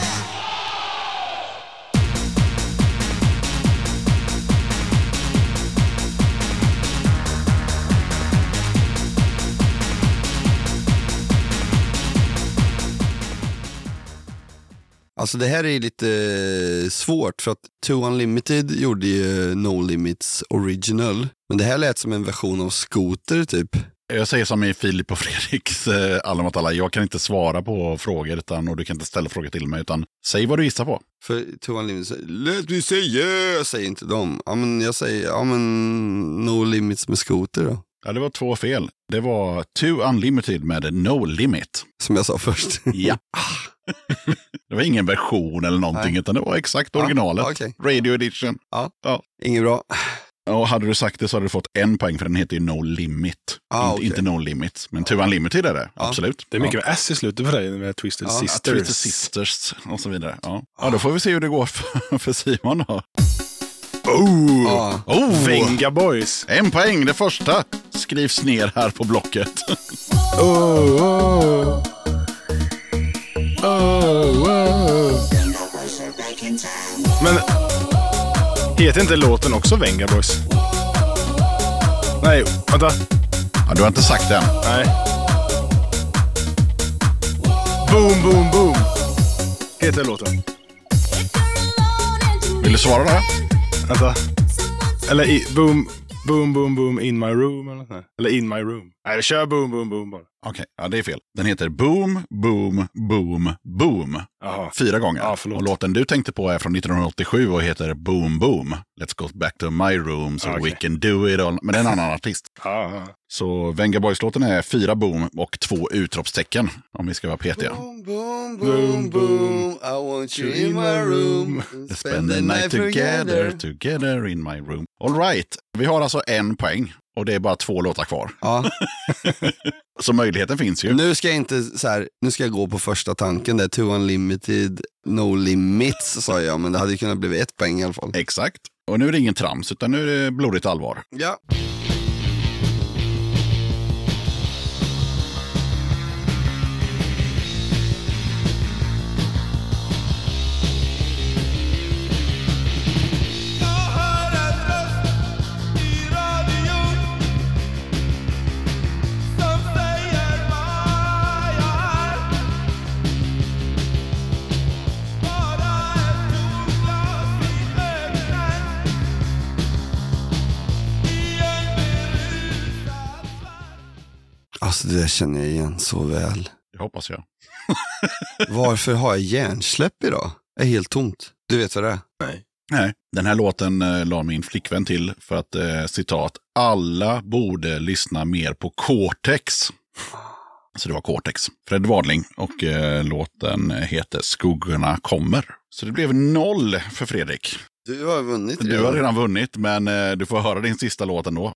Alltså det här är lite svårt för att Too Unlimited gjorde ju No Limits Original. Men det här lät som en version av Scooter typ. Jag säger som i Filip och Fredriks Alla mot alla. Jag kan inte svara på frågor och du kan inte ställa frågor till mig utan säg vad du gissar på. För Too Unlimited, let me say yeah, säger inte de. Ja men jag säger, No Limits med Scooter då. Ja, det var 2 fel. Det var Too Unlimited med No Limit. Som jag sa först. Ja. Det var ingen version eller någonting. Nej. Utan det var exakt originalet. okej. Radio edition. Ja. Inget bra. Och hade du sagt det så hade du fått 1 poäng för den heter ju No Limit. Okej. Inte No Limit. Men Too Unlimited är det, Ja. absolut. Det är mycket med S i slutet för dig med Twisted Sisters. Twisted Sisters och så vidare. Ja, då får vi se hur det går för Simon då. Venga Boys. 1 poäng, det första skrivs ner här på blocket. Men heter inte låten också Venga Boys? Nej, vänta. Ja, du har inte sagt det än. Nej. Boom, boom, boom. Heter låten. Vill du svara där? Vänta. Eller boom, boom, boom, boom in my room. Eller in my room. Nej, kör boom, boom, boom bara. Okej, ja det är fel. Den heter Boom, Boom, Boom, Boom. Jaha. 4 gånger. Ja, förlåt. Och låten du tänkte på är från 1987 och heter Boom, Boom. Let's go back to my room so we can do it all. Men det är en annan artist. Ja. Så Venga Boys-låten är 4 boom och 2 utropstecken. Om vi ska vara petiga. Boom, boom, boom, boom. I want you in my room. Spend the night together in my room. All right. Vi har alltså 1 poäng. Och det är bara 2 låtar kvar. Ja. Så möjligheten finns ju. Nu ska jag inte så här, nu ska jag gå på första tanken där. Too Unlimited, No Limits sa jag. Men det hade ju kunnat bli 1 poäng i alla fall. Exakt. Och nu är det ingen trams utan nu är det blodigt allvar. Ja. Alltså det där känner jag igen så väl. Det hoppas jag. Varför har jag hjärnsläpp idag? Det är helt tomt. Du vet vad det är? Nej, den här låten la min flickvän till för att, citat, alla borde lyssna mer på Cortex. Så det var Cortex. Fred Wadling och låten heter Skuggorna kommer. Så det blev 0 för Fredrik. Du har vunnit. Du har redan vunnit, men du får höra din sista låt ändå.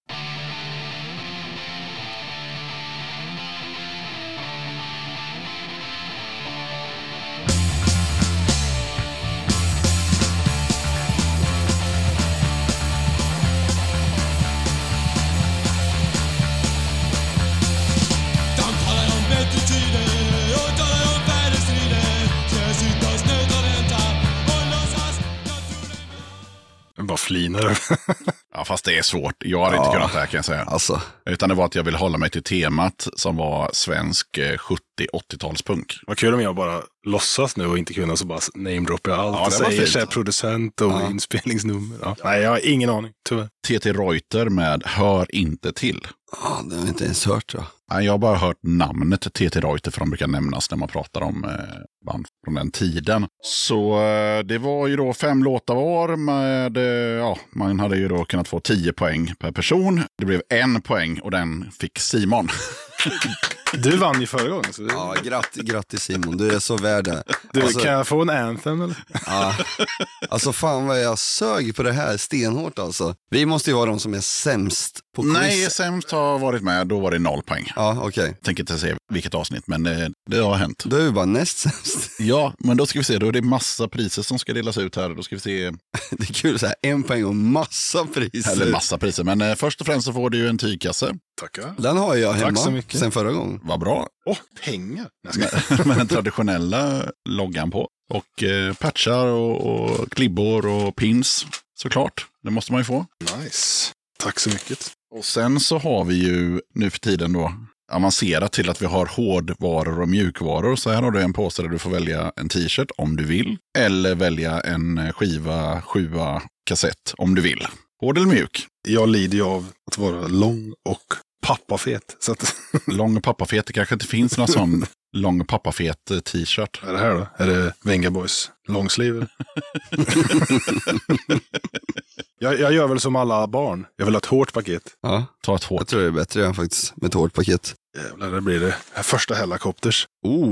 fliner. Ja, fast det är svårt. Jag hade inte kunnat det här, kan jag säga. Alltså. Utan det var att jag ville hålla mig till temat som var svensk 70-80-talspunk. Vad kul om jag bara låtsas nu och inte kunna så bara namedroppar jag allt. Ja, det och var säger fint. producent och inspelningsnummer. Ja. Nej, jag har ingen aning, tyvärr. TT Reuter med Hör inte till. Ja, det har jag inte ens hört, tror jag. Nej, jag har bara hört namnet TT Reuter, för de brukar nämnas när man pratar om band från den tiden. Så det var ju då 5 låtar var med, man hade ju då kunnat få 10 poäng per person. Det blev 1 poäng och den fick Simon. Du vann ju förra gången. Så Ja, grattis Simon, du är så värd det. du, Alltså, kan jag få en anthem eller? ja. Alltså fan vad jag sög på det här stenhårt alltså. Vi måste ju vara de som är sämst på quiz. Nej, sämst har varit med, då var det 0 poäng. Ja, okej. Jag tänker inte säga vilket avsnitt, men det har hänt. Då är vi bara näst sämst. Ja, men då ska vi se, då är det massa priser som ska delas ut här. Då ska vi se, Det är kul så här, 1 poäng och massa priser. eller massa priser, men först och främst så får du ju en tygkasse. Tackar. Den har jag Tack så hemma mycket. sen förra gången. Vad bra. Pengar. Med den traditionella loggan på. Och patchar och klibbor och pins, såklart. Det måste man ju få. Nice. Tack så mycket. Och sen så har vi ju nu för tiden då avancerat till att vi har hårdvaror och mjukvaror. Så här har du en påse där du får välja en t-shirt om du vill. Eller välja en skiva, 7:a, kassett om du vill. Hård eller mjuk? Jag lider ju av att vara lång och pappafet. Så att... Lång och pappafet, det kanske inte finns någon sån lång och pappafet t-shirt. Vad är det här då? Är det Venga Boys longsleeve? jag gör väl som alla barn. Jag vill ha ett hårt paket. Ja, Ta ett jag hårt. tror det är bättre faktiskt med ett hårt paket. Jävlar, det blir det. Första Hellacopters.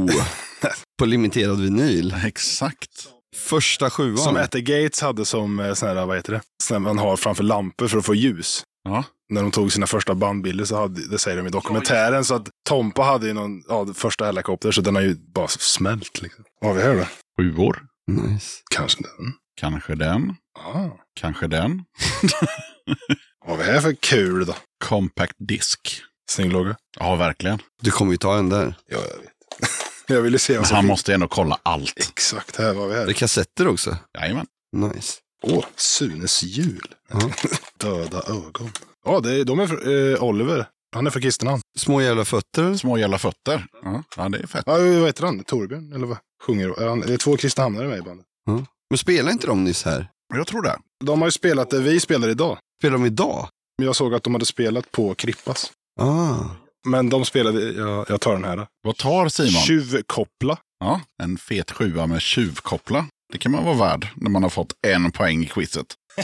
På limiterad vinyl. Exakt. Första 7:an. Som At the Gates hade som sån här, vad heter det? Sån man har framför lampor för att få ljus. Ja. När de tog sina första bandbilder så hade, det säger de i dokumentären, så att Tompa hade ju någon, första Hellacopter, så den har ju bara smält liksom. Vad har vi här då? 7:or. Nice. Kanske den. Kanske den. Kanske den. Vad har vi här för kul då? Compact disk. Snygg logga. Ja, verkligen. Du kommer ju ta en där. Ja, jag vet. Jag ville se Men vad som han finns. måste ändå kolla allt. Exakt, här var vi Det är här. kassetter också. Jajamän. Nice. Sunes jul. Ja. Döda ögon. Ja, de är för, Oliver. Han är för Kristenhamn. Små jävla fötter. Små jävla fötter. Ja, det är fett. Ja, vad heter han? Torbjörn? Eller vad? Sjunger det är 2 Kristinehamnare med i bandet. Men spelar inte de nyss här? Jag tror det. De har ju spelat det vi spelar idag. Spelar de idag? Men jag såg att de hade spelat på Krippas. Men de spelade, jag tar den här. Vad tar Simon? Tjuvkoppla. Ja, en fet 7:a med tjuvkoppla. Det kan man vara värd när man har fått 1 poäng i quizet.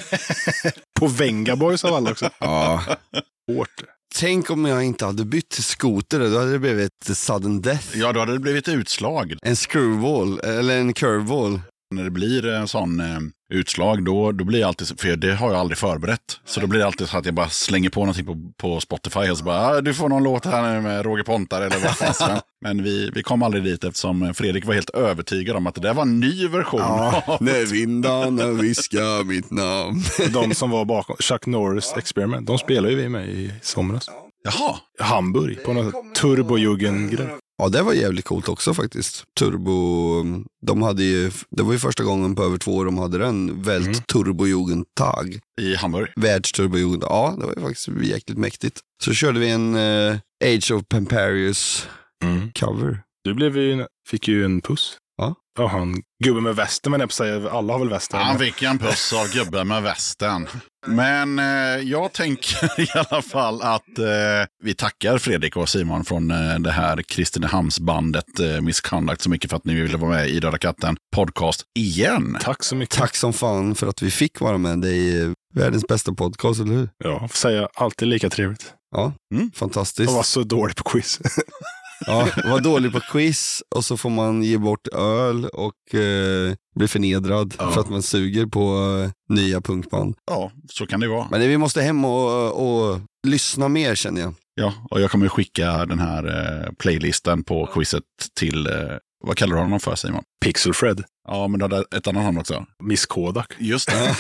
På Venga Boys av alla också. Ja. Hårt. Tänk om jag inte hade bytt till skoter. Då hade det blivit ett sudden death. Ja, då hade det blivit utslag. En screwball eller en curveball. När det blir en sån utslag, då blir det alltid, för det har jag aldrig förberett. Så då blir det alltid så att jag bara slänger på någonting på Spotify och så bara, du får någon låt här med Roger Pontar eller vad fan. Men vi kom aldrig dit eftersom Fredrik var helt övertygad om att det där var en ny version. Ja, när vindarna viskar mitt namn. De som var bakom Chuck Norris Experiment, de spelar ju vi med i somras. Jaha. Hamburg, på någon turbojugend-grej. Ja, det var jävligt coolt också faktiskt. Turbo, det var ju första gången på över 2 år de hade den vält Turbojugendtag. I Hamburg. Världsturbojugend. Ja, det var ju faktiskt jäkligt mäktigt. Så körde vi en Age of Pamparius cover. Du fick ju en puss. Ja. Ja, han gubben med västen, men jag på säga, alla har väl västen. Han fick en puss av gubben med västen. Men jag tänker i alla fall att vi tackar Fredrik och Simon från det här Kristinehamnsbandet Misconduct så mycket för att ni ville vara med i Döda katten podcast igen. Tack så mycket. Tack som fan för att vi fick vara med. Det är världens bästa podcast, eller hur? Ja, får säga alltid lika trevligt. Ja, fantastiskt. Jag var så dålig på quiz. Ja, var dålig på quiz och så får man ge bort öl och bli förnedrad för att man suger på nya punkband. Ja, så kan det vara. Men vi måste hem och lyssna mer, känner jag. Ja, och jag kommer skicka den här playlisten på quizet till, vad kallar du honom för, Simon? Pixel Fred. Ja, men du hade ett annat namn också. Miss Kodak. Just det.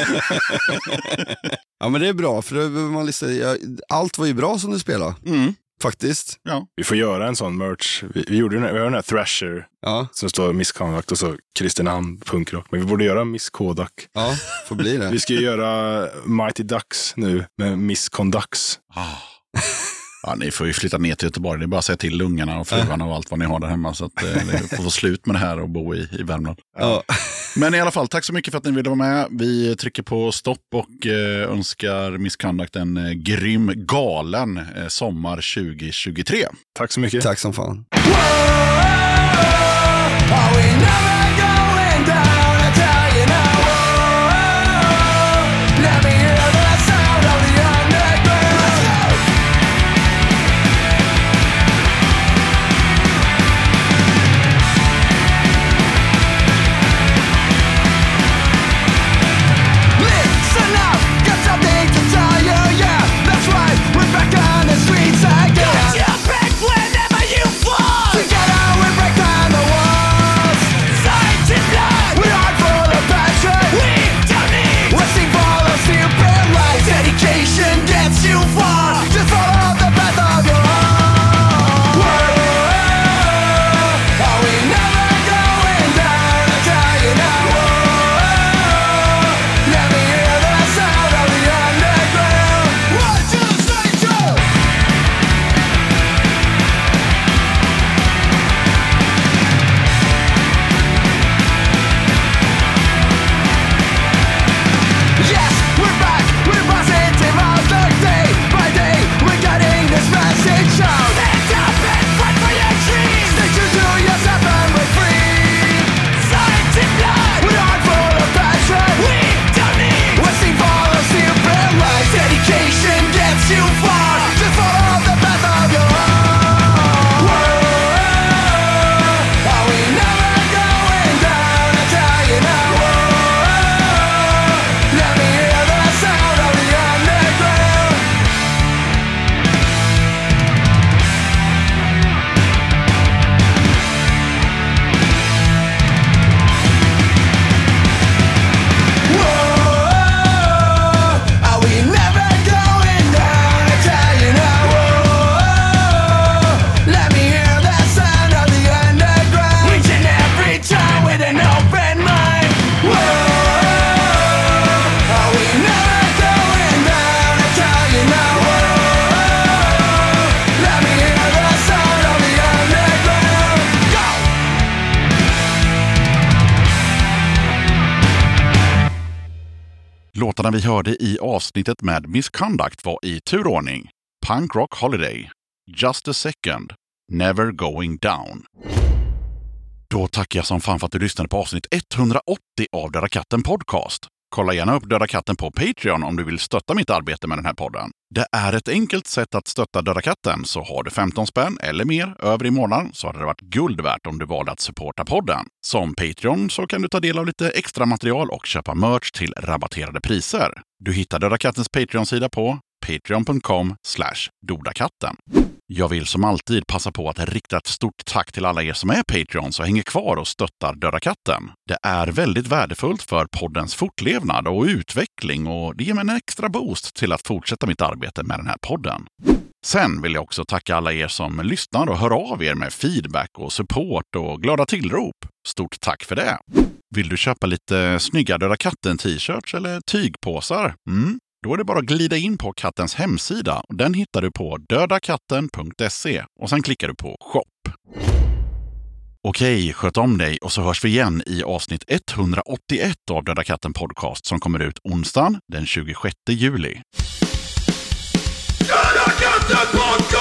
Ja, men det är bra, för då behöver man lyssna. Allt var ju bra som du spelade. faktiskt. Ja. Vi får göra en sån merch. Vi har den här Thrasher som står Misconduct och så Kristinehamn punkrock. Men vi borde göra Miss Kodak. Ja, får bli det. Vi ska ju göra Mighty Ducks nu med Misconducts. Ja, ni får ju flytta ner till Göteborg. Det är bara att säga till lungarna och fruarna och allt vad ni har där hemma. Så att det får få slut med det här och bo i Värmland. Ja. Men i alla fall, tack så mycket för att ni ville vara med. Vi trycker på stopp och önskar Misconduct en grym, galen sommar 2023. Tack så mycket. Tack som fan. Låtarna vi hörde i avsnittet med Misconduct var i turordning Punk Rock Holiday, Just a Second, Never Going Down. Då tackar jag som fan för att du lyssnade på avsnitt 180 av Döda Katten Podcast. Kolla gärna upp Döda Katten på Patreon om du vill stötta mitt arbete med den här podden. Det är ett enkelt sätt att stötta Döda Katten, så har du 15 spänn eller mer över i månaden så hade det varit guld värt om du valde att supporta podden. Som Patreon så kan du ta del av lite extra material och köpa merch till rabatterade priser. Du hittar Döda Kattens Patreon-sida på patreon.com/dodakatten. Jag vill som alltid passa på att rikta ett stort tack till alla er som är Patreons och hänger kvar och stöttar Döda Katten. Det är väldigt värdefullt för poddens fortlevnad och utveckling och det ger mig en extra boost till att fortsätta mitt arbete med den här podden. Sen vill jag också tacka alla er som lyssnar och hör av er med feedback och support och glada tillrop. Stort tack för det! Vill du köpa lite snygga Döda Katten-t-shirts eller tygpåsar? Då är det bara att glida in på kattens hemsida och den hittar du på dödakatten.se och sen klickar du på shop. Okej, sköt om dig och så hörs vi igen i avsnitt 181 av Döda Katten Podcast som kommer ut onsdagen den 26 juli. Döda Katten Podcast!